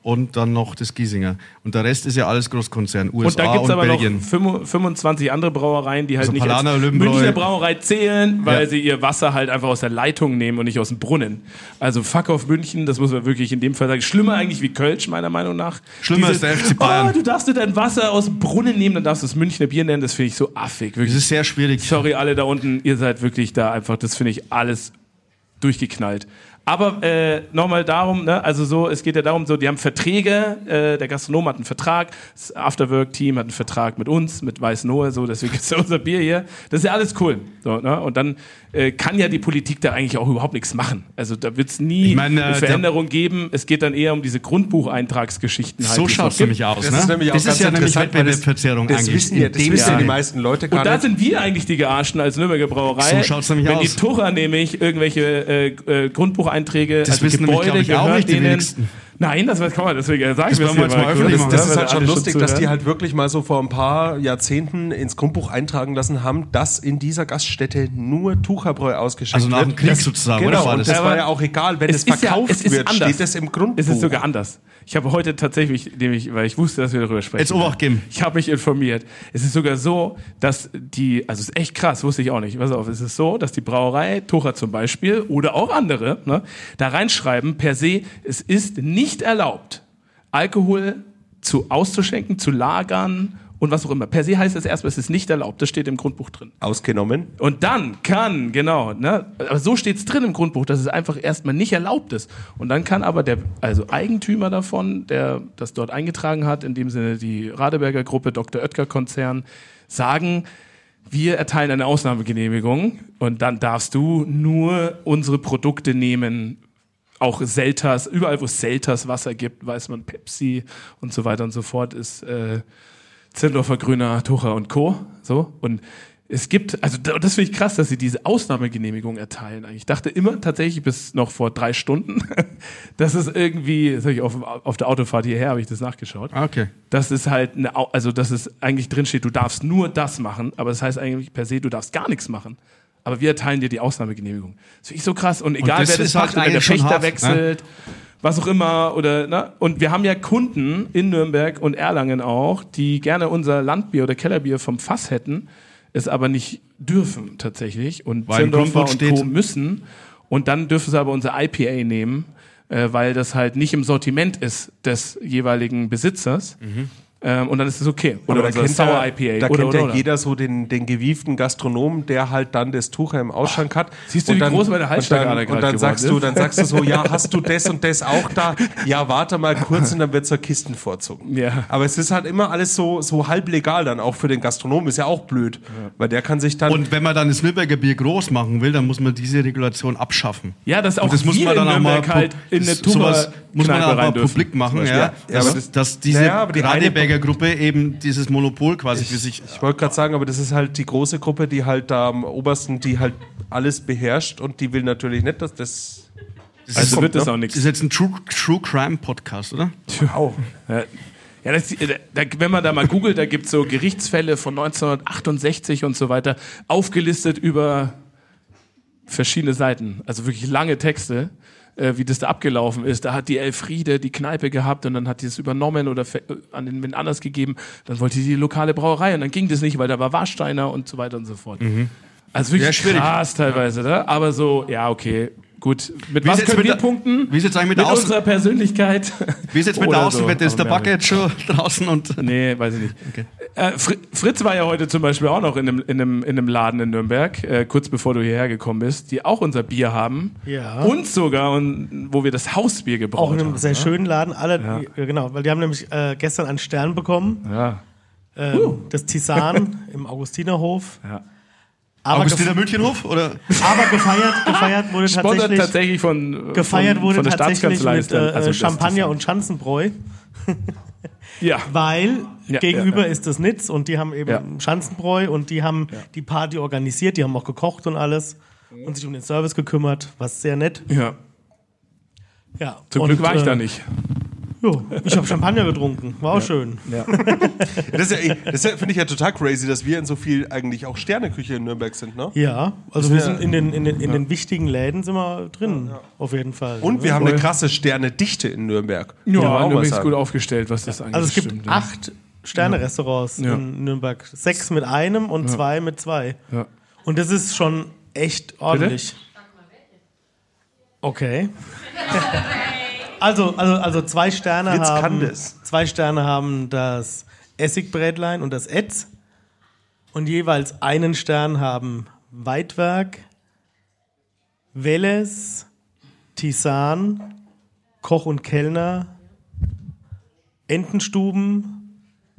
und dann noch das Giesinger. Und der Rest ist ja alles Großkonzern, USA und da gibt es aber Belgien. noch 25 andere Brauereien, die halt Also nicht Paulaner, als Löwenbräu. Münchner Brauerei zählen, weil sie ihr Wasser halt einfach aus der Leitung nehmen und nicht aus dem Brunnen. Also fuck auf München, das muss man wirklich in dem Fall sagen. Schlimmer eigentlich wie Kölsch, meiner Meinung nach. Schlimmer ist der FC Bayern. Oh, du darfst dir dein Wasser aus dem Brunnen nehmen, dann darfst du es Münchner Bier nennen, das finde ich so affig. Wirklich. Das ist sehr schwierig. Sorry alle da unten, ihr seid wirklich da einfach, das finde ich alles durchgeknallt. Aber nochmal darum, ne, also so, es geht ja darum, so, die haben Verträge, der Gastronom hat einen Vertrag, das Afterwork-Team hat einen Vertrag mit uns, mit Weißnohe, so, deswegen ist ja unser Bier hier. Das ist ja alles cool. So, ne? Und dann kann ja die Politik da eigentlich auch überhaupt nichts machen. Also da wird es nie eine Veränderung geben. Es geht dann eher um diese Grundbucheintragsgeschichten. So schaut es nämlich aus. Das ist nämlich auch ganz interessant, Wettbewerbsverzerrung das eigentlich. wissen ja die meisten Leute gar nicht. Und da nicht. sind wir eigentlich die Gearschten als Nürnberger Brauerei. So schaut's nämlich aus. Wenn die Tucher nämlich irgendwelche Grundbucheinträge, Das also wissen Gebäude, nämlich, auch nicht die denen. wenigsten. Nein, das kann man deswegen sagen. Das wollen wir jetzt mal öffentlich machen. Das ist halt schon lustig, dass die halt wirklich mal so vor ein paar Jahrzehnten ins Grundbuch eintragen lassen haben, dass in dieser Gaststätte nur Tucherbräu ausgeschenkt wird. Also nach dem Krieg sozusagen, genau, oder war und das? das war ja auch egal, wenn es verkauft wird, anders. steht das im Grundbuch. Es ist sogar anders. Ich habe heute tatsächlich, weil ich wusste, dass wir darüber sprechen. Jetzt Obacht geben. Ich habe mich informiert. Es ist sogar so, dass also es ist echt krass, wusste ich auch nicht. Pass auf, es ist so, dass die Brauerei, Tucher zum Beispiel, oder auch andere, ne, da reinschreiben, per se, es ist nicht erlaubt, Alkohol auszuschenken, zu lagern und was auch immer. Per se heißt es erstmal, es ist nicht erlaubt. Das steht im Grundbuch drin. Ausgenommen. Und dann genau, ne, aber so steht es drin im Grundbuch, dass es einfach erstmal nicht erlaubt ist. Und dann kann aber der Eigentümer davon, der das dort eingetragen hat, in dem Sinne die Radeberger Gruppe, Dr. Oetker Konzern, sagen, wir erteilen eine Ausnahmegenehmigung und dann darfst du nur unsere Produkte nehmen. Auch Selters, überall wo es Selters Wasser gibt, weiß man, Pepsi und so weiter und so fort, ist Zindorfer, Grüner, Tucher und Co. So. Und es gibt, also das finde ich krass, dass sie diese Ausnahmegenehmigung erteilen. Ich dachte immer tatsächlich bis noch vor 3 Stunden, dass es irgendwie, das habe ich auf der Autofahrt hierher, habe ich das nachgeschaut. Okay. Das ist halt, dass es eigentlich drin steht, du darfst nur das machen, aber das heißt eigentlich per se, du darfst gar nichts machen. Aber wir erteilen dir die Ausnahmegenehmigung. Das finde ich so krass. Und egal, wer das macht, wenn der Pächter wechselt, was auch immer. Oder, ne? Und wir haben ja Kunden in Nürnberg und Erlangen auch, die gerne unser Landbier oder Kellerbier vom Fass hätten, es aber nicht dürfen tatsächlich. Und Zindorfer und Co. müssen. Und dann dürfen sie aber unser IPA nehmen, weil das halt nicht im Sortiment ist des jeweiligen Besitzers. Mhm. Und dann ist es okay. Oder aber unser Sour IPA. Da kennt ja jeder so den gewieften Gastronomen, der halt dann das Tucher im Ausschank hat. Siehst du, wie groß meine Halsschlagader gerade dann sagst du so, ja, hast du das und das auch da? Ja, warte mal kurz und dann wird zur Kistenvorzug. Ja. Aber es ist halt immer alles so halb legal dann, auch für den Gastronomen. Ist ja auch blöd, weil der kann sich dann... Und wenn man dann das Nürnberger Bier groß machen will, dann muss man diese Regulation abschaffen. Ja, das auch das muss man dann auch mal halt in der Tucher muss man auch mal publik machen, ja, dass diese Radeberger Gruppe eben dieses Monopol quasi für sich... Ich wollte gerade sagen, aber das ist halt die große Gruppe, die halt da am obersten, die halt alles beherrscht und die will natürlich nicht, dass das... Also wird das auch nichts. Das ist jetzt ein True Crime Podcast, oder? Wow. Ja, wenn man da mal googelt, da gibt es so Gerichtsfälle von 1968 und so weiter, aufgelistet über verschiedene Seiten, also wirklich lange Texte, wie das da abgelaufen ist. Da hat die Elfriede die Kneipe gehabt und dann hat die es übernommen oder an den wen anders gegeben. Dann wollte die lokale Brauerei und dann ging das nicht, weil da war Warsteiner und so weiter und so fort. Mhm. Also wirklich krass teilweise, ne? Aber so, ja, okay. Gut, mit was können wir punkten? Wie ist jetzt eigentlich mit unserer Persönlichkeit? Wie ist jetzt mit der Außenwette? Ist der Backe jetzt schon draußen? Nee, weiß ich nicht. Okay. Fritz war ja heute zum Beispiel auch noch in einem Laden in Nürnberg, kurz bevor du hierher gekommen bist, die auch unser Bier haben. Ja. Und sogar, wo wir das Hausbier gebraut haben. Auch in einem sehr schönen Laden. Genau, weil die haben nämlich gestern einen Stern bekommen. Ja. Das Tisan im Augustinerhof. Ja. Augustiner Münchenhof? Oder? Aber gefeiert wurde tatsächlich von der Staatskanzlei mit Champagner und Schanzenbräu. Ja. Weil gegenüber ist das Nitz und die haben eben Schanzenbräu und die haben die Party organisiert, die haben auch gekocht und alles und sich um den Service gekümmert, was sehr nett. Ja. Ja. Zum Glück war ich da nicht. Jo, ich habe Champagner getrunken. War auch schön. Ja. Das finde ich ja total crazy, dass wir in so viel eigentlich auch Sterneküche in Nürnberg sind, ne? Ja, also wir sind in den wichtigen Läden sind wir drin, auf jeden Fall. Und wir haben eine krasse Sternedichte in Nürnberg. Ja, Nürnberg ist gut aufgestellt, was das angeht. Also es gibt 8 Sterne-Restaurants in Nürnberg. 6 mit einem und 2 mit 2. Ja. Und das ist schon echt ordentlich. Okay. Also 2 Sterne Fritz haben. kann das. 2 Sterne haben das Essigbrätlein und das Etz. Und jeweils einen Stern haben Weidwerk, Welles, Tisan, Koch und Kellner, Entenstuben.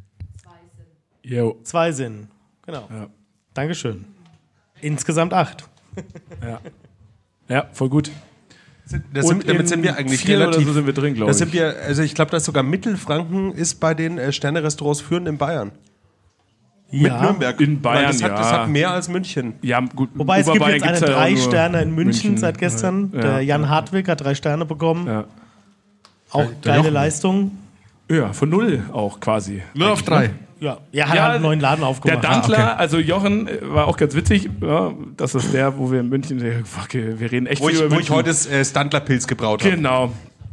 2 sind. Genau. Ja. Dankeschön. Insgesamt 8. Ja, voll gut. Damit sind wir eigentlich 4 relativ. oder so sind wir drin, glaube ich. Sind wir, also ich glaube, dass sogar Mittelfranken ist bei den Sterne-Restaurants führend in Bayern. Mit Nürnberg. In Bayern, das hat mehr als München. Ja, gut. Wobei es gibt Bayern jetzt gibt's 3 ja nur Sterne in München seit gestern. Ja. Der Jan Hartwig hat 3 Sterne bekommen. Ja. Auch geile Leistung. Ja, von 0 auch quasi. 0 auf 3. Ja, er hat einen neuen Laden aufgemacht. Der Dantler, also Jochen, war auch ganz witzig. Ja, das ist der, wo wir in München, wir reden echt viel über München. Wo ich heute das Dantlerpilz gebraut habe. Genau.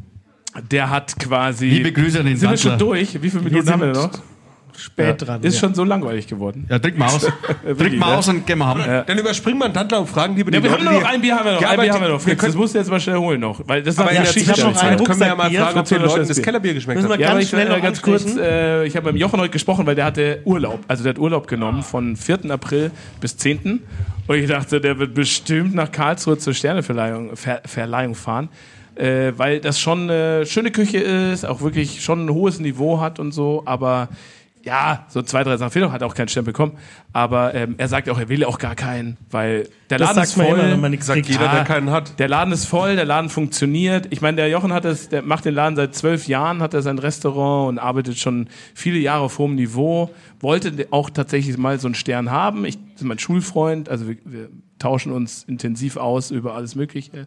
Der hat quasi... Liebe Grüße an den Sind wir Dantler. schon durch? Wie viele Minuten haben wir noch? Spät dran. Ist schon so langweilig geworden. Ja, trink mal aus. Trink mal aus und gehen wir haben. Dann überspringen wir einen Dantler und fragen lieber die wir Leute. haben noch ein Bier, haben wir noch. Ja, ein Bier haben wir noch. wir Fritz, das musst du jetzt mal schnell holen noch. Weil das aber war in der Zwischenzeit können wir ja mal fragen, ob den Leuten das Kellerbier geschmeckt hat. Ja, aber ich will ganz kurz, ich habe mit dem Jochen heute gesprochen, weil der hatte Urlaub. Also der hat Urlaub genommen von 4. April bis 10. Und ich dachte, der wird bestimmt nach Karlsruhe zur Sterneverleihung fahren. Weil das schon eine schöne Küche ist, auch wirklich schon ein hohes Niveau hat und so, aber ja, so 2, 3 Sachen fehlen, hat auch keinen Stern bekommen, aber er sagt auch, er will auch gar keinen, weil der Laden ist voll. Immer, wenn man nichts sagt jeder, der keinen hat. Der Laden ist voll, der Laden funktioniert. Ich meine, der Jochen der macht den Laden seit 12 Jahren, hat er sein Restaurant und arbeitet schon viele Jahre auf hohem Niveau. Wollte auch tatsächlich mal so einen Stern haben. Ich bin mein Schulfreund, also wir tauschen uns intensiv aus über alles Mögliche.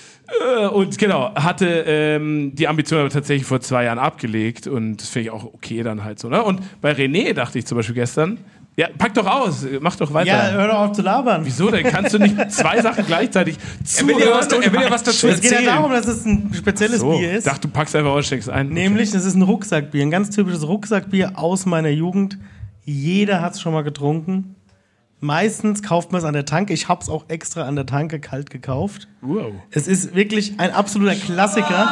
Und genau, hatte die Ambition aber tatsächlich vor 2 Jahren abgelegt und das finde ich auch okay dann halt so. Ne? Und bei René dachte ich zum Beispiel gestern, ja, pack doch aus, mach doch weiter. Ja, hör doch auf zu labern. Wieso denn? Kannst du nicht 2 Sachen gleichzeitig zuhören? Er will ja was dazu erzählen. Es geht ja darum, dass es ein spezielles Bier ist. Ich dachte, du packst einfach aus, steckst ein. Nämlich, es ist ein Rucksackbier, ein ganz typisches Rucksackbier aus meiner Jugend. Jeder hat es schon mal getrunken. Meistens kauft man es an der Tanke. Ich habe es auch extra an der Tanke kalt gekauft. Wow. Es ist wirklich ein absoluter Klassiker.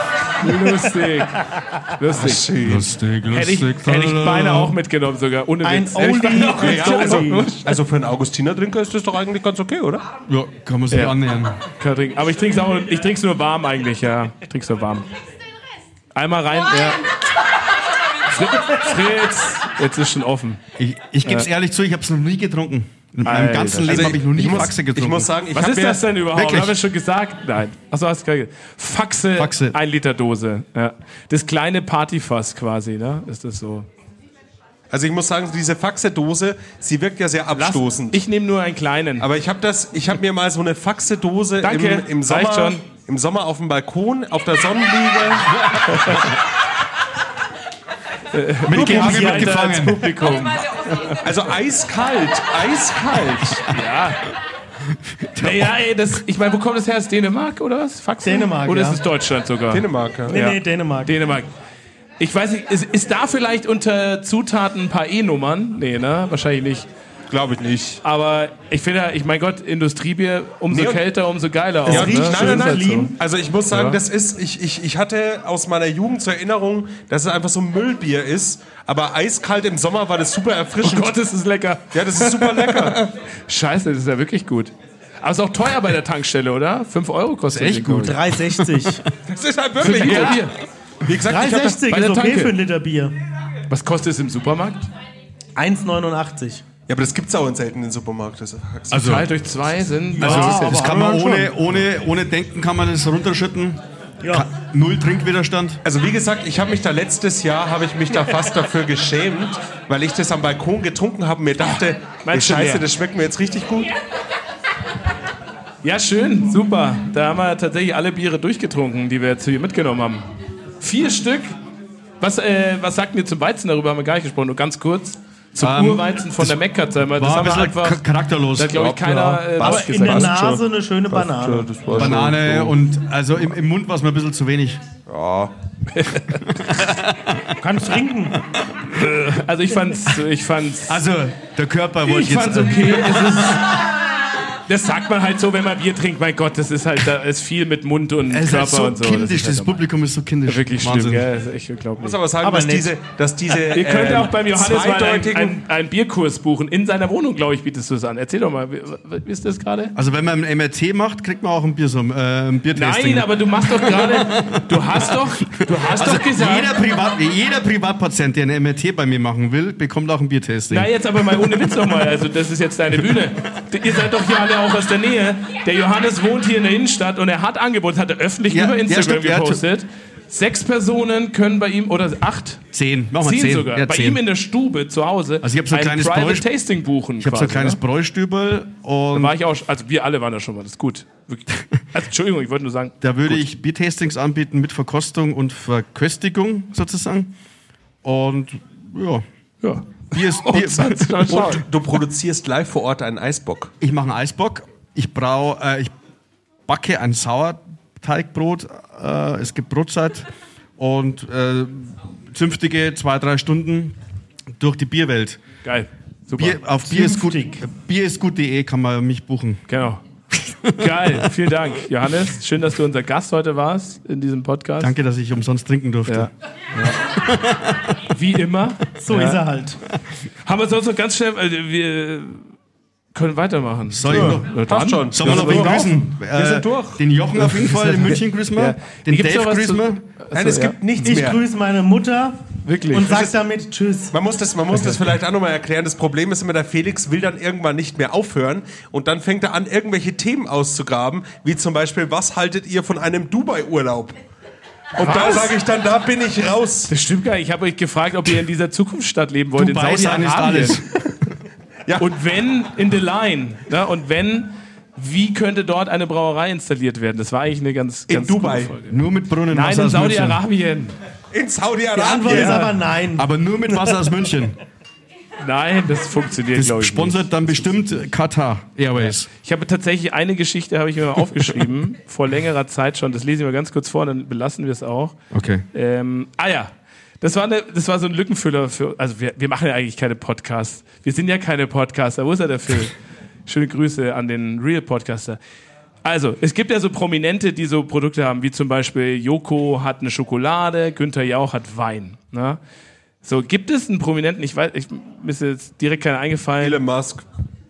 Lustig. Hätte ich beinahe auch mitgenommen sogar. Ohne Ein Witz. Also für einen Augustiner-Trinker ist das doch eigentlich ganz okay, oder? Ja, kann man sich annähern. Aber ich trinke es nur warm eigentlich, ja. Ich trinke es nur warm. Einmal rein, ja. Fritz, jetzt ist schon offen. Ich gebe es ehrlich zu, ich habe es noch nie getrunken. In meinem ganzen Leben habe ich noch nie Faxe getrunken. Ich muss sagen, was ist das denn überhaupt? Wirklich? Haben wir schon gesagt? Nein. Achso, hast du gesagt. Faxe. 1 Liter Dose. Ja. Das kleine Partyfass quasi, ne? Ist das so? Also ich muss sagen, diese Faxe-Dose, sie wirkt ja sehr abstoßend. Ich nehme nur einen kleinen. Aber ich habe mir mal so eine Faxe-Dose im Sommer auf dem Balkon, auf der Sonnenliege. Mit Gehage mitgefangen. Publikum. Also eiskalt. Ja. Naja, ey, ich meine, wo kommt das her? Ist Dänemark oder was? Faxe? Dänemark, oder ja. ist es Deutschland sogar? Dänemark, ja. Nee, Dänemark. Ich weiß nicht, ist da vielleicht unter Zutaten ein paar E-Nummern? Nee, ne? Wahrscheinlich nicht. Glaube ich nicht. Aber ich finde, mein Gott, Industriebier, umso kälter, umso geiler auch. Ja, ne? nein. Halt so. Also ich muss sagen, das ist, ich hatte aus meiner Jugend zur Erinnerung, dass es einfach so ein Müllbier ist, aber eiskalt im Sommer war das super erfrischend. Oh Gott, das ist lecker. Ja, das ist super lecker. Scheiße, das ist ja wirklich gut. Aber es ist auch teuer bei der Tankstelle, oder? 5 Euro kostet das. Echt gut. 3,60. Das ist halt wirklich Für ein gut. Bier. Wie gesagt, 3,60 bei der ist okay Tanke. für ein Liter Bier. Was kostet es im Supermarkt? 1,89. Ja, aber das gibt's auch in seltenen Supermarkt. Also, Geteilt durch 2 sind... das kann man ohne Denken kann man das runterschütten. Ja. 0 Trinkwiderstand. Also wie gesagt, letztes Jahr habe ich mich da fast dafür geschämt, weil ich das am Balkon getrunken habe und mir dachte, Scheiße, das schmeckt mir jetzt richtig gut. Ja, schön, super. Da haben wir tatsächlich alle Biere durchgetrunken, die wir jetzt hier mitgenommen haben. 4 Stück. Was sagt ihr zum Weizen? Darüber haben wir gar nicht gesprochen. Nur ganz kurz. Zum Urweizen von der Meckertzeimer. Das haben wir einfach charakterlos. Da hat, glaube ich, keiner aber in der Nase eine schöne Banane. Banane und also im Mund war es mir ein bisschen zu wenig. Ja. Kannst trinken. Also ich fand's. Also der Körper wollte jetzt. Ich fand's okay. Das sagt man halt so, wenn man Bier trinkt. Mein Gott, das ist halt, da ist viel mit Mund und es Körper ist so und so. Kindisch, das Publikum ist so kindisch. Wirklich schlimm, gell? Das ist echt unglaublich. Ich muss aber sagen, dass diese ihr könnt auch beim Johannes mal einen Bierkurs buchen. In seiner Wohnung, glaube ich, bietest du es an. Erzähl doch mal, wie ist das gerade? Also wenn man ein MRT macht, kriegt man auch ein Biertasting. Nein, aber du machst doch gerade, du hast doch gesagt... Jeder Privatpatient, der ein MRT bei mir machen will, bekommt auch ein Biertasting. Na, jetzt aber mal ohne Witz nochmal. Also das ist jetzt deine Bühne. Ihr seid doch hier alle auch aus der Nähe. Der Johannes wohnt hier in der Innenstadt und er hat Angebote, hat er öffentlich über Instagram gepostet. 6 Personen können bei ihm, oder 8? 10, machen wir 10 sogar. Bei ihm in der Stube zu Hause also ich hab so ein Private Tasting buchen. Ich habe so ein kleines Bräustübel. Und war ich auch, also wir alle waren da schon mal, das ist gut. Also, Entschuldigung, ich wollte nur sagen. Da würde ich Biertastings anbieten mit Verkostung und Verköstigung sozusagen. Und ja. Bier ist, und du produzierst live vor Ort einen Eisbock. Ich mache einen Eisbock. Ich backe ein Sauerteigbrot. Es gibt Brotzeit und zünftige 2-3 Stunden durch die Bierwelt. Geil. Super. Auf bierisgut.de kann man mich buchen. Genau. Geil, vielen Dank. Johannes, schön, dass du unser Gast heute warst in diesem Podcast. Danke, dass ich umsonst trinken durfte. Ja. Wie immer. So ist er halt. Haben wir sonst noch ganz schnell, wir können weitermachen. Soll ich noch? Passt schon. Sollen wir noch wen grüßen? Wir sind durch. Den Jochen auf jeden Fall, in München grüßen wir. Den Dave grüßen wir. Nein, es gibt nichts mehr. Ich grüße meine Mutter. Wirklich? Und sag damit Tschüss. Man muss das vielleicht auch nochmal erklären. Das Problem ist immer, der Felix will dann irgendwann nicht mehr aufhören und dann fängt er an, irgendwelche Themen auszugraben, wie zum Beispiel, was haltet ihr von einem Dubai-Urlaub? Und da sage ich dann, da bin ich raus. Das stimmt gar nicht. Ich habe euch gefragt, ob ihr in dieser Zukunftsstadt leben wollt. Dubai in Saudi-Arabien. ist alles. Ja. Und wenn, in the line. Ne? Und wenn, wie könnte dort eine Brauerei installiert werden? Das war eigentlich eine ganz Dubai. gute Folge. Nur mit Brunnen. Nein, in Saudi-Arabien. In Saudi-Arabien? Die Antwort ist aber nein. Aber nur mit Wasser aus München. Nein, das funktioniert, glaube ich, sponsert nicht. Dann bestimmt Qatar Airways. Ich habe tatsächlich eine Geschichte, habe ich mir mal aufgeschrieben, vor längerer Zeit schon. Das lese ich mal ganz kurz vor, dann belassen wir es auch. Okay. Das war so ein Lückenfüller für. Also wir machen ja eigentlich keine Podcasts. Wir sind ja keine Podcaster. Wo ist er, der Phil? Schöne Grüße an den Real Podcaster. Also, es gibt ja so Prominente, die so Produkte haben, wie zum Beispiel Joko hat eine Schokolade, Günther Jauch hat Wein. Ne? So, gibt es einen Prominenten, mir ist jetzt direkt keiner eingefallen. Elon Musk.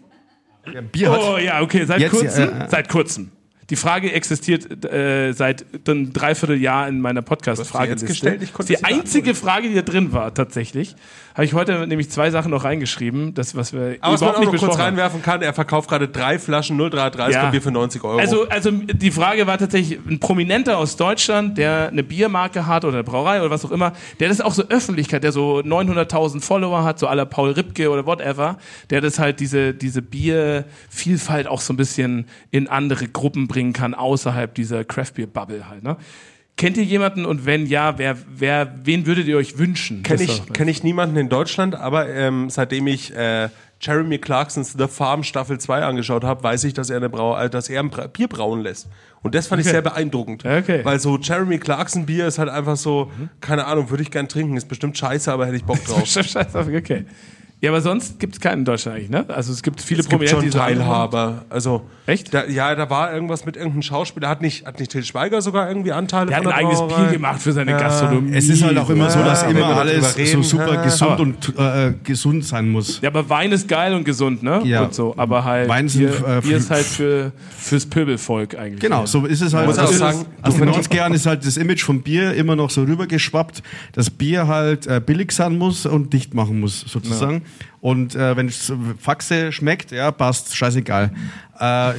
Ja, Bier hat. Oh ja, okay, seit kurzem. Die Frage existiert seit einem Dreivierteljahr in meiner Podcast-Frageliste. Das ist die einzige Frage, die da drin war, tatsächlich. Habe ich heute nämlich 2 Sachen noch reingeschrieben, das, was wir aber was man auch nicht noch kurz haben. reinwerfen kann, er verkauft gerade 3 Flaschen 0,33 Bier für 90 €. Also die Frage war tatsächlich, ein Prominenter aus Deutschland, der eine Biermarke hat oder eine Brauerei oder was auch immer, der das auch so Öffentlichkeit, der so 900.000 Follower hat, so à la Paul Ripke oder whatever, der das halt diese Biervielfalt auch so ein bisschen in andere Gruppen bringen kann, außerhalb dieser Craft-Beer-Bubble halt, ne? Kennt ihr jemanden und wenn ja, wen würdet ihr euch wünschen? Kenn ich niemanden in Deutschland, aber seitdem ich Jeremy Clarksons The Farm Staffel 2 angeschaut habe, weiß ich, dass er ein Bier brauen lässt. Und das fand ich sehr beeindruckend. Okay. Weil so Jeremy Clarkson Bier ist halt einfach so, keine Ahnung, würde ich gern trinken, ist bestimmt scheiße, aber hätte ich Bock drauf. Okay. Ja, aber sonst gibt es keinen in Deutschland eigentlich, ne? Also es gibt viele Prominente, die Teilhaber. Also echt? Da war irgendwas mit irgendeinem Schauspieler. Hat nicht Til Schweiger sogar irgendwie Anteile? Der hat ein eigenes Bier gemacht für seine Gastronomie. Es ist halt auch immer so, dass immer alles so super gesund und gesund sein muss. Ja, aber Wein ist geil und gesund, ne? Ja. Und so. Aber halt Bier ist halt fürs Pöbelvolk eigentlich. Genau, so ist es halt. Muss auch sagen, aus den 90ern ist halt das Image vom Bier immer noch so rübergeschwappt, dass Bier halt billig sein muss und dicht machen muss, sozusagen. Ja. Und wenn es Faxe schmeckt, ja, passt, scheißegal. Da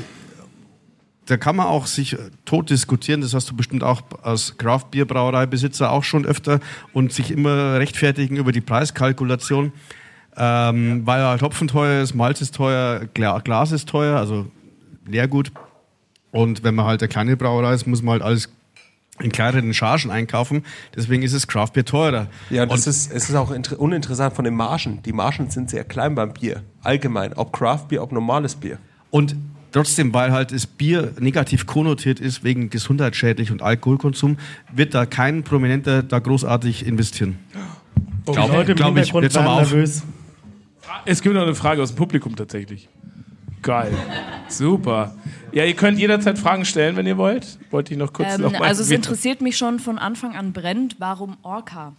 kann man auch sich tot diskutieren, das hast du bestimmt auch als Craft-Bier-Brauereibesitzer auch schon öfter und sich immer rechtfertigen über die Preiskalkulation, weil halt Hopfen teuer ist, Malz ist teuer, Glas ist teuer, also Leergut. Und wenn man halt eine kleine Brauerei ist, muss man halt alles in kleineren Chargen einkaufen. Deswegen ist es Craft Beer teurer. Ja, und es ist auch uninteressant von den Margen. Die Margen sind sehr klein beim Bier. Allgemein. Ob Craft Beer, ob normales Bier. Und trotzdem, weil halt das Bier negativ konnotiert ist wegen gesundheitsschädlich und Alkoholkonsum, wird da kein Prominenter da großartig investieren. Leute Glaub ich. Jetzt mal auf. nervös. Es gibt noch eine Frage aus dem Publikum tatsächlich. Geil. Super. Ja, ihr könnt jederzeit Fragen stellen, wenn ihr wollt. Wollte ich noch kurz noch mal also es interessiert mich schon von Anfang an brennend, warum Orca?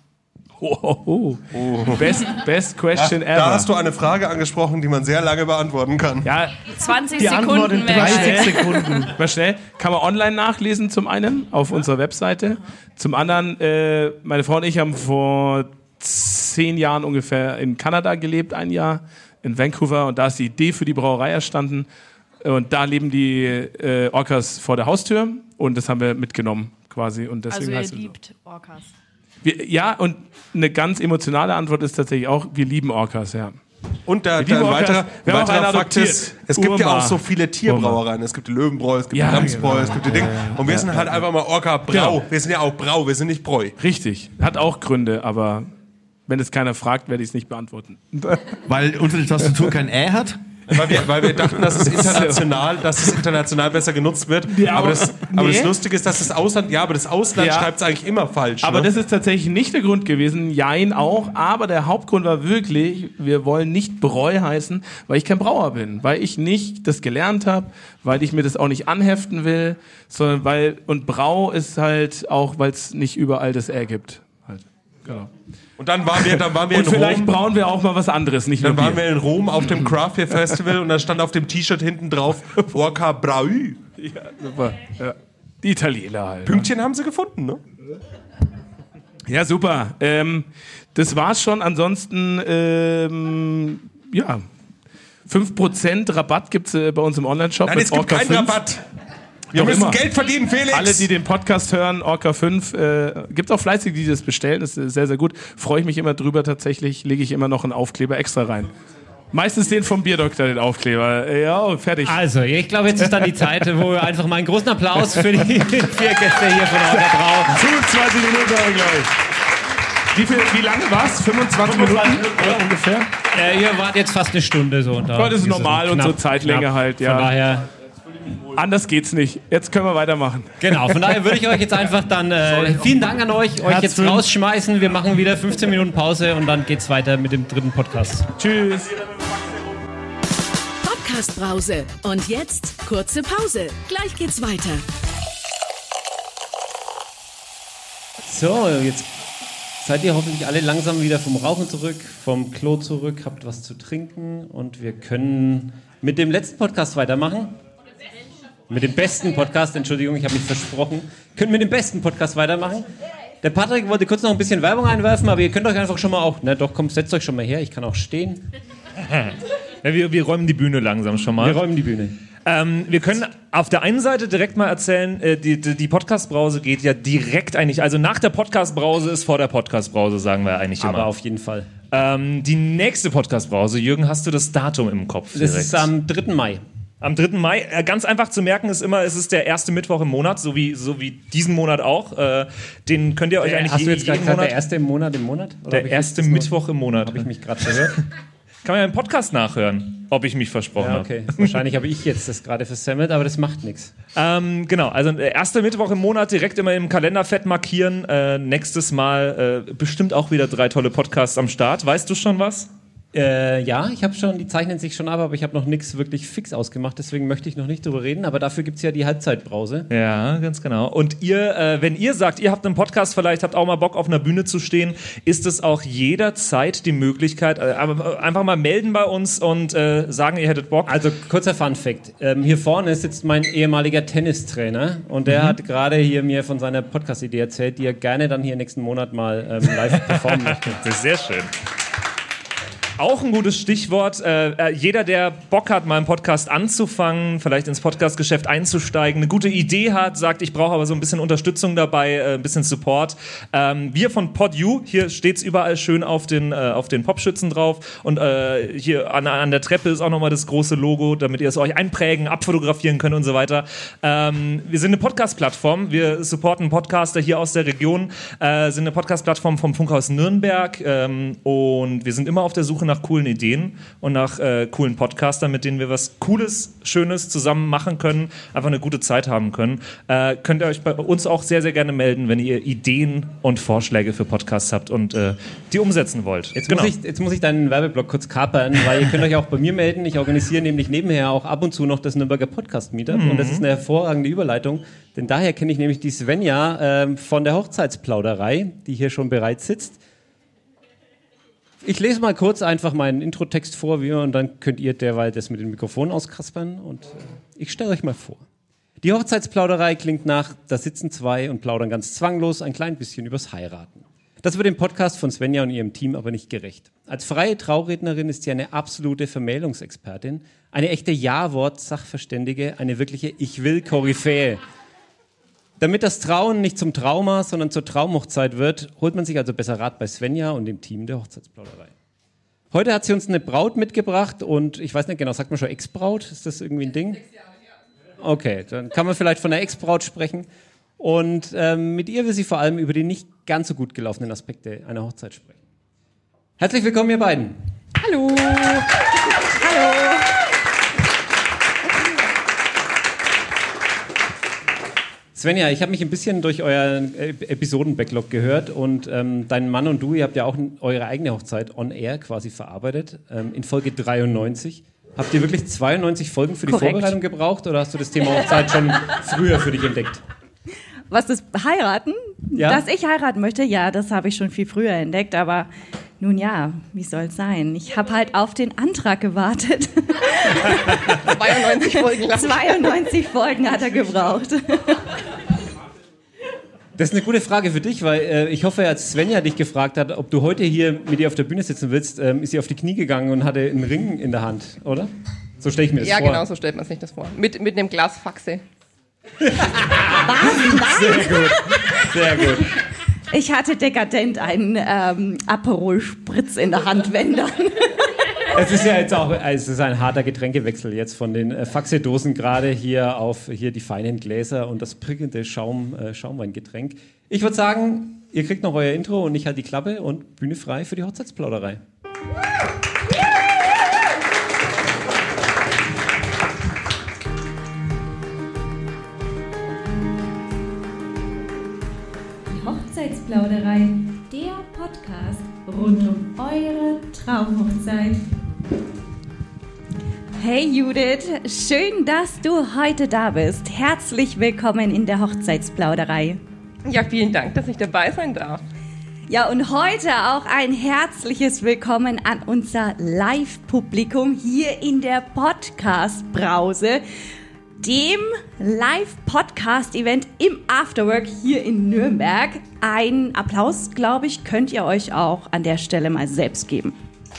Best question ever. Da hast du eine Frage angesprochen, die man sehr lange beantworten kann. Ja, 20 Die Antwort in Sekunden 30 Sekunden. mal schnell. Kann man online nachlesen zum einen auf unserer Webseite. Zum anderen, meine Frau und ich haben vor 10 Jahren ungefähr in Kanada gelebt, ein Jahr in Vancouver. Und da ist die Idee für die Brauerei erstanden. Und da leben die Orcas vor der Haustür. Und das haben wir mitgenommen quasi. Und deswegen Also ihr liebt Orcas. Ja, und eine ganz emotionale Antwort ist tatsächlich auch, wir lieben Orcas, ja. Und der weiterer Fakt ist, es gibt ja auch so viele Tierbrauereien. Es gibt die Löwenbräu, es gibt die Lamsbräu, es gibt die Dinge. Und wir sind halt einfach mal Orca Brau. Genau. Wir sind ja auch Brau, wir sind nicht Bräu. Richtig. Hat auch Gründe, aber wenn es keiner fragt, werde ich es nicht beantworten. Weil unsere Tastatur kein Ä hat? Weil wir dachten, dass es international besser genutzt wird. Ja, aber das Lustige ist, dass das Ausland schreibt es eigentlich immer falsch. Aber ne? das ist tatsächlich nicht der Grund gewesen. Jein auch. Aber der Hauptgrund war wirklich, wir wollen nicht Bräu heißen, weil ich kein Brauer bin. Weil ich nicht das gelernt habe, weil ich mir das auch nicht anheften will. Sondern und Brau ist halt auch, weil es nicht überall das Ä gibt. Halt. Genau. Und dann waren wir und in vielleicht Rom. brauen wir auch mal was anderes, nicht nur Dann waren Bier. wir in Rom auf dem Craft Beer Festival und da stand auf dem T-Shirt hinten drauf Orca Brau. Ja, super. Ja. Die Italiener halt. Pünktchen haben sie gefunden, ne? Ja, super. Das war's schon. Ansonsten, 5% Rabatt gibt's bei uns im Online-Shop. Nein, es gibt keinen Rabatt. Wir müssen Geld verdienen, Felix. Alle, die den Podcast hören, Orca 5, gibt auch fleißig, die das bestellen. Das ist sehr, sehr gut. Freue ich mich immer drüber tatsächlich. Lege ich immer noch einen Aufkleber extra rein. Meistens den vom Bierdoktor, den Aufkleber. Ja, fertig. Also, ich glaube, jetzt ist dann die Zeit, wo wir einfach mal einen großen Applaus für die 4 Gäste hier von Orca Brau. 25 Minuten haben wir gleich. Wie lange war's? 25 Minuten ungefähr? Ihr wart jetzt fast eine Stunde so. Das ist normal und so Zeitlänge halt, ja. Von daher... Anders geht's nicht. Jetzt können wir weitermachen. Genau, von daher würde ich euch jetzt einfach dann vielen Dank an euch jetzt rausschmeißen. Wir machen wieder 15 Minuten Pause und dann geht's weiter mit dem 3. Podcast. Tschüss. Podcast-Brause. Und jetzt kurze Pause. Gleich geht's weiter. So, jetzt seid ihr hoffentlich alle langsam wieder vom Rauchen zurück, vom Klo zurück, habt was zu trinken und wir können mit dem letzten Podcast weitermachen. Mit dem besten Podcast, Entschuldigung, ich habe mich versprochen. Können mit dem besten Podcast weitermachen. Der Patrick wollte kurz noch ein bisschen Werbung einwerfen, aber ihr könnt euch einfach schon mal auch... Na doch, komm, setzt euch schon mal her, ich kann auch stehen. Ja, wir räumen die Bühne langsam schon mal. Wir räumen die Bühne. Wir können auf der einen Seite direkt mal erzählen, die Podcast-Brause geht ja direkt eigentlich... Also nach der Podcast-Brause ist vor der Podcast-Brause, sagen wir eigentlich immer. Aber auf jeden Fall. Die nächste Podcast-Brause, Jürgen, hast du das Datum im Kopf? Das ist am 3. Mai. Am 3. Mai, ganz einfach zu merken ist immer, es ist der erste Mittwoch im Monat, so wie diesen Monat auch. Den könnt ihr euch eigentlich hast du jetzt jeden gesagt, Erste der erste im Monat im Monat? Oder der erste Mittwoch im Monat. Habe ich mich gerade verhört? Kann man ja im Podcast nachhören, ob ich mich versprochen habe. Okay. Wahrscheinlich habe ich jetzt das gerade versemmelt, aber das macht nichts. Genau, also der erste Mittwoch im Monat direkt immer im Kalender fett markieren. Nächstes Mal bestimmt auch wieder 3 tolle Podcasts am Start. Weißt du schon was? Ja, ich habe schon, die zeichnen sich schon ab, aber ich habe noch nichts wirklich fix ausgemacht, deswegen möchte ich noch nicht drüber reden, aber dafür gibt es ja die Halbzeitbrause. Ja, ganz genau. Und ihr, wenn ihr sagt, ihr habt einen Podcast, vielleicht habt auch mal Bock auf einer Bühne zu stehen, ist es auch jederzeit die Möglichkeit, einfach mal melden bei uns und sagen, ihr hättet Bock. Also kurzer Funfact, hier vorne sitzt mein ehemaliger Tennistrainer und der hat gerade hier mir von seiner Podcast-Idee erzählt, die er gerne dann hier nächsten Monat mal live performen möchte. Das ist sehr schön. Auch ein gutes Stichwort. Jeder, der Bock hat, mal einen Podcast anzufangen, vielleicht ins Podcastgeschäft einzusteigen, eine gute Idee hat, sagt, ich brauche aber so ein bisschen Unterstützung dabei, ein bisschen Support. Wir von PodU, hier steht's überall schön auf den Popschützen drauf und hier an der Treppe ist auch nochmal das große Logo, damit ihr es euch einprägen, abfotografieren könnt und so weiter. Wir sind eine Podcast-Plattform, wir supporten Podcaster hier aus der Region, sind eine Podcast-Plattform vom Funkhaus Nürnberg und wir sind immer auf der Suche nach coolen Ideen und nach coolen Podcastern, mit denen wir was Cooles, Schönes zusammen machen können, einfach eine gute Zeit haben können. Könnt ihr euch bei uns auch sehr, sehr gerne melden, wenn ihr Ideen und Vorschläge für Podcasts habt und die umsetzen wollt. Jetzt muss ich deinen Werbeblock kurz kapern, weil ihr könnt euch auch bei mir melden. Ich organisiere nämlich nebenher auch ab und zu noch das Nürnberger Podcast-Meetup und das ist eine hervorragende Überleitung, denn daher kenne ich nämlich die Svenja von der Hochzeitsplauderei, die hier schon bereit sitzt. Ich lese mal kurz einfach meinen Introtext vor, und dann könnt ihr derweil das mit dem Mikrofon auskaspern und ich stelle euch mal vor. Die Hochzeitsplauderei klingt nach, da sitzen zwei und plaudern ganz zwanglos ein klein bisschen übers Heiraten. Das wird dem Podcast von Svenja und ihrem Team aber nicht gerecht. Als freie Traurednerin ist sie eine absolute Vermählungsexpertin, eine echte Ja-Wort-Sachverständige, eine wirkliche Ich-Will-Koryphäe. Damit das Trauen nicht zum Trauma, sondern zur Traumhochzeit wird, holt man sich also besser Rat bei Svenja und dem Team der Hochzeitsplauderei. Heute hat sie uns eine Braut mitgebracht und ich weiß nicht genau, sagt man schon Ex-Braut? Ist das irgendwie ein Ding? Okay, dann kann man vielleicht von der Ex-Braut sprechen. Und mit ihr will sie vor allem über die nicht ganz so gut gelaufenen Aspekte einer Hochzeit sprechen. Herzlich willkommen, ihr beiden. Hallo. Hallo. Svenja, ich habe mich ein bisschen durch euren Episoden-Backlog gehört und dein Mann und du, ihr habt ja auch eure eigene Hochzeit on air quasi verarbeitet, in Folge 93. Habt ihr wirklich 92 Folgen für die Vorbereitung gebraucht oder hast du das Thema Hochzeit schon früher für dich entdeckt? Was das Heiraten? Ja? Dass ich heiraten möchte? Ja, das habe ich schon viel früher entdeckt, aber nun ja, wie soll es sein? Ich habe halt auf den Antrag gewartet. 92 Folgen lang. 92 Folgen hat er gebraucht. Das ist eine gute Frage für dich, weil ich hoffe, als Svenja dich gefragt hat, ob du heute hier mit ihr auf der Bühne sitzen willst, ist sie auf die Knie gegangen und hatte einen Ring in der Hand, oder? So stelle ich mir das vor. Ja, genau, so stellt man sich das vor. Mit einem Glas Faxe. Was? Sehr gut, sehr gut. Ich hatte dekadent einen Aperol Spritz in der Hand, wenn dann. Es ist ja jetzt auch, es ist ein harter Getränkewechsel jetzt von den Faxe-Dosen gerade hier auf hier die feinen Gläser und das prickelnde Schaumweingetränk. Ich würde sagen, ihr kriegt noch euer Intro und ich halte die Klappe und Bühne frei für die Hochzeitsplauderei. Hochzeitsplauderei, der Podcast rund um eure Traumhochzeit. Hey Judith, schön, dass du heute da bist. Herzlich willkommen in der Hochzeitsplauderei. Ja, vielen Dank, dass ich dabei sein darf. Ja, und heute auch ein herzliches Willkommen an unser Live-Publikum hier in der Podcast-Brause, dem Live-Podcast-Event im Afterwork hier in Nürnberg. Einen Applaus, glaube ich, könnt ihr euch auch an der Stelle mal selbst geben.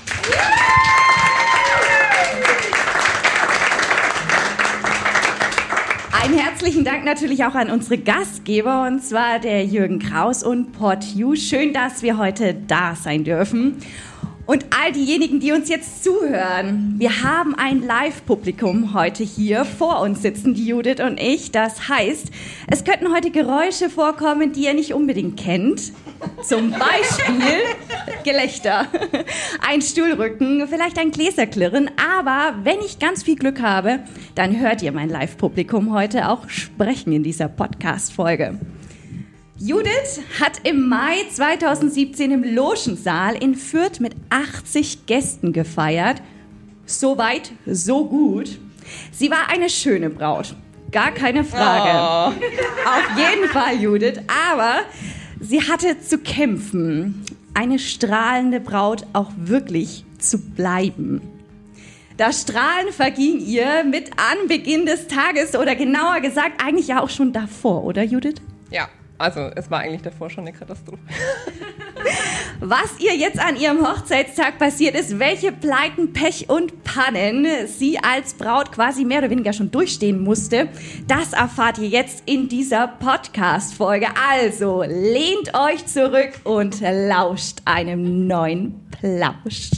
Einen herzlichen Dank natürlich auch an unsere Gastgeber, und zwar der Jürgen Kraus und PodU. Schön, dass wir heute da sein dürfen. Und all diejenigen, die uns jetzt zuhören, wir haben ein Live-Publikum heute hier. Vor uns sitzen die Judith und ich. Das heißt, es könnten heute Geräusche vorkommen, die ihr nicht unbedingt kennt. Zum Beispiel Gelächter, ein Stuhlrücken, vielleicht ein Gläserklirren. Aber wenn ich ganz viel Glück habe, dann hört ihr mein Live-Publikum heute auch sprechen in dieser Podcast-Folge. Judith hat im Mai 2017 im Logensaal in Fürth mit 80 Gästen gefeiert. So weit, so gut. Sie war eine schöne Braut. Gar keine Frage. Oh. Auf jeden Fall, Judith. Aber sie hatte zu kämpfen, eine strahlende Braut auch wirklich zu bleiben. Das Strahlen verging ihr mit Anbeginn des Tages oder genauer gesagt eigentlich ja auch schon davor, oder Judith? Ja. Also, es war eigentlich davor schon eine Katastrophe. Was ihr jetzt an ihrem Hochzeitstag passiert ist, welche Pleiten, Pech und Pannen sie als Braut quasi mehr oder weniger schon durchstehen musste, das erfahrt ihr jetzt in dieser Podcast-Folge. Also lehnt euch zurück und lauscht einem neuen Plausch.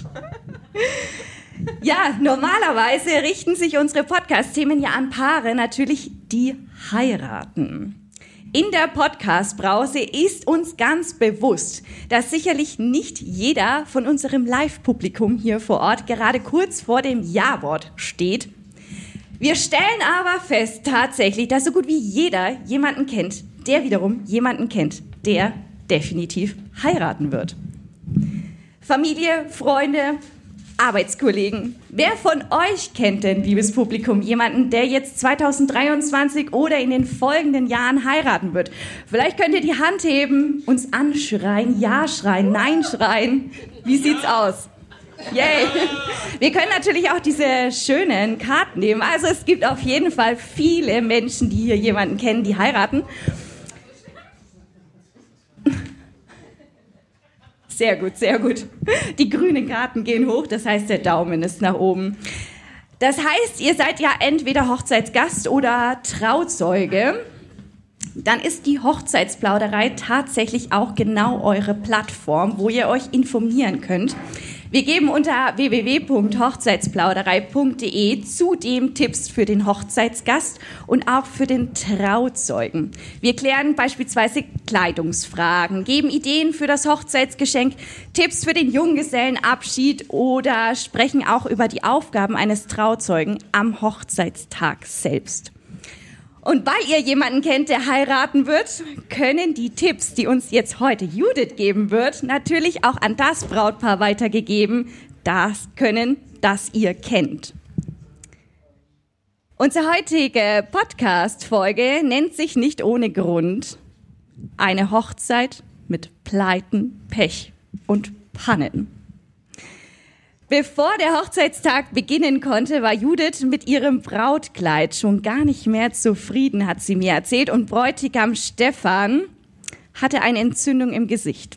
Ja, normalerweise richten sich unsere Podcast-Themen ja an Paare, natürlich die heiraten. In der Podcast-Brause ist uns ganz bewusst, dass sicherlich nicht jeder von unserem Live-Publikum hier vor Ort gerade kurz vor dem Ja-Wort steht. Wir stellen aber fest tatsächlich, dass so gut wie jeder jemanden kennt, der wiederum jemanden kennt, der definitiv heiraten wird. Familie, Freunde, Arbeitskollegen. Wer von euch kennt denn, liebes Publikum, jemanden, der jetzt 2023 oder in den folgenden Jahren heiraten wird? Vielleicht könnt ihr die Hand heben, uns anschreien, ja schreien, nein schreien. Wie sieht's aus? Yay! Wir können natürlich auch diese schönen Karten nehmen. Also es gibt auf jeden Fall viele Menschen, die hier jemanden kennen, die heiraten. Sehr gut, sehr gut. Die grünen Karten gehen hoch, das heißt, der Daumen ist nach oben. Das heißt, ihr seid ja entweder Hochzeitsgast oder Trauzeuge. Dann ist die Hochzeitsplauderei tatsächlich auch genau eure Plattform, wo ihr euch informieren könnt. Wir geben unter www.hochzeitsplauderei.de zudem Tipps für den Hochzeitsgast und auch für den Trauzeugen. Wir klären beispielsweise Kleidungsfragen, geben Ideen für das Hochzeitsgeschenk, Tipps für den Junggesellenabschied oder sprechen auch über die Aufgaben eines Trauzeugen am Hochzeitstag selbst. Und weil ihr jemanden kennt, der heiraten wird, können die Tipps, die uns jetzt heute Judith geben wird, natürlich auch an das Brautpaar weitergegeben, das ihr kennt. Unsere heutige Podcast-Folge nennt sich nicht ohne Grund eine Hochzeit mit Pleiten, Pech und Pannen. Bevor der Hochzeitstag beginnen konnte, war Judith mit ihrem Brautkleid schon gar nicht mehr zufrieden, hat sie mir erzählt. Und Bräutigam Stefan hatte eine Entzündung im Gesicht.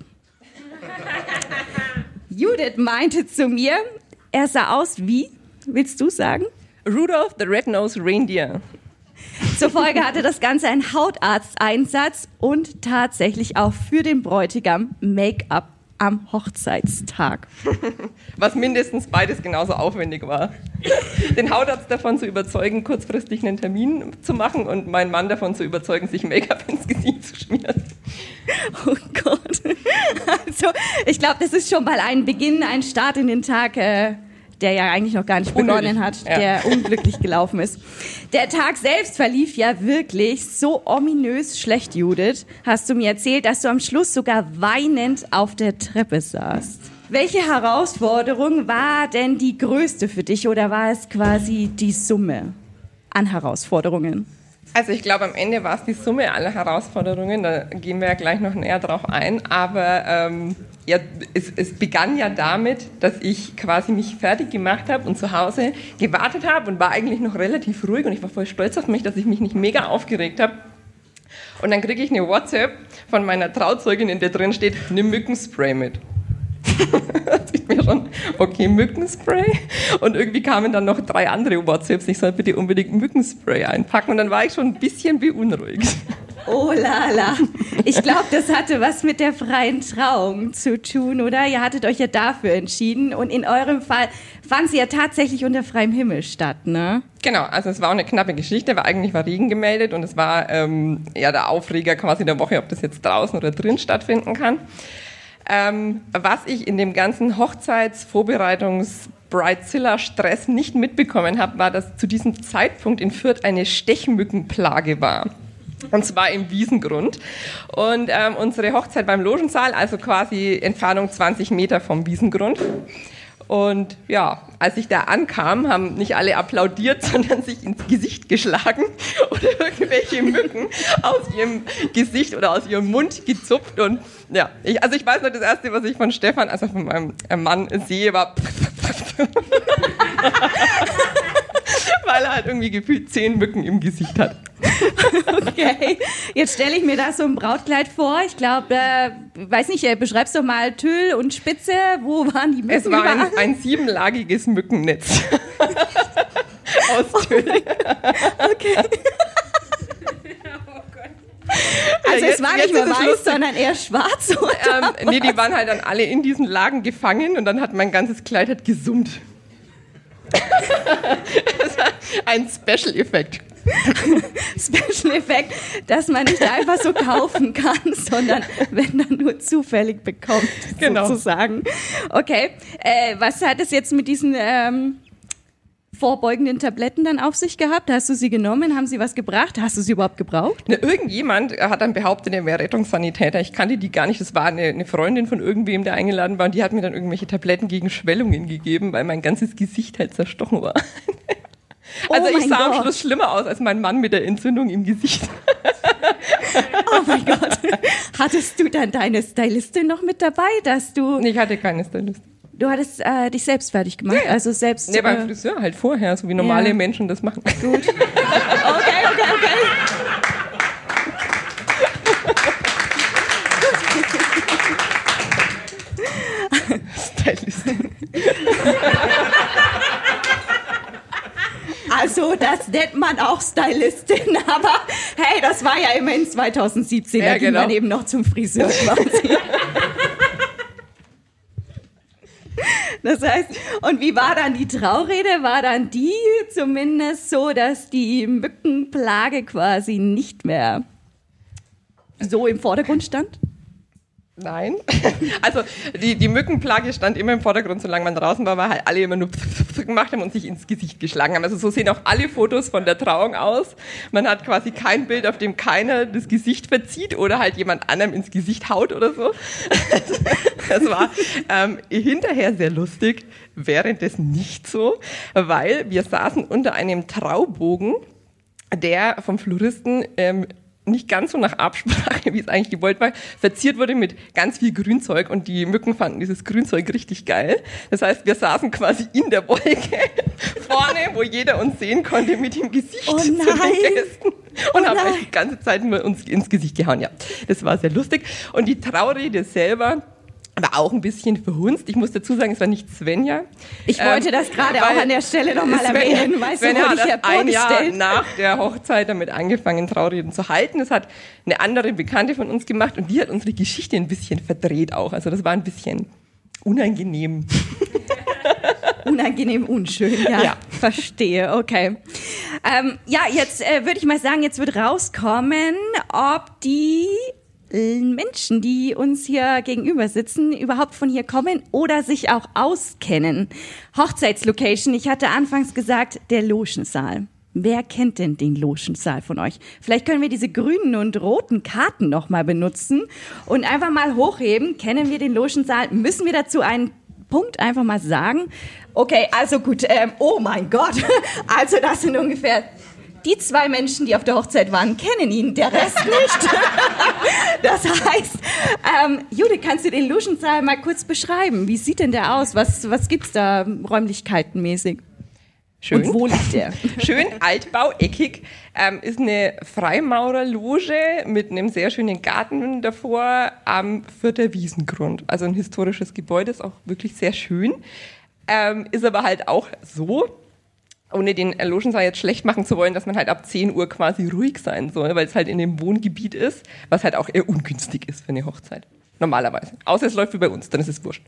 Judith meinte zu mir, er sah aus wie, willst du sagen? Rudolph the Red-Nosed Reindeer. Zur Folge hatte das Ganze einen Hautarzteinsatz und tatsächlich auch für den Bräutigam Make-up am Hochzeitstag. Was mindestens beides genauso aufwendig war. Den Hautarzt davon zu überzeugen, kurzfristig einen Termin zu machen und meinen Mann davon zu überzeugen, sich Make-up ins Gesicht zu schmieren. Oh Gott. Also, ich glaube, das ist schon mal ein Beginn, ein Start in den Tag, der ja eigentlich noch gar nicht begonnen hat, der unglücklich gelaufen ist. Der Tag selbst verlief ja wirklich so ominös schlecht, Judith. Hast du mir erzählt, dass du am Schluss sogar weinend auf der Treppe saßt. Welche Herausforderung war denn die größte für dich oder war es quasi die Summe an Herausforderungen? Also ich glaube, am Ende war es die Summe aller Herausforderungen, da gehen wir ja gleich noch näher drauf ein, aber es begann ja damit, dass ich quasi mich fertig gemacht habe und zu Hause gewartet habe und war eigentlich noch relativ ruhig und ich war voll stolz auf mich, dass ich mich nicht mega aufgeregt habe. Und dann kriege ich eine WhatsApp von meiner Trauzeugin, in der drin steht, nimm Mückenspray mit. Da sieht mir schon, okay, Mückenspray. Und irgendwie kamen dann noch 3 andere WhatsApps, ich soll bitte unbedingt Mückenspray einpacken. Und dann war ich schon ein bisschen beunruhigt. Oh lala. Ich glaube, das hatte was mit der freien Trauung zu tun, oder? Ihr hattet euch ja dafür entschieden und in eurem Fall fand sie ja tatsächlich unter freiem Himmel statt, ne? Genau, also es war auch eine knappe Geschichte, weil eigentlich war Regen gemeldet und es war der Aufreger quasi der Woche, ob das jetzt draußen oder drin stattfinden kann. Was ich in dem ganzen Hochzeitsvorbereitungs-Bridezilla-Stress nicht mitbekommen habe, war, dass zu diesem Zeitpunkt in Fürth eine Stechmückenplage war. Und zwar im Wiesengrund. Und unsere Hochzeit beim Logensaal, also quasi Entfernung 20 Meter vom Wiesengrund. Und ja, als ich da ankam, haben nicht alle applaudiert, sondern sich ins Gesicht geschlagen oder irgendwelche Mücken aus ihrem Gesicht oder aus ihrem Mund gezupft. Und ja, ich weiß noch, das Erste, was ich von Stefan, also von meinem Mann, sehe, war weil er halt irgendwie gefühlt 10 Mücken im Gesicht hat. Okay, jetzt stelle ich mir da so ein Brautkleid vor. Ich glaube, weiß nicht, beschreibst doch mal Tüll und Spitze. Wo waren die Mücken? Es war ein 7-lagiges Mückennetz. Aus Tüll. Okay. Also es war nicht mehr weiß, sondern eher schwarz. Nee, die waren halt dann alle in diesen Lagen gefangen und dann hat mein ganzes Kleid halt gesummt. Das war ein Special-Effekt. Special-Effekt, dass man nicht einfach so kaufen kann, sondern wenn dann nur zufällig bekommt, sozusagen. Okay, was hat es jetzt mit diesen vorbeugenden Tabletten dann auf sich gehabt? Hast du sie genommen? Haben sie was gebracht? Hast du sie überhaupt gebraucht? Na, irgendjemand hat dann behauptet, er wäre Rettungssanitäter. Ich kannte die gar nicht. Das war eine Freundin von irgendwem, der eingeladen war. Und die hat mir dann irgendwelche Tabletten gegen Schwellungen gegeben, weil mein ganzes Gesicht halt zerstochen war. Also ich sah am Schluss schlimmer aus als mein Mann mit der Entzündung im Gesicht. Oh mein Gott. Hattest du dann deine Stylistin noch mit dabei, dass du... Nee, ich hatte keine Stylistin. Du hattest dich selbst fertig gemacht, also selbst... Nee, beim Friseur halt vorher, so wie normale Menschen das machen. Gut. Okay. Stylistin. Also, das nennt man auch Stylistin, aber hey, das war ja immerhin 2017, da ging man eben noch zum Friseur quasi. Das heißt, und wie war dann die Traurede? War dann die zumindest so, dass die Mückenplage quasi nicht mehr so im Vordergrund stand? Nein. Also die Mückenplage stand immer im Vordergrund, solange man draußen war, weil halt alle immer nur gemacht haben und sich ins Gesicht geschlagen haben. Also so sehen auch alle Fotos von der Trauung aus. Man hat quasi kein Bild, auf dem keiner das Gesicht verzieht oder halt jemand anderem ins Gesicht haut oder so. Das war hinterher sehr lustig, währenddessen nicht so, weil wir saßen unter einem Traubogen, der vom Floristen nicht ganz so nach Absprache, wie es eigentlich gewollt war, verziert wurde mit ganz viel Grünzeug und die Mücken fanden dieses Grünzeug richtig geil. Das heißt, wir saßen quasi in der Wolke vorne, wo jeder uns sehen konnte, mit dem Gesicht zu den Gästen und haben die ganze Zeit nur uns ins Gesicht gehauen. Ja, das war sehr lustig. Und die Traurede selber war auch ein bisschen verhunzt. Ich muss dazu sagen, es war nicht Svenja. Ich wollte das gerade auch an der Stelle nochmal erwähnen. Weißt du, Svenja wurde ich hat ein Jahr nach der Hochzeit damit angefangen, Traureden zu halten. Das hat eine andere Bekannte von uns gemacht und die hat unsere Geschichte ein bisschen verdreht auch. Also das war ein bisschen unangenehm. Unangenehm, unschön, ja. Verstehe, okay. Jetzt würde ich mal sagen, jetzt wird rauskommen, ob die Menschen, die uns hier gegenüber sitzen, überhaupt von hier kommen oder sich auch auskennen. Hochzeitslocation, ich hatte anfangs gesagt, der Logensaal. Wer kennt denn den Logensaal von euch? Vielleicht können wir diese grünen und roten Karten nochmal benutzen und einfach mal hochheben. Kennen wir den Logensaal? Müssen wir dazu einen Punkt einfach mal sagen? Okay, also gut, oh mein Gott, also das sind ungefähr... Die 2 Menschen, die auf der Hochzeit waren, kennen ihn, der Rest nicht. Das heißt, Judith, kannst du den Logensaal mal kurz beschreiben? Wie sieht denn der aus? Was gibt's da räumlichkeitenmäßig? Schön. Und wo liegt der? Schön altbaueckig. Ist eine Freimaurerloge mit einem sehr schönen Garten davor am Fürther Wiesengrund. Also ein historisches Gebäude, ist auch wirklich sehr schön. Ist aber halt auch so, ohne den Logensaal jetzt schlecht machen zu wollen, dass man halt ab 10 Uhr quasi ruhig sein soll, weil es halt in dem Wohngebiet ist, was halt auch eher ungünstig ist für eine Hochzeit. Normalerweise. Außer es läuft wie bei uns, dann ist es wurscht.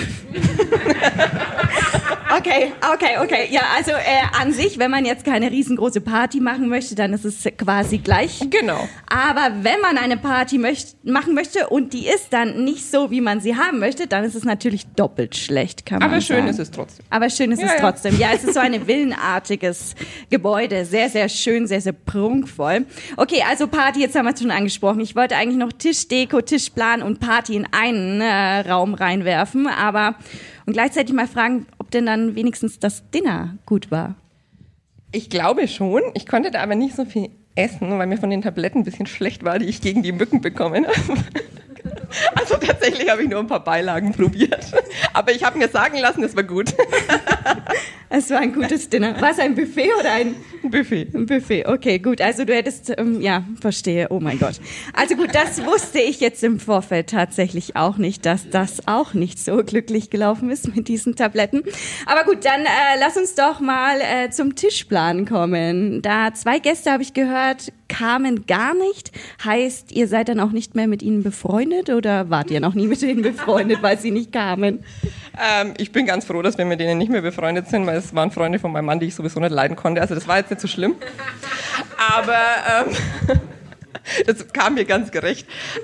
Okay. Ja, also an sich, wenn man jetzt keine riesengroße Party machen möchte, dann ist es quasi gleich. Genau. Aber wenn man eine Party machen möchte und die ist dann nicht so, wie man sie haben möchte, dann ist es natürlich doppelt schlecht, kann man sagen. Aber schön ist es trotzdem. Ja, es ist so ein villenartiges Gebäude. Sehr, sehr schön, sehr, sehr prunkvoll. Okay, also Party, jetzt haben wir es schon angesprochen. Ich wollte eigentlich noch Tischdeko, Tischplan und Party in einen Raum reinwerfen, aber und gleichzeitig mal fragen, ob denn dann wenigstens das Dinner gut war. Ich glaube schon. Ich konnte da aber nicht so viel essen, weil mir von den Tabletten ein bisschen schlecht war, die ich gegen die Mücken bekommen habe. Also tatsächlich habe ich nur ein paar Beilagen probiert. Aber ich habe mir sagen lassen, es war gut. Es war ein gutes Dinner. War es ein Buffet oder ein Ein Buffet, okay, gut. Also du hättest, verstehe, oh mein Gott. Also gut, das wusste ich jetzt im Vorfeld tatsächlich auch nicht, dass das auch nicht so glücklich gelaufen ist mit diesen Tabletten. Aber gut, dann lass uns doch mal zum Tischplan kommen. Da 2 Gäste, habe ich gehört, kamen gar nicht. Heißt, ihr seid dann auch nicht mehr mit ihnen befreundet oder wart ihr noch nie mit ihnen befreundet, weil sie nicht kamen? Ich bin ganz froh, dass wir mit denen nicht mehr befreundet sind, weil es waren Freunde von meinem Mann, die ich sowieso nicht leiden konnte. Also das war jetzt nicht so schlimm. Aber das kam mir ganz gerecht.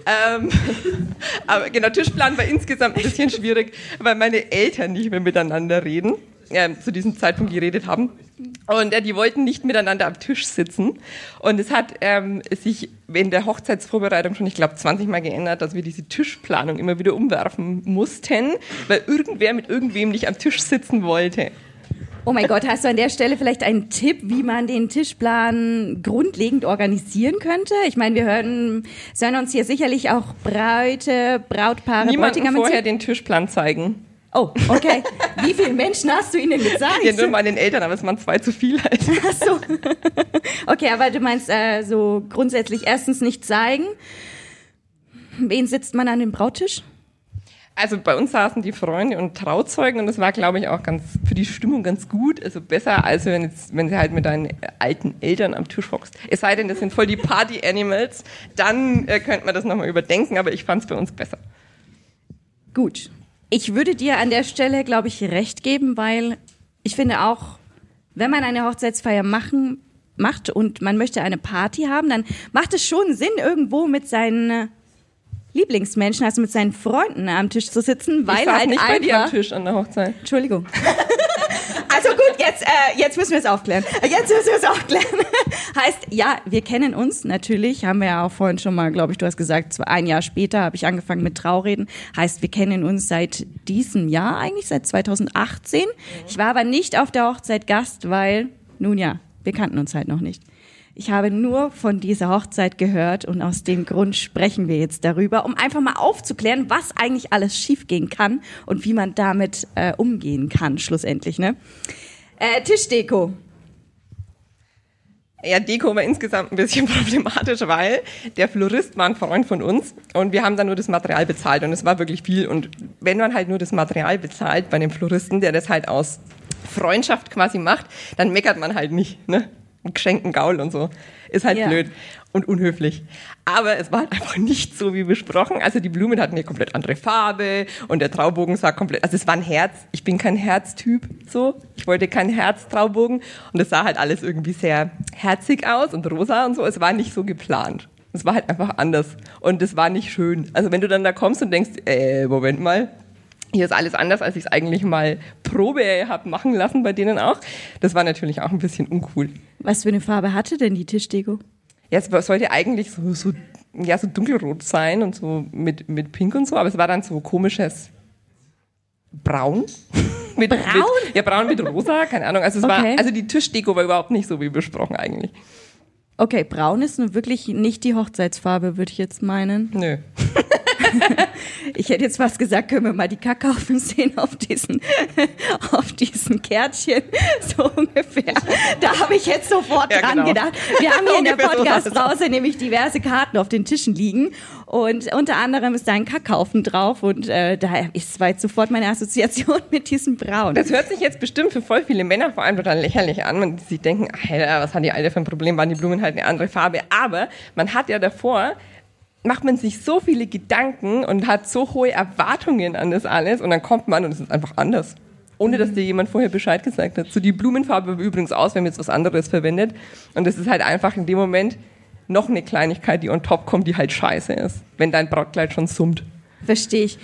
Aber genau, Tischplan war insgesamt ein bisschen schwierig, weil meine Eltern nicht mehr miteinander reden. Zu diesem Zeitpunkt geredet haben. Und die wollten nicht miteinander am Tisch sitzen. Und es hat sich in der Hochzeitsvorbereitung schon, ich glaube, 20 Mal geändert, dass wir diese Tischplanung immer wieder umwerfen mussten, weil irgendwer mit irgendwem nicht am Tisch sitzen wollte. Oh mein Gott, hast du an der Stelle vielleicht einen Tipp, wie man den Tischplan grundlegend organisieren könnte? Ich meine, sollen uns hier sicherlich auch Brautpaare, Niemandem vorher den Tischplan zeigen. Oh, okay. Wie viele Menschen hast du ihnen gezeigt? Ja, nur meinen Eltern, aber es waren 2 zu viel halt. Ach so. Okay, aber du meinst so grundsätzlich erstens nicht zeigen. Wen sitzt man an dem Brauttisch? Also bei uns saßen die Freunde und Trauzeugen und das war, glaube ich, auch für die Stimmung ganz gut. Also besser, als wenn sie halt mit deinen alten Eltern am Tisch hockst. Es sei denn, das sind voll die Party-Animals, dann könnte man das nochmal überdenken, aber ich fand es bei uns besser. Gut. Ich würde dir an der Stelle, glaube ich, recht geben, weil ich finde auch, wenn man eine Hochzeitsfeier macht und man möchte eine Party haben, dann macht es schon Sinn, irgendwo mit seinen Lieblingsmenschen, also mit seinen Freunden am Tisch zu sitzen, weil ich saß halt nicht einfach... bei dir am Tisch an der Hochzeit. Entschuldigung. Also gut, jetzt müssen wir es aufklären. Heißt, ja, wir kennen uns natürlich, haben wir ja auch vorhin schon mal, glaube ich, du hast gesagt, 1 Jahr später habe ich angefangen mit Traureden. Heißt, wir kennen uns seit diesem Jahr eigentlich, seit 2018. Ich war aber nicht auf der Hochzeit Gast, weil, nun ja, wir kannten uns halt noch nicht. Ich habe nur von dieser Hochzeit gehört und aus dem Grund sprechen wir jetzt darüber, um einfach mal aufzuklären, was eigentlich alles schiefgehen kann und wie man damit umgehen kann, schlussendlich. Ne? Tischdeko. Ja, Deko war insgesamt ein bisschen problematisch, weil der Florist war ein Freund von uns und wir haben dann nur das Material bezahlt und es war wirklich viel. Und wenn man halt nur das Material bezahlt bei dem Floristen, der das halt aus Freundschaft quasi macht, dann meckert man halt nicht, ne? Geschenken Gaul und so. Ist halt blöd und unhöflich. Aber es war halt einfach nicht so wie besprochen. Also die Blumen hatten eine komplett andere Farbe und der Traubogen sah komplett, also es war ein Herz. Ich bin kein Herztyp, so. Ich wollte keinen Herztraubogen und es sah halt alles irgendwie sehr herzig aus und rosa und so. Es war nicht so geplant. Es war halt einfach anders und es war nicht schön. Also wenn du dann da kommst und denkst, Moment mal, hier ist alles anders, als ich es eigentlich mal Probe habe machen lassen bei denen auch. Das war natürlich auch ein bisschen uncool. Was für eine Farbe hatte denn die Tischdeko? Ja, es sollte eigentlich so dunkelrot sein und so mit Pink und so, aber es war dann so komisches Braun. Braun? Braun mit rosa, keine Ahnung. Also also die Tischdeko war überhaupt nicht so wie besprochen eigentlich. Okay, braun ist nun wirklich nicht die Hochzeitsfarbe, würde ich jetzt meinen. Nö. Ich hätte jetzt fast gesagt, können wir mal die Kackhaufen sehen auf diesen Kärtchen, so ungefähr. Da habe ich jetzt sofort dran gedacht. Wir haben hier in der Podcast-Brause nämlich diverse Karten auf den Tischen liegen und unter anderem ist da ein Kackhaufen drauf und da war jetzt sofort meine Assoziation mit diesem Braun. Das hört sich jetzt bestimmt für voll viele Männer vor allem total lächerlich an und sie denken, Alter, was hat die Alte für ein Problem, waren die Blumen halt eine andere Farbe, aber man hat ja davor macht man sich so viele Gedanken und hat so hohe Erwartungen an das alles und dann kommt man und es ist einfach anders. Ohne, dass dir jemand vorher Bescheid gesagt hat. So die Blumenfarbe übrigens aus, wenn man jetzt was anderes verwendet. Und das ist halt einfach in dem Moment noch eine Kleinigkeit, die on top kommt, die halt scheiße ist. Wenn dein Brautkleid schon summt. Verstehe ich.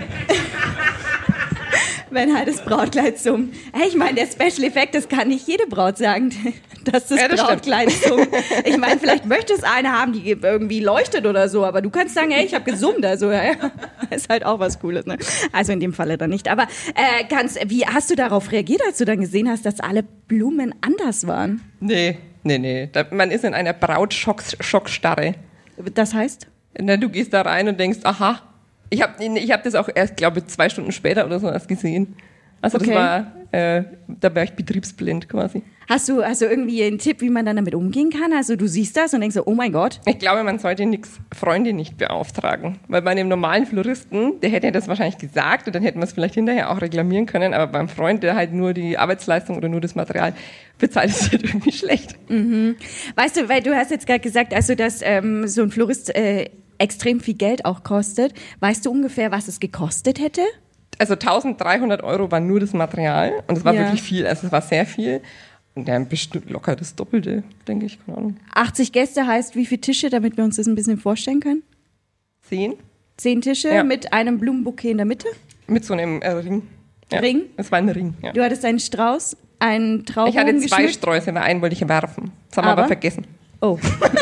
Wenn halt das Brautkleid summt. Hey, ich meine, der Special Effekt, das kann nicht jede Braut sagen, dass das Brautkleid summt. Ich meine, vielleicht möchte es eine haben, die irgendwie leuchtet oder so, aber du kannst sagen, hey, ich habe gesummt, also ja, ist halt auch was Cooles. Ne? Also in dem Falle dann nicht. Aber wie hast du darauf reagiert, als du dann gesehen hast, dass alle Blumen anders waren? Nee. Man ist in einer Brautschockstarre. Das heißt? Na, du gehst da rein und denkst, aha. Ich hab das auch erst, glaube ich, 2 Stunden später oder so erst gesehen. Also Okay. das war, da war ich betriebsblind quasi. Hast du irgendwie einen Tipp, wie man dann damit umgehen kann? Also du siehst das und denkst so, oh mein Gott. Ich glaube, man sollte Freunde nicht beauftragen. Weil bei einem normalen Floristen, der hätte das wahrscheinlich gesagt und dann hätten wir es vielleicht hinterher auch reklamieren können. Aber beim Freund, der halt nur die Arbeitsleistung oder nur das Material bezahlt, ist halt irgendwie schlecht. Mhm. Weißt du, weil du hast jetzt gerade gesagt, also dass so ein Florist extrem viel Geld auch kostet. Weißt du ungefähr, was es gekostet hätte? Also 1.300 € war nur das Material und es war Ja. wirklich viel, also es war sehr viel. Und dann bestimmt locker das Doppelte, denke ich, keine Ahnung. 80 Gäste heißt wie viele Tische, damit wir uns das ein bisschen vorstellen können? 10. 10 Tische Ja. mit einem Blumenbouquet in der Mitte? Mit so einem Ring. Ja. Ring? Es war ein Ring, ja. Du hattest einen Strauß, einen Trauben Ich hatte 2 geschmückt? Sträuße, weil einen wollte ich werfen. Das haben wir aber vergessen. Oh.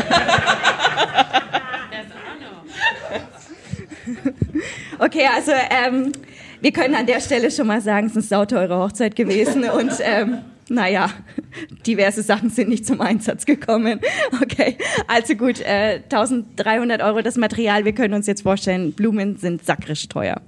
Okay, also wir können an der Stelle schon mal sagen, es ist eine sauteure Hochzeit gewesen und naja, diverse Sachen sind nicht zum Einsatz gekommen. Okay, also gut, 1.300 € das Material, wir können uns jetzt vorstellen, Blumen sind sakrisch teuer.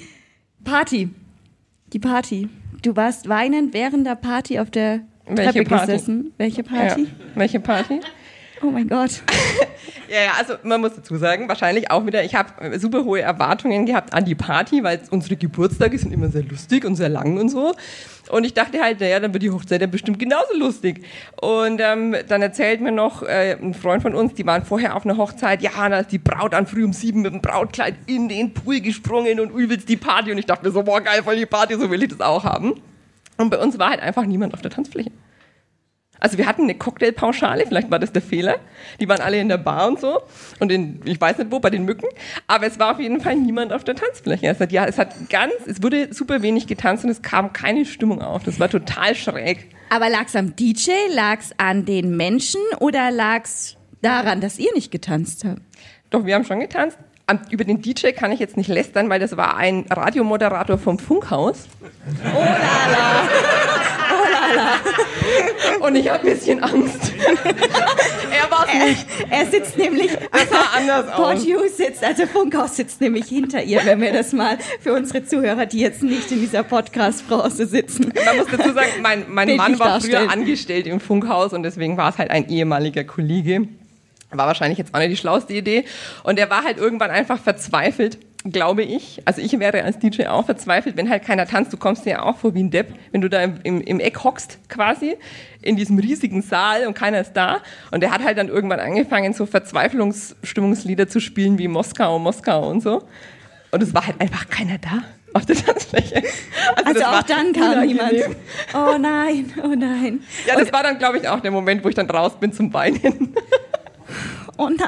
Party, die Party. Du warst weinend während der Party auf der Treppe gesessen. Welche Party? Ja. Welche Party? Oh mein Gott. Ja, also man muss dazu sagen, wahrscheinlich auch wieder, ich habe super hohe Erwartungen gehabt an die Party, weil unsere Geburtstage sind immer sehr lustig und sehr lang und so. Und ich dachte halt, naja, dann wird die Hochzeit ja bestimmt genauso lustig. Und dann erzählt mir noch ein Freund von uns, die waren vorher auf einer Hochzeit, ja, da ist die Braut an früh um 7 mit dem Brautkleid in den Pool gesprungen und übelst die Party. Und ich dachte mir so, boah, geil, voll die Party, so will ich das auch haben. Und bei uns war halt einfach niemand auf der Tanzfläche. Also wir hatten eine Cocktailpauschale, vielleicht war das der Fehler. Die waren alle in der Bar und so und ich weiß nicht wo, bei den Mücken. Aber es war auf jeden Fall niemand auf der Tanzfläche. Es wurde super wenig getanzt und es kam keine Stimmung auf. Das war total schräg. Aber lag's am DJ, lag's an den Menschen oder lag's daran, dass ihr nicht getanzt habt? Doch, wir haben schon getanzt. Über den DJ kann ich jetzt nicht lästern, weil das war ein Radiomoderator vom Funkhaus. Oh lala. Oh lala. Und ich habe ein bisschen Angst. Er war's nicht. Er sitzt nämlich, das sah anders aus. Portue sitzt, also Funkhaus sitzt nämlich hinter ihr, wenn wir das mal für unsere Zuhörer, die jetzt nicht in dieser Podcast-Brause sitzen. Man muss dazu sagen, mein Bildlich Mann war darstellen. früher angestellt im Funkhaus und deswegen war es halt ein ehemaliger Kollege. War wahrscheinlich jetzt auch nicht die schlauste Idee. Und er war halt irgendwann einfach verzweifelt, glaube ich. Also ich wäre als DJ auch verzweifelt, wenn halt keiner tanzt. Du kommst dir ja auch vor wie ein Depp, wenn du da im Eck hockst quasi, in diesem riesigen Saal und keiner ist da. Und er hat halt dann irgendwann angefangen, so Verzweiflungsstimmungslieder zu spielen wie Moskau, Moskau und so. Und es war halt einfach keiner da auf der Tanzfläche. Also das auch war dann kam unangenehm. niemand. Oh nein, oh nein. Ja, das war dann, glaube ich, auch der Moment, wo ich dann raus bin zum Weinen. Oh nein.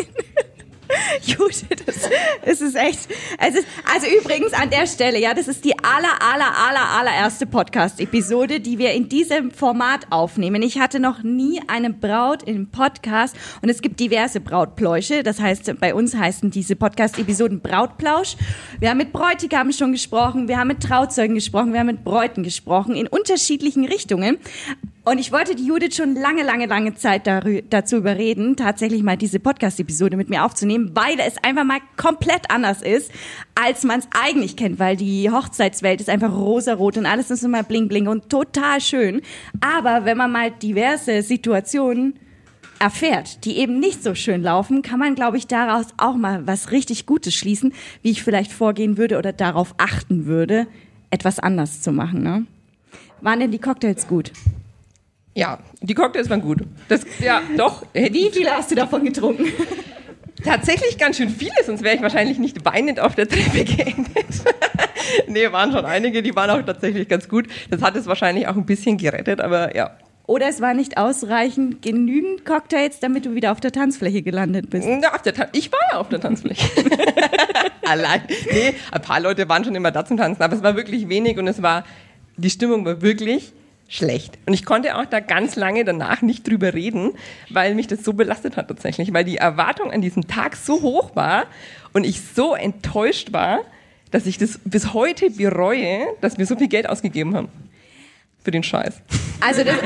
Judith, es ist echt. Also übrigens an der Stelle, ja, das ist die allererste Podcast-Episode, die wir in diesem Format aufnehmen. Ich hatte noch nie eine Braut im Podcast und es gibt diverse Brautpläusche. Das heißt, bei uns heißen diese Podcast-Episoden Brautplausch. Wir haben mit Bräutigamen schon gesprochen, wir haben mit Trauzeugen gesprochen, wir haben mit Bräuten gesprochen in unterschiedlichen Richtungen. Und ich wollte die Judith schon lange Zeit dazu überreden, tatsächlich mal diese Podcast-Episode mit mir aufzunehmen, weil es einfach mal komplett anders ist, als man es eigentlich kennt, weil die Hochzeitswelt ist einfach rosarot und alles ist immer bling bling und total schön. Aber wenn man mal diverse Situationen erfährt, die eben nicht so schön laufen, kann man, glaube ich, daraus auch mal was richtig Gutes schließen, wie ich vielleicht vorgehen würde oder darauf achten würde, etwas anders zu machen. Ne? Waren denn die Cocktails gut? Ja, die Cocktails waren gut. Ja, doch. Wie viele hast du davon getrunken? Tatsächlich ganz schön viele, sonst wäre ich wahrscheinlich nicht weinend auf der Treppe geendet. Nee, waren schon einige, die waren auch tatsächlich ganz gut. Das hat es wahrscheinlich auch ein bisschen gerettet, aber ja. Oder es war nicht ausreichend genügend Cocktails, damit du wieder auf der Tanzfläche gelandet bist? Na, ich war ja auf der Tanzfläche. Allein. Nee, ein paar Leute waren schon immer da zum Tanzen, aber es war wirklich wenig und die Stimmung war wirklich schlecht. Und ich konnte auch da ganz lange danach nicht drüber reden, weil mich das so belastet hat tatsächlich, weil die Erwartung an diesem Tag so hoch war und ich so enttäuscht war, dass ich das bis heute bereue, dass wir so viel Geld ausgegeben haben. Für den Scheiß. Also das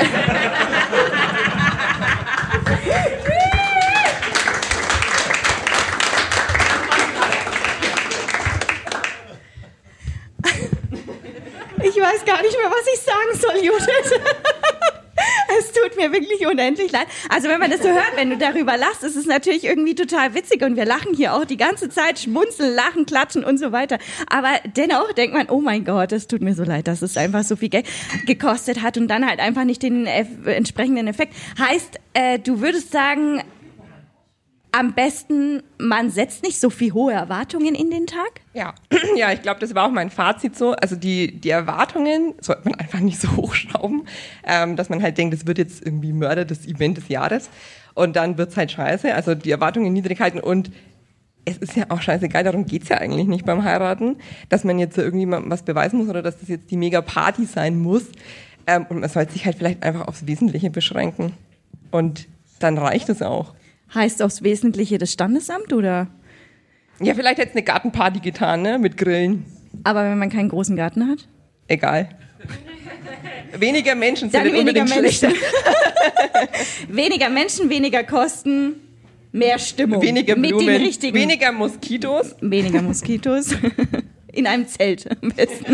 Ich weiß gar gar nicht mehr, was ich sagen soll, Judith. Es tut mir wirklich unendlich leid. Also wenn man das so hört, wenn du darüber lachst, ist es natürlich irgendwie total witzig und wir lachen hier auch die ganze Zeit, schmunzeln, lachen, klatschen und so weiter. Aber dennoch denkt man, oh mein Gott, es tut mir so leid, dass es einfach so viel Geld gekostet hat und dann halt einfach nicht den entsprechenden Effekt. Heißt, du würdest sagen, am besten, man setzt nicht so viel hohe Erwartungen in den Tag? Ja, ja, ich glaube, das war auch mein Fazit so. Also die Erwartungen sollte man einfach nicht so hochschrauben, dass man halt denkt, das wird jetzt irgendwie Mörder das Event des Jahres und dann wird's halt scheiße. Also die Erwartungen niedrig halten und es ist ja auch scheißegal, darum geht's ja eigentlich nicht beim Heiraten, dass man jetzt irgendjemandem was beweisen muss oder dass das jetzt die Mega-Party sein muss. Und man sollte sich halt vielleicht einfach aufs Wesentliche beschränken. Und dann reicht es auch. Heißt aufs Wesentliche das Standesamt, oder? Ja, vielleicht hätte es eine Gartenparty getan, ne? Mit Grillen. Aber wenn man keinen großen Garten hat? Egal. Weniger Menschen sind nicht unbedingt schlechter. Weniger Menschen, weniger Kosten, mehr Stimmung. Weniger Blumen, mit den richtigen weniger Moskitos. Weniger Moskitos. In einem Zelt am besten.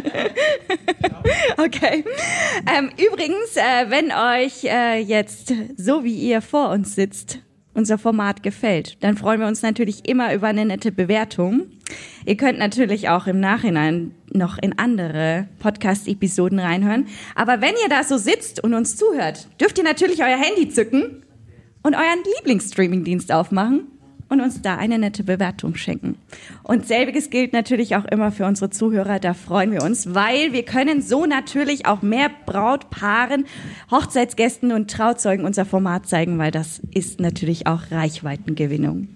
Okay. Übrigens, wenn euch jetzt, so wie ihr vor uns sitzt, unser Format gefällt, dann freuen wir uns natürlich immer über eine nette Bewertung. Ihr könnt natürlich auch im Nachhinein noch in andere Podcast-Episoden reinhören. Aber wenn ihr da so sitzt und uns zuhört, dürft ihr natürlich euer Handy zücken und euren Lieblingsstreaming-Dienst aufmachen und uns da eine nette Bewertung schenken. Und selbiges gilt natürlich auch immer für unsere Zuhörer, da freuen wir uns, weil wir können so natürlich auch mehr Brautpaaren, Hochzeitsgästen und Trauzeugen unser Format zeigen, weil das ist natürlich auch Reichweitengewinnung.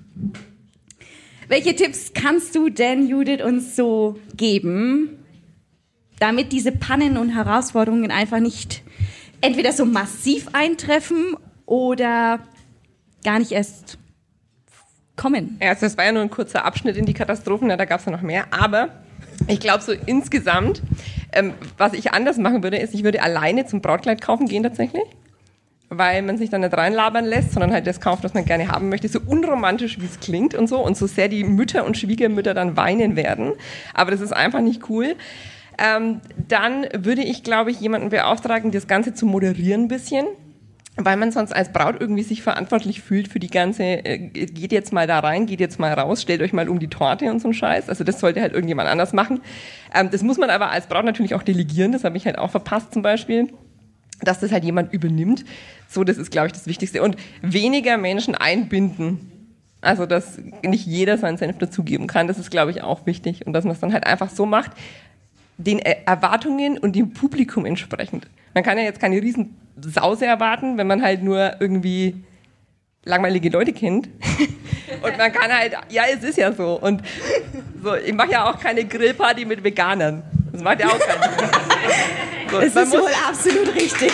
Welche Tipps kannst du denn, Judith, uns so geben, damit diese Pannen und Herausforderungen einfach nicht entweder so massiv eintreffen oder gar nicht erst kommen? Ja, also das war ja nur ein kurzer Abschnitt in die Katastrophen, da gab es ja noch mehr. Aber ich glaube so insgesamt, was ich anders machen würde, ist, ich würde alleine zum Brautkleid kaufen gehen tatsächlich. Weil man sich dann nicht reinlabern lässt, sondern halt das kauft, was man gerne haben möchte. So unromantisch, wie es klingt und so. Und so sehr die Mütter und Schwiegermütter dann weinen werden. Aber das ist einfach nicht cool. Dann würde ich, glaube ich, jemanden beauftragen, das Ganze zu moderieren ein bisschen. Weil man sonst als Braut irgendwie sich verantwortlich fühlt für die ganze, geht jetzt mal da rein, geht jetzt mal raus, stellt euch mal um die Torte und so ein Scheiß. Also das sollte halt irgendjemand anders machen. Das muss man aber als Braut natürlich auch delegieren, das habe ich halt auch verpasst zum Beispiel, dass das halt jemand übernimmt. So, das ist, glaube ich, das Wichtigste. Und weniger Menschen einbinden. Also, dass nicht jeder seinen Senf dazugeben kann, das ist, glaube ich, auch wichtig. Und dass man es dann halt einfach so macht, den Erwartungen und dem Publikum entsprechend. Man kann ja jetzt keine riesen Sause erwarten, wenn man halt nur irgendwie langweilige Leute kennt. Und man kann halt, ja, es ist ja so. Und so, ich mache ja auch keine Grillparty mit Veganern. Das macht ja auch keinen Sinn. So, es ist wohl absolut richtig.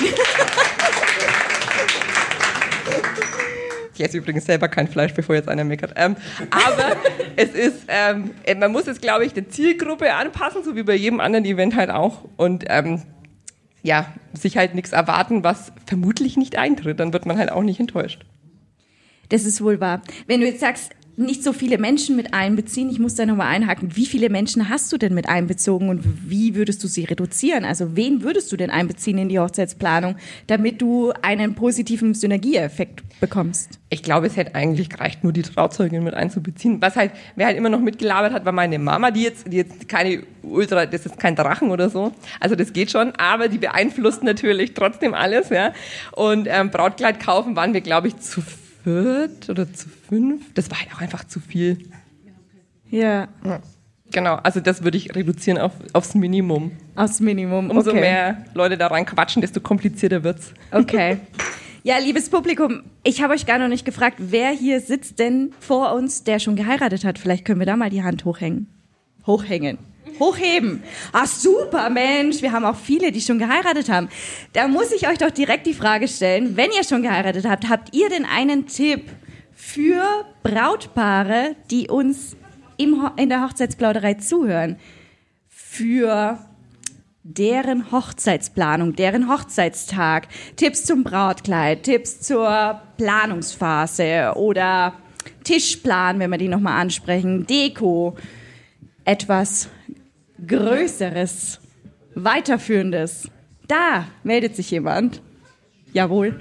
Ich esse übrigens selber kein Fleisch, bevor jetzt einer meckert. Aber es ist, man muss es, glaube ich, der Zielgruppe anpassen, so wie bei jedem anderen Event halt auch. Und ja, sich halt nichts erwarten, was vermutlich nicht eintritt. Dann wird man halt auch nicht enttäuscht. Das ist wohl wahr. Wenn du jetzt sagst, nicht so viele Menschen mit einbeziehen, ich muss da nochmal einhaken, wie viele Menschen hast du denn mit einbezogen und wie würdest du sie reduzieren? Also wen würdest du denn einbeziehen in die Hochzeitsplanung, damit du einen positiven Synergieeffekt bekommst? Ich glaube, es hätte eigentlich gereicht, nur die Trauzeugin mit einzubeziehen. Was halt, wer halt immer noch mitgelabert hat, war meine Mama, die jetzt keine Ultra, das ist kein Drachen oder so, also das geht schon, aber die beeinflusst natürlich trotzdem alles, ja. Und Brautkleid kaufen waren wir, glaube ich, zu 4 oder zu 5. Das war halt auch einfach zu viel. Ja. Genau, also das würde ich reduzieren aufs Minimum. Aufs Minimum, Umso mehr Leute da rein quatschen, desto komplizierter wird's. Okay. Ja, liebes Publikum, ich habe euch gar noch nicht gefragt, wer hier sitzt denn vor uns, der schon geheiratet hat. Vielleicht können wir da mal die Hand hochhängen. Hochheben. Ach super, Mensch, wir haben auch viele, die schon geheiratet haben. Da muss ich euch doch direkt die Frage stellen, wenn ihr schon geheiratet habt, habt ihr denn einen Tipp für Brautpaare, die uns in der Hochzeitsplauderei zuhören, für deren Hochzeitsplanung, deren Hochzeitstag, Tipps zum Brautkleid, Tipps zur Planungsphase oder Tischplan, wenn wir die nochmal ansprechen, Deko, etwas Größeres. Weiterführendes. Da meldet sich jemand. Jawohl.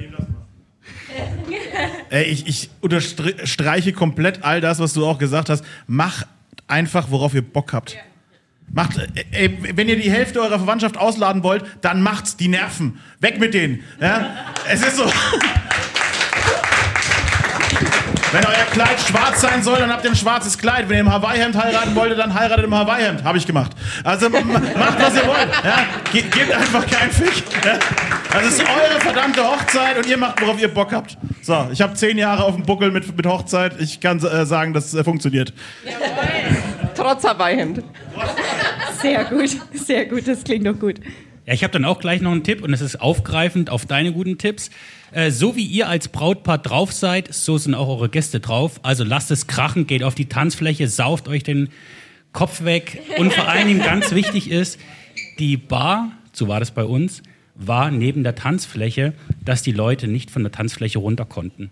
Ich unterstreiche komplett all das, was du auch gesagt hast. Macht einfach, worauf ihr Bock habt. Macht, wenn ihr die Hälfte eurer Verwandtschaft ausladen wollt, dann macht's, die Nerven. Weg mit denen. Ja? Es ist so. Wenn euer Kleid schwarz sein soll, dann habt ihr ein schwarzes Kleid. Wenn ihr im Hawaii-Hemd heiraten wolltet, dann heiratet im Hawaii-Hemd. Habe ich gemacht. Also macht, was ihr wollt. Ja? Gebt einfach keinen Fick. Ja? Das ist eure verdammte Hochzeit und ihr macht, worauf ihr Bock habt. So, ich habe 10 Jahre auf dem Buckel mit Hochzeit. Ich kann sagen, das funktioniert. Trotz Hawaii-Hemd. Sehr gut, das klingt doch gut. Ja, ich habe dann auch gleich noch einen Tipp und es ist aufgreifend auf deine guten Tipps. So wie ihr als Brautpaar drauf seid, so sind auch eure Gäste drauf. Also lasst es krachen, geht auf die Tanzfläche, sauft euch den Kopf weg. Und vor allen Dingen ganz wichtig ist, die Bar, so war das bei uns, war neben der Tanzfläche, dass die Leute nicht von der Tanzfläche runter konnten.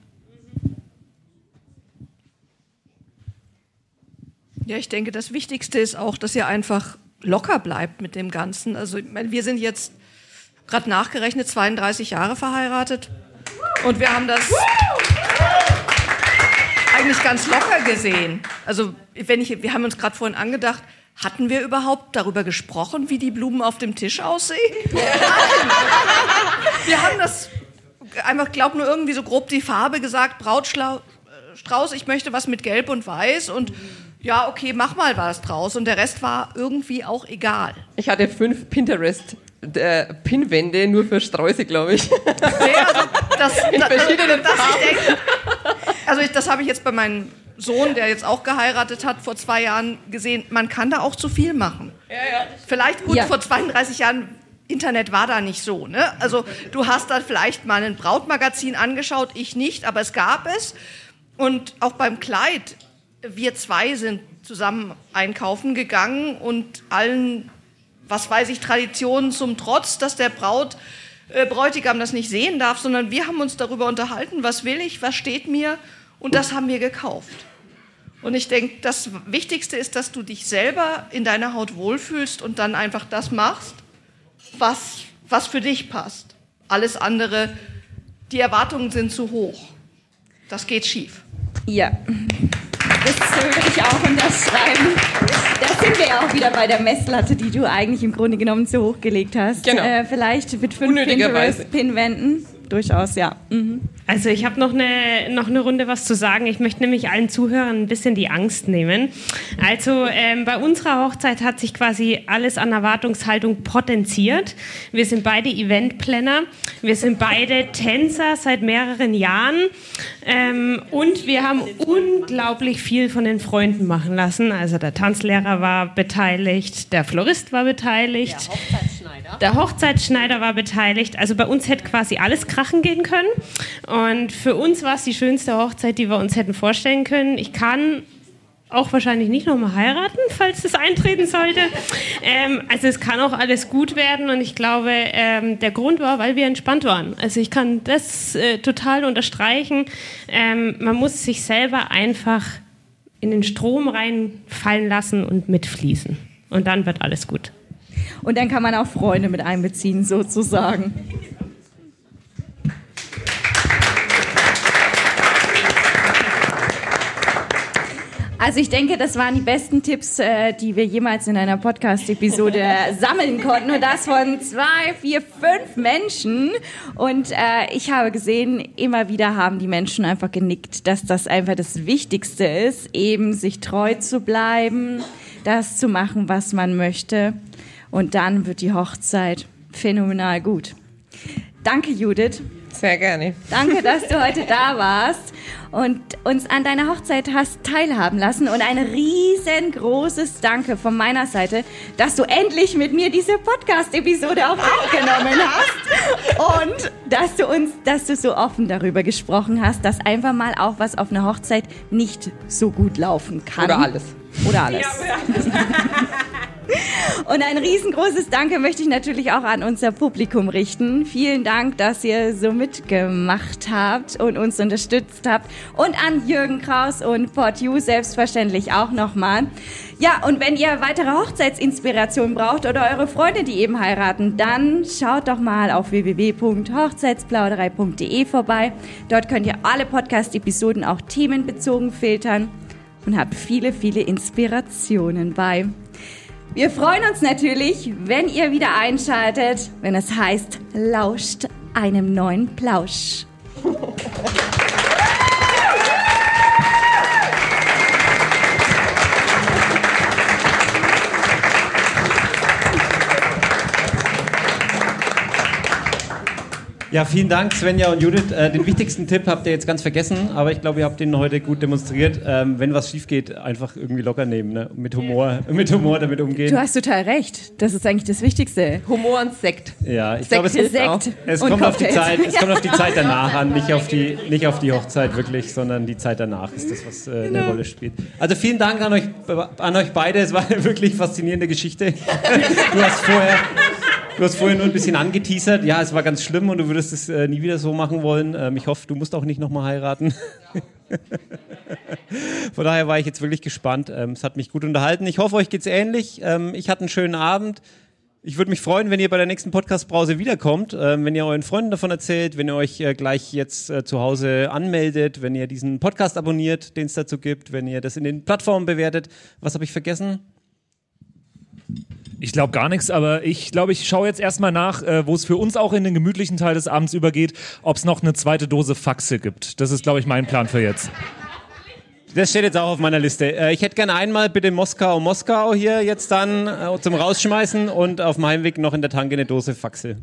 Ja, ich denke, das Wichtigste ist auch, dass ihr einfach locker bleibt mit dem Ganzen. Also ich meine, wir sind jetzt gerade nachgerechnet 32 Jahre verheiratet und wir haben das eigentlich ganz locker gesehen. Also wir haben uns gerade vorhin angedacht, hatten wir überhaupt darüber gesprochen, wie die Blumen auf dem Tisch aussehen? Nein. Wir haben das einfach, glaub nur irgendwie so grob die Farbe gesagt, Brautstrauß, ich möchte was mit Gelb und Weiß und ja, okay, mach mal was draus. Und der Rest war irgendwie auch egal. Ich hatte 5 Pinterest-Pinwände nur für Sträuße, glaube ich. Nee, also in verschiedenen Farben. Das habe ich jetzt bei meinem Sohn, der jetzt auch geheiratet hat, vor 2 Jahren gesehen. Man kann da auch zu viel machen. Ja. Vielleicht gut, vor 32 Jahren, Internet war da nicht so. Ne? Also du hast da vielleicht mal ein Brautmagazin angeschaut, ich nicht, aber es gab es. Und auch beim Kleid, wir 2 sind zusammen einkaufen gegangen und allen, was weiß ich, Traditionen zum Trotz, dass der Bräutigam das nicht sehen darf, sondern wir haben uns darüber unterhalten, was will ich, was steht mir und das haben wir gekauft. Und ich denke, das Wichtigste ist, dass du dich selber in deiner Haut wohlfühlst und dann einfach das machst, was für dich passt. Alles andere, die Erwartungen sind zu hoch. Das geht schief. Ja. Das würde ich auch unterschreiben. Da sind wir ja auch wieder bei der Messlatte, die du eigentlich im Grunde genommen zu hoch gelegt hast. Genau. Vielleicht mit 5 Pinterest-Pinwänden. Durchaus, ja. Mhm. Also ich habe noch eine Runde was zu sagen. Ich möchte nämlich allen Zuhörern ein bisschen die Angst nehmen. Also bei unserer Hochzeit hat sich quasi alles an Erwartungshaltung potenziert. Wir sind beide Eventplanner, wir sind beide Tänzer seit mehreren Jahren und wir haben unglaublich viel von den Freunden machen lassen. Also der Tanzlehrer war beteiligt, der Florist war beteiligt, der Hochzeitsschneider war beteiligt. Also bei uns hätte quasi alles krachen gehen können. Und für uns war es die schönste Hochzeit, die wir uns hätten vorstellen können. Ich kann auch wahrscheinlich nicht nochmal heiraten, falls das eintreten sollte. Also es kann auch alles gut werden und ich glaube, der Grund war, weil wir entspannt waren. Also ich kann das total unterstreichen. Man muss sich selber einfach in den Strom reinfallen lassen und mitfließen. Und dann wird alles gut. Und dann kann man auch Freunde mit einbeziehen, sozusagen. Also ich denke, das waren die besten Tipps, die wir jemals in einer Podcast-Episode sammeln konnten. Und das von 2, 4, 5 Menschen. Und ich habe gesehen, immer wieder haben die Menschen einfach genickt, dass das einfach das Wichtigste ist, eben sich treu zu bleiben, das zu machen, was man möchte. Und dann wird die Hochzeit phänomenal gut. Danke, Judith. Sehr gerne. Danke, dass du heute da warst und uns an deiner Hochzeit hast teilhaben lassen. Und ein riesengroßes Danke von meiner Seite, dass du endlich mit mir diese Podcast-Episode auch aufgenommen hast. Und dass du so offen darüber gesprochen hast, dass einfach mal auch was auf einer Hochzeit nicht so gut laufen kann. Oder alles. Oder alles. Ja. Und ein riesengroßes Danke möchte ich natürlich auch an unser Publikum richten. Vielen Dank, dass ihr so mitgemacht habt und uns unterstützt habt. Und an Jürgen Kraus und PodU selbstverständlich auch nochmal. Ja, und wenn ihr weitere Hochzeitsinspiration braucht oder eure Freunde, die eben heiraten, dann schaut doch mal auf www.hochzeitsplauderei.de vorbei. Dort könnt ihr alle Podcast-Episoden auch themenbezogen filtern und habt viele, viele Inspirationen bei. Wir freuen uns natürlich, wenn ihr wieder einschaltet, wenn es heißt, lauscht einem neuen Plausch. Ja, vielen Dank, Svenja und Judith. Den wichtigsten Tipp habt ihr jetzt ganz vergessen, aber ich glaube, ihr habt den heute gut demonstriert. Wenn was schief geht, einfach irgendwie locker nehmen, ne? Mit Humor damit umgehen. Du hast total recht. Das ist eigentlich das Wichtigste. Humor und Sekt. Ja, ich glaube, es kommt auf die Zeit danach an, nicht auf die Hochzeit wirklich, sondern die Zeit danach ist das, was eine Rolle spielt. Also vielen Dank an euch beide. Es war eine wirklich faszinierende Geschichte. Du hast vorher nur ein bisschen angeteasert. Ja, es war ganz schlimm und du würdest es nie wieder so machen wollen. Ich hoffe, du musst auch nicht nochmal heiraten. Von daher war ich jetzt wirklich gespannt. Es hat mich gut unterhalten. Ich hoffe, euch geht's ähnlich. Ich hatte einen schönen Abend. Ich würde mich freuen, wenn ihr bei der nächsten Podcast-Brause wiederkommt, wenn ihr euren Freunden davon erzählt, wenn ihr euch gleich jetzt zu Hause anmeldet, wenn ihr diesen Podcast abonniert, den es dazu gibt, wenn ihr das in den Plattformen bewertet. Was habe ich vergessen? Ich glaube gar nichts, aber ich glaube, ich schaue jetzt erstmal nach, wo es für uns auch in den gemütlichen Teil des Abends übergeht, ob es noch eine zweite Dose Faxe gibt. Das ist, glaube ich, mein Plan für jetzt. Das steht jetzt auch auf meiner Liste. Ich hätte gerne einmal bitte Moskau hier jetzt dann zum Rausschmeißen und auf dem Heimweg noch in der Tanke eine Dose Faxe.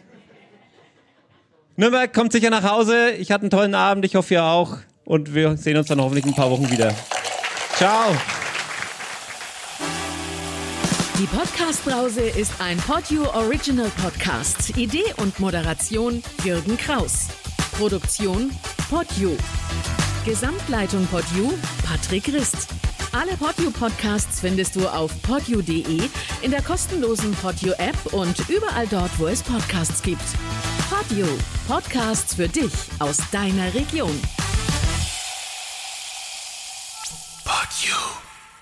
Nürnberg kommt sicher nach Hause. Ich hatte einen tollen Abend, ich hoffe ihr auch. Und wir sehen uns dann hoffentlich in ein paar Wochen wieder. Ciao! Die Podcast-Brause ist ein PodU Original Podcast. Idee und Moderation Jürgen Kraus. Produktion PodU. Gesamtleitung PodU Patrick Rist. Alle PodU Podcasts findest du auf podu.de, in der kostenlosen PodU App und überall dort, wo es Podcasts gibt. PodU. Podcasts für dich aus deiner Region.